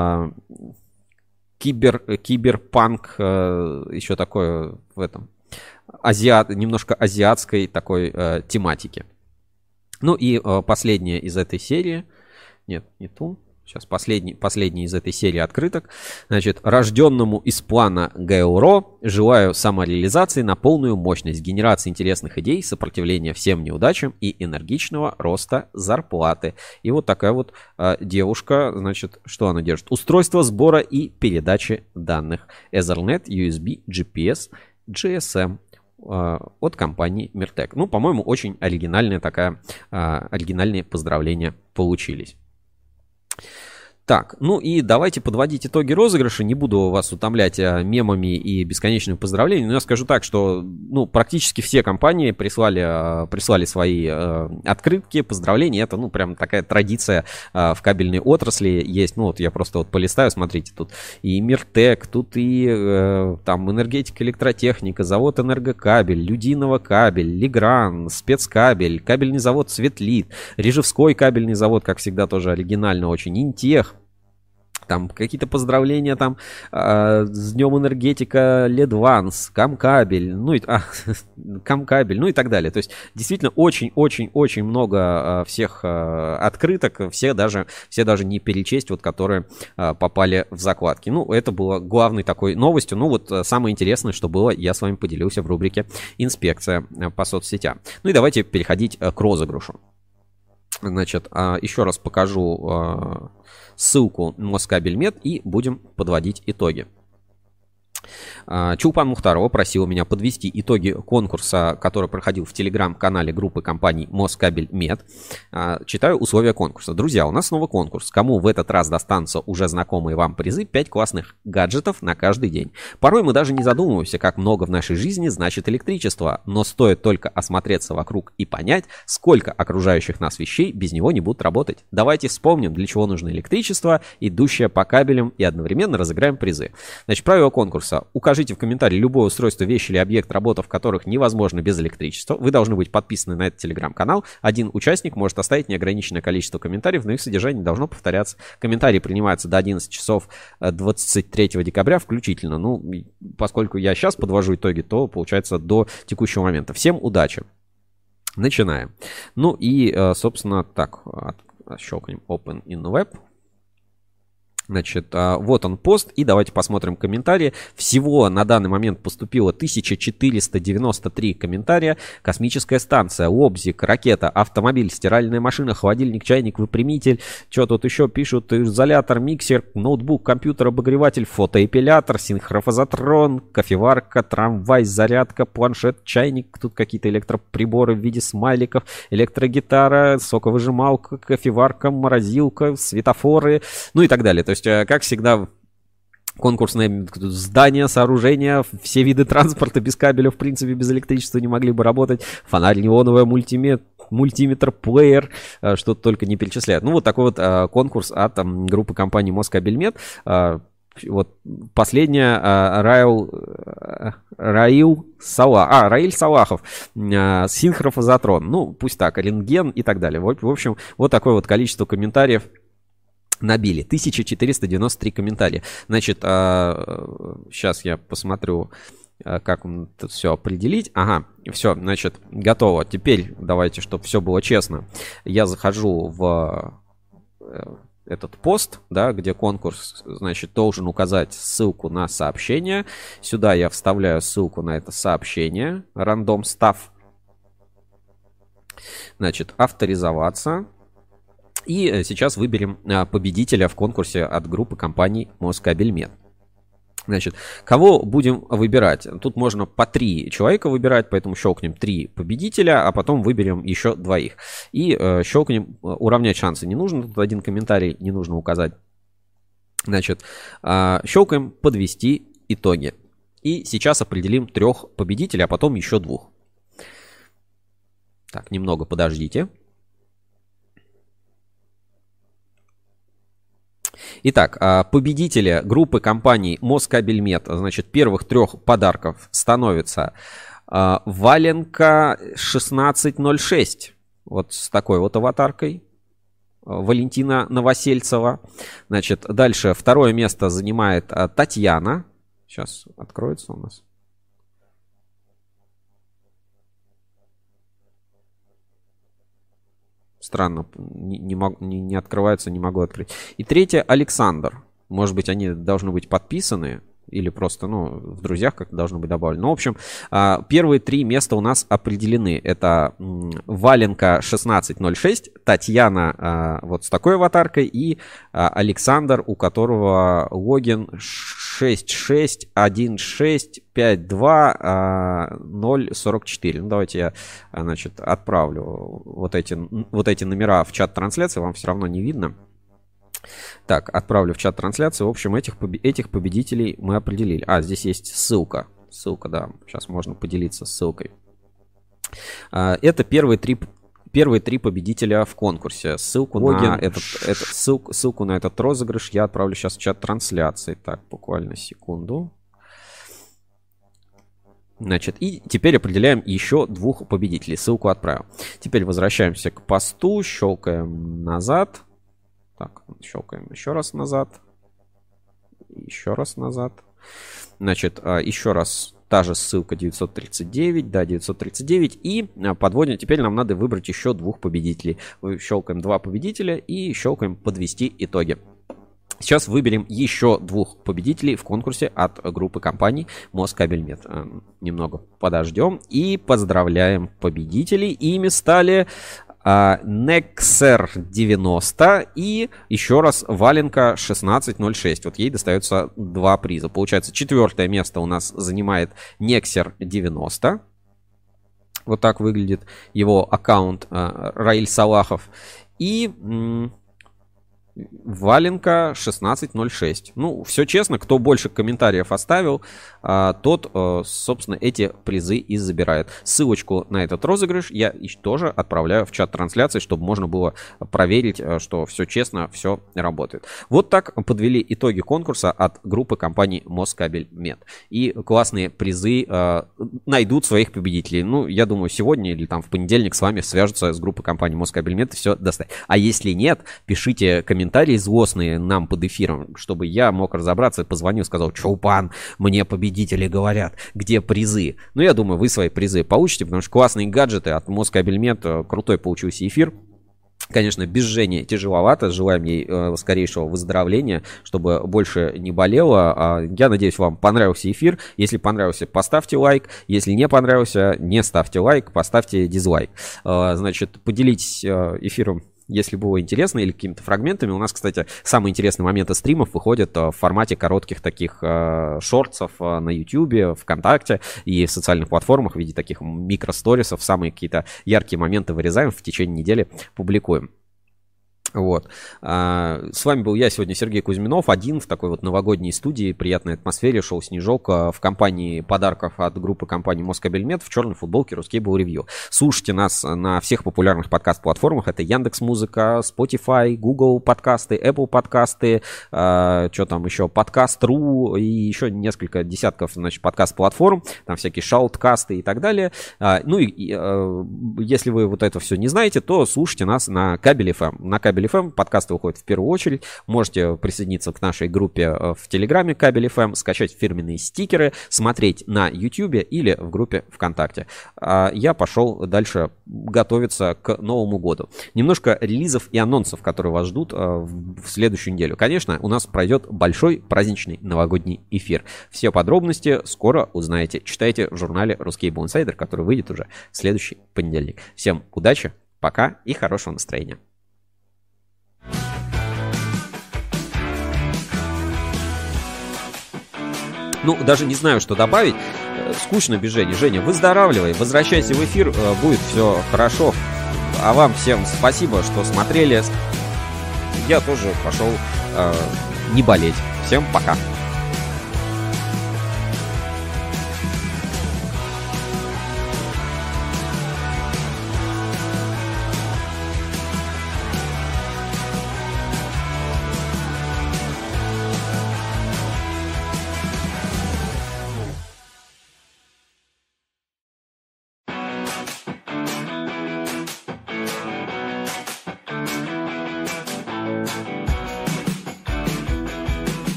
кибер, киберпанк, еще такое в этом азиат, немножко азиатской такой тематики. Ну и э, последняя из этой серии, нет, не ту, сейчас последний, последний из этой серии открыток. Значит, рожденному из плана ГЭУРО желаю самореализации на полную мощность, генерации интересных идей, сопротивления всем неудачам и энергичного роста зарплаты. И вот такая вот э, девушка, значит, что она держит? Устройство сбора и передачи данных. Ethernet, ю эс би, джи пи эс, джи эс эм. От компании Миртек. Ну, по-моему, очень оригинальная такая, оригинальные поздравления получились. Так, ну и давайте подводить итоги розыгрыша. Не буду вас утомлять мемами и бесконечными поздравлениями, но я скажу так, что ну, практически все компании прислали, прислали свои э, открытки, поздравления. Это ну прям такая традиция э, в кабельной отрасли есть. Ну вот я просто вот полистаю, смотрите, тут и Миртек, тут и э, там энергетика, электротехника, завод Энергокабель, Людиново кабель, Лигран, спецкабель, кабельный завод Светлит, Рижевской кабельный завод, как всегда, тоже оригинально очень, Интех. Там какие-то поздравления там э, с Днем энергетика, Ледванс, Камкабель, ну и а, Камкабель, ну и так далее. То есть действительно очень-очень-очень много э, всех э, открыток, все даже, все даже не перечесть, вот которые э, попали в закладки. Ну, это было главной такой новостью. Ну, вот э, самое интересное, что было, я с вами поделился в рубрике «Инспекция э, по соцсетям». Ну и давайте переходить э, к розыгрышу. Значит, э, еще раз покажу... Э, ссылку Москабельмет и будем подводить итоги. Чулпан Мухтарова просила меня подвести итоги конкурса, который проходил в телеграм-канале группы компаний Москабельмет. Читаю условия конкурса. Друзья, у нас снова конкурс. Кому в этот раз достанутся уже знакомые вам призы, пять классных гаджетов на каждый день. Порой мы даже не задумываемся, как много в нашей жизни значит электричество, но стоит только осмотреться вокруг и понять, сколько окружающих нас вещей без него не будут работать. Давайте вспомним, для чего нужно электричество, идущее по кабелям, и одновременно разыграем призы. Значит, правила конкурса. Укажите в комментарии любое устройство, вещь или объект, работа в которых невозможно без электричества. Вы должны быть подписаны на этот телеграм-канал. Один участник может оставить неограниченное количество комментариев, но их содержание должно повторяться. Комментарии принимаются до одиннадцати часов двадцать третьего декабря включительно. Ну, поскольку я сейчас подвожу итоги, то получается до текущего момента. Всем удачи! Начинаем. Ну и, собственно, так, щелкнем Open in Web. Значит, вот он пост, и давайте посмотрим комментарии. Всего на данный момент поступило тысяча четыреста девяносто три комментария. Космическая станция, лобзик, ракета, автомобиль, стиральная машина, холодильник, чайник, выпрямитель. Что тут еще пишут? Изолятор, миксер, ноутбук, компьютер, обогреватель, фотоэпилятор, синхрофазотрон, кофеварка, трамвай, зарядка, планшет, чайник. Тут какие-то электроприборы в виде смайликов, электрогитара, соковыжималка, кофеварка, морозилка, светофоры, ну и так далее. То есть, как всегда, конкурсные здания, сооружения, все виды транспорта без кабеля, в принципе, без электричества не могли бы работать. Фонарь, неоновая, мультиметр, мультиметр, плеер, что только не перечисляют. Ну, вот такой вот а, конкурс от там, группы компании Москабельмет. А, вот последняя а, Раил, а, Раил Сала, а, Раиль Салахов, а, синхрофазотрон. Ну, пусть так, рентген и так далее. В, в общем, вот такое вот количество комментариев набили. тысяча четыреста девяносто три комментария. Значит, а, сейчас я посмотрю, а, как это все определить. Ага, все, значит, готово. Теперь давайте, чтобы все было честно. Я захожу в этот пост, да, где конкурс, значит, должен указать ссылку на сообщение. Сюда я вставляю ссылку на это сообщение. Random stuff. Значит, авторизоваться. И сейчас выберем победителя в конкурсе от группы компаний Москабельмет. Значит, кого будем выбирать? Тут можно по три человека выбирать, поэтому щелкнем три победителя, а потом выберем еще двоих. И э, щелкнем уравнять шансы. Не нужно, тут один комментарий не нужно указать. Значит, э, щелкаем подвести итоги. И сейчас определим трех победителей, а потом еще двух. Так, немного подождите. Итак, победители группы компаний Москабельмет, значит, первых трех подарков становится Валенка шестнадцать ноль шесть. Вот с такой вот аватаркой. Валентина Новосельцева. Значит, дальше второе место занимает Татьяна. Сейчас откроется у нас. Странно, не, не, мог, не, не открывается, не могу открыть. И третье, Александр. Может быть, они должны быть подписаны. Или просто, ну, в друзьях как-то должно быть добавлено. Ну, в общем, первые три места у нас определены. Это Валенка шестнадцать ноль шесть, Татьяна вот с такой аватаркой и Александр, у которого логин шесть шесть один шесть пять два ноль сорок четыре. Ну, давайте я, значит, отправлю вот эти, вот эти номера в чат трансляции. Вам все равно не видно. Так, отправлю в чат трансляции. В общем, этих, этих победителей мы определили. А, здесь есть ссылка. Ссылка, да. Сейчас можно поделиться ссылкой. Это первые три, первые три победителя в конкурсе. Ссылку Логин. на этот, этот, ссылку, ссылку на этот розыгрыш я отправлю сейчас в чат трансляции. Так, буквально секунду. Значит, и теперь определяем еще двух победителей. Ссылку отправил. Теперь возвращаемся к посту. Щелкаем назад. Так, щелкаем еще раз назад. Еще раз назад. Значит, еще раз та же ссылка девятьсот тридцать девять. Да, девятьсот тридцать девять. И подводим. Теперь нам надо выбрать еще двух победителей. Щелкаем два победителя и щелкаем подвести итоги. Сейчас выберем еще двух победителей в конкурсе от группы компаний Москабельмет. Немного подождем и поздравляем победителей. Ими стали Nexer девяносто и еще раз Валенка шестнадцать ноль шесть. Вот ей достается два приза. Получается, четвертое место у нас занимает Nexer девяносто. Вот так выглядит его аккаунт Раиль Салахов. И Валенка шестнадцать ноль шесть. Ну, все честно, кто больше комментариев оставил, тот, собственно, эти призы и забирает. Ссылочку на этот розыгрыш я тоже отправляю в чат трансляции, чтобы можно было проверить, что все честно, все работает. Вот так подвели итоги конкурса от группы компаний Москабельмет. И классные призы найдут своих победителей. Ну, я думаю, сегодня или там в понедельник с вами свяжутся с группой компаний Москабельмет и все доставят. А если нет, пишите комментарии комментарии злостные нам под эфиром, чтобы я мог разобраться, позвонил, сказал: Чулпан, мне победители говорят, где призы? Ну, я думаю, вы свои призы получите, потому что классные гаджеты от Москабельмет, крутой получился эфир. Конечно, без Жени тяжеловато. Желаем ей э, скорейшего выздоровления, чтобы больше не болела. А я надеюсь, вам понравился эфир. Если понравился, поставьте лайк. Если не понравился, не ставьте лайк, поставьте дизлайк. Э, значит, поделитесь э, эфиром, если было интересно, или какими-то фрагментами. У нас, кстати, самые интересные моменты стримов выходят в формате коротких таких э, шортсов э, на YouTube, ВКонтакте и в социальных платформах в виде таких микросторисов. Самые какие-то яркие моменты вырезаем, в течение недели публикуем. Вот. А, с вами был я сегодня, Сергей Кузьминов, один в такой вот новогодней студии, приятной атмосфере, шоу «Снежок» в компании подарков от группы компании Москабельмет в черной футболке Ruscable Review. Слушайте нас на всех популярных подкаст-платформах. Это Яндекс.Музыка, Spotify, Google подкасты, Apple подкасты, а, что там еще, подкаст точка ру и еще несколько десятков, значит, подкаст-платформ, там всякие шауткасты и так далее. А, ну и, и а, если вы вот это все не знаете, то слушайте нас на Кабель эф эм. На Кабель эф эм подкасты выходят в первую очередь. Можете присоединиться к нашей группе в Телеграме Кабель эф эм, скачать фирменные стикеры, смотреть на Ютубе или в группе ВКонтакте. А я пошел дальше готовиться к Новому году. Немножко релизов и анонсов, которые вас ждут в следующую неделю. Конечно, у нас пройдет большой праздничный новогодний эфир. Все подробности скоро узнаете. Читайте в журнале Ruscable Insider, который выйдет уже в следующий понедельник. Всем удачи, пока и хорошего настроения. Ну, даже не знаю, что добавить. Скучно без Жени. Женя, выздоравливай, возвращайся в эфир, будет все хорошо. А вам всем спасибо, что смотрели. Я тоже пошел э, не болеть. Всем пока.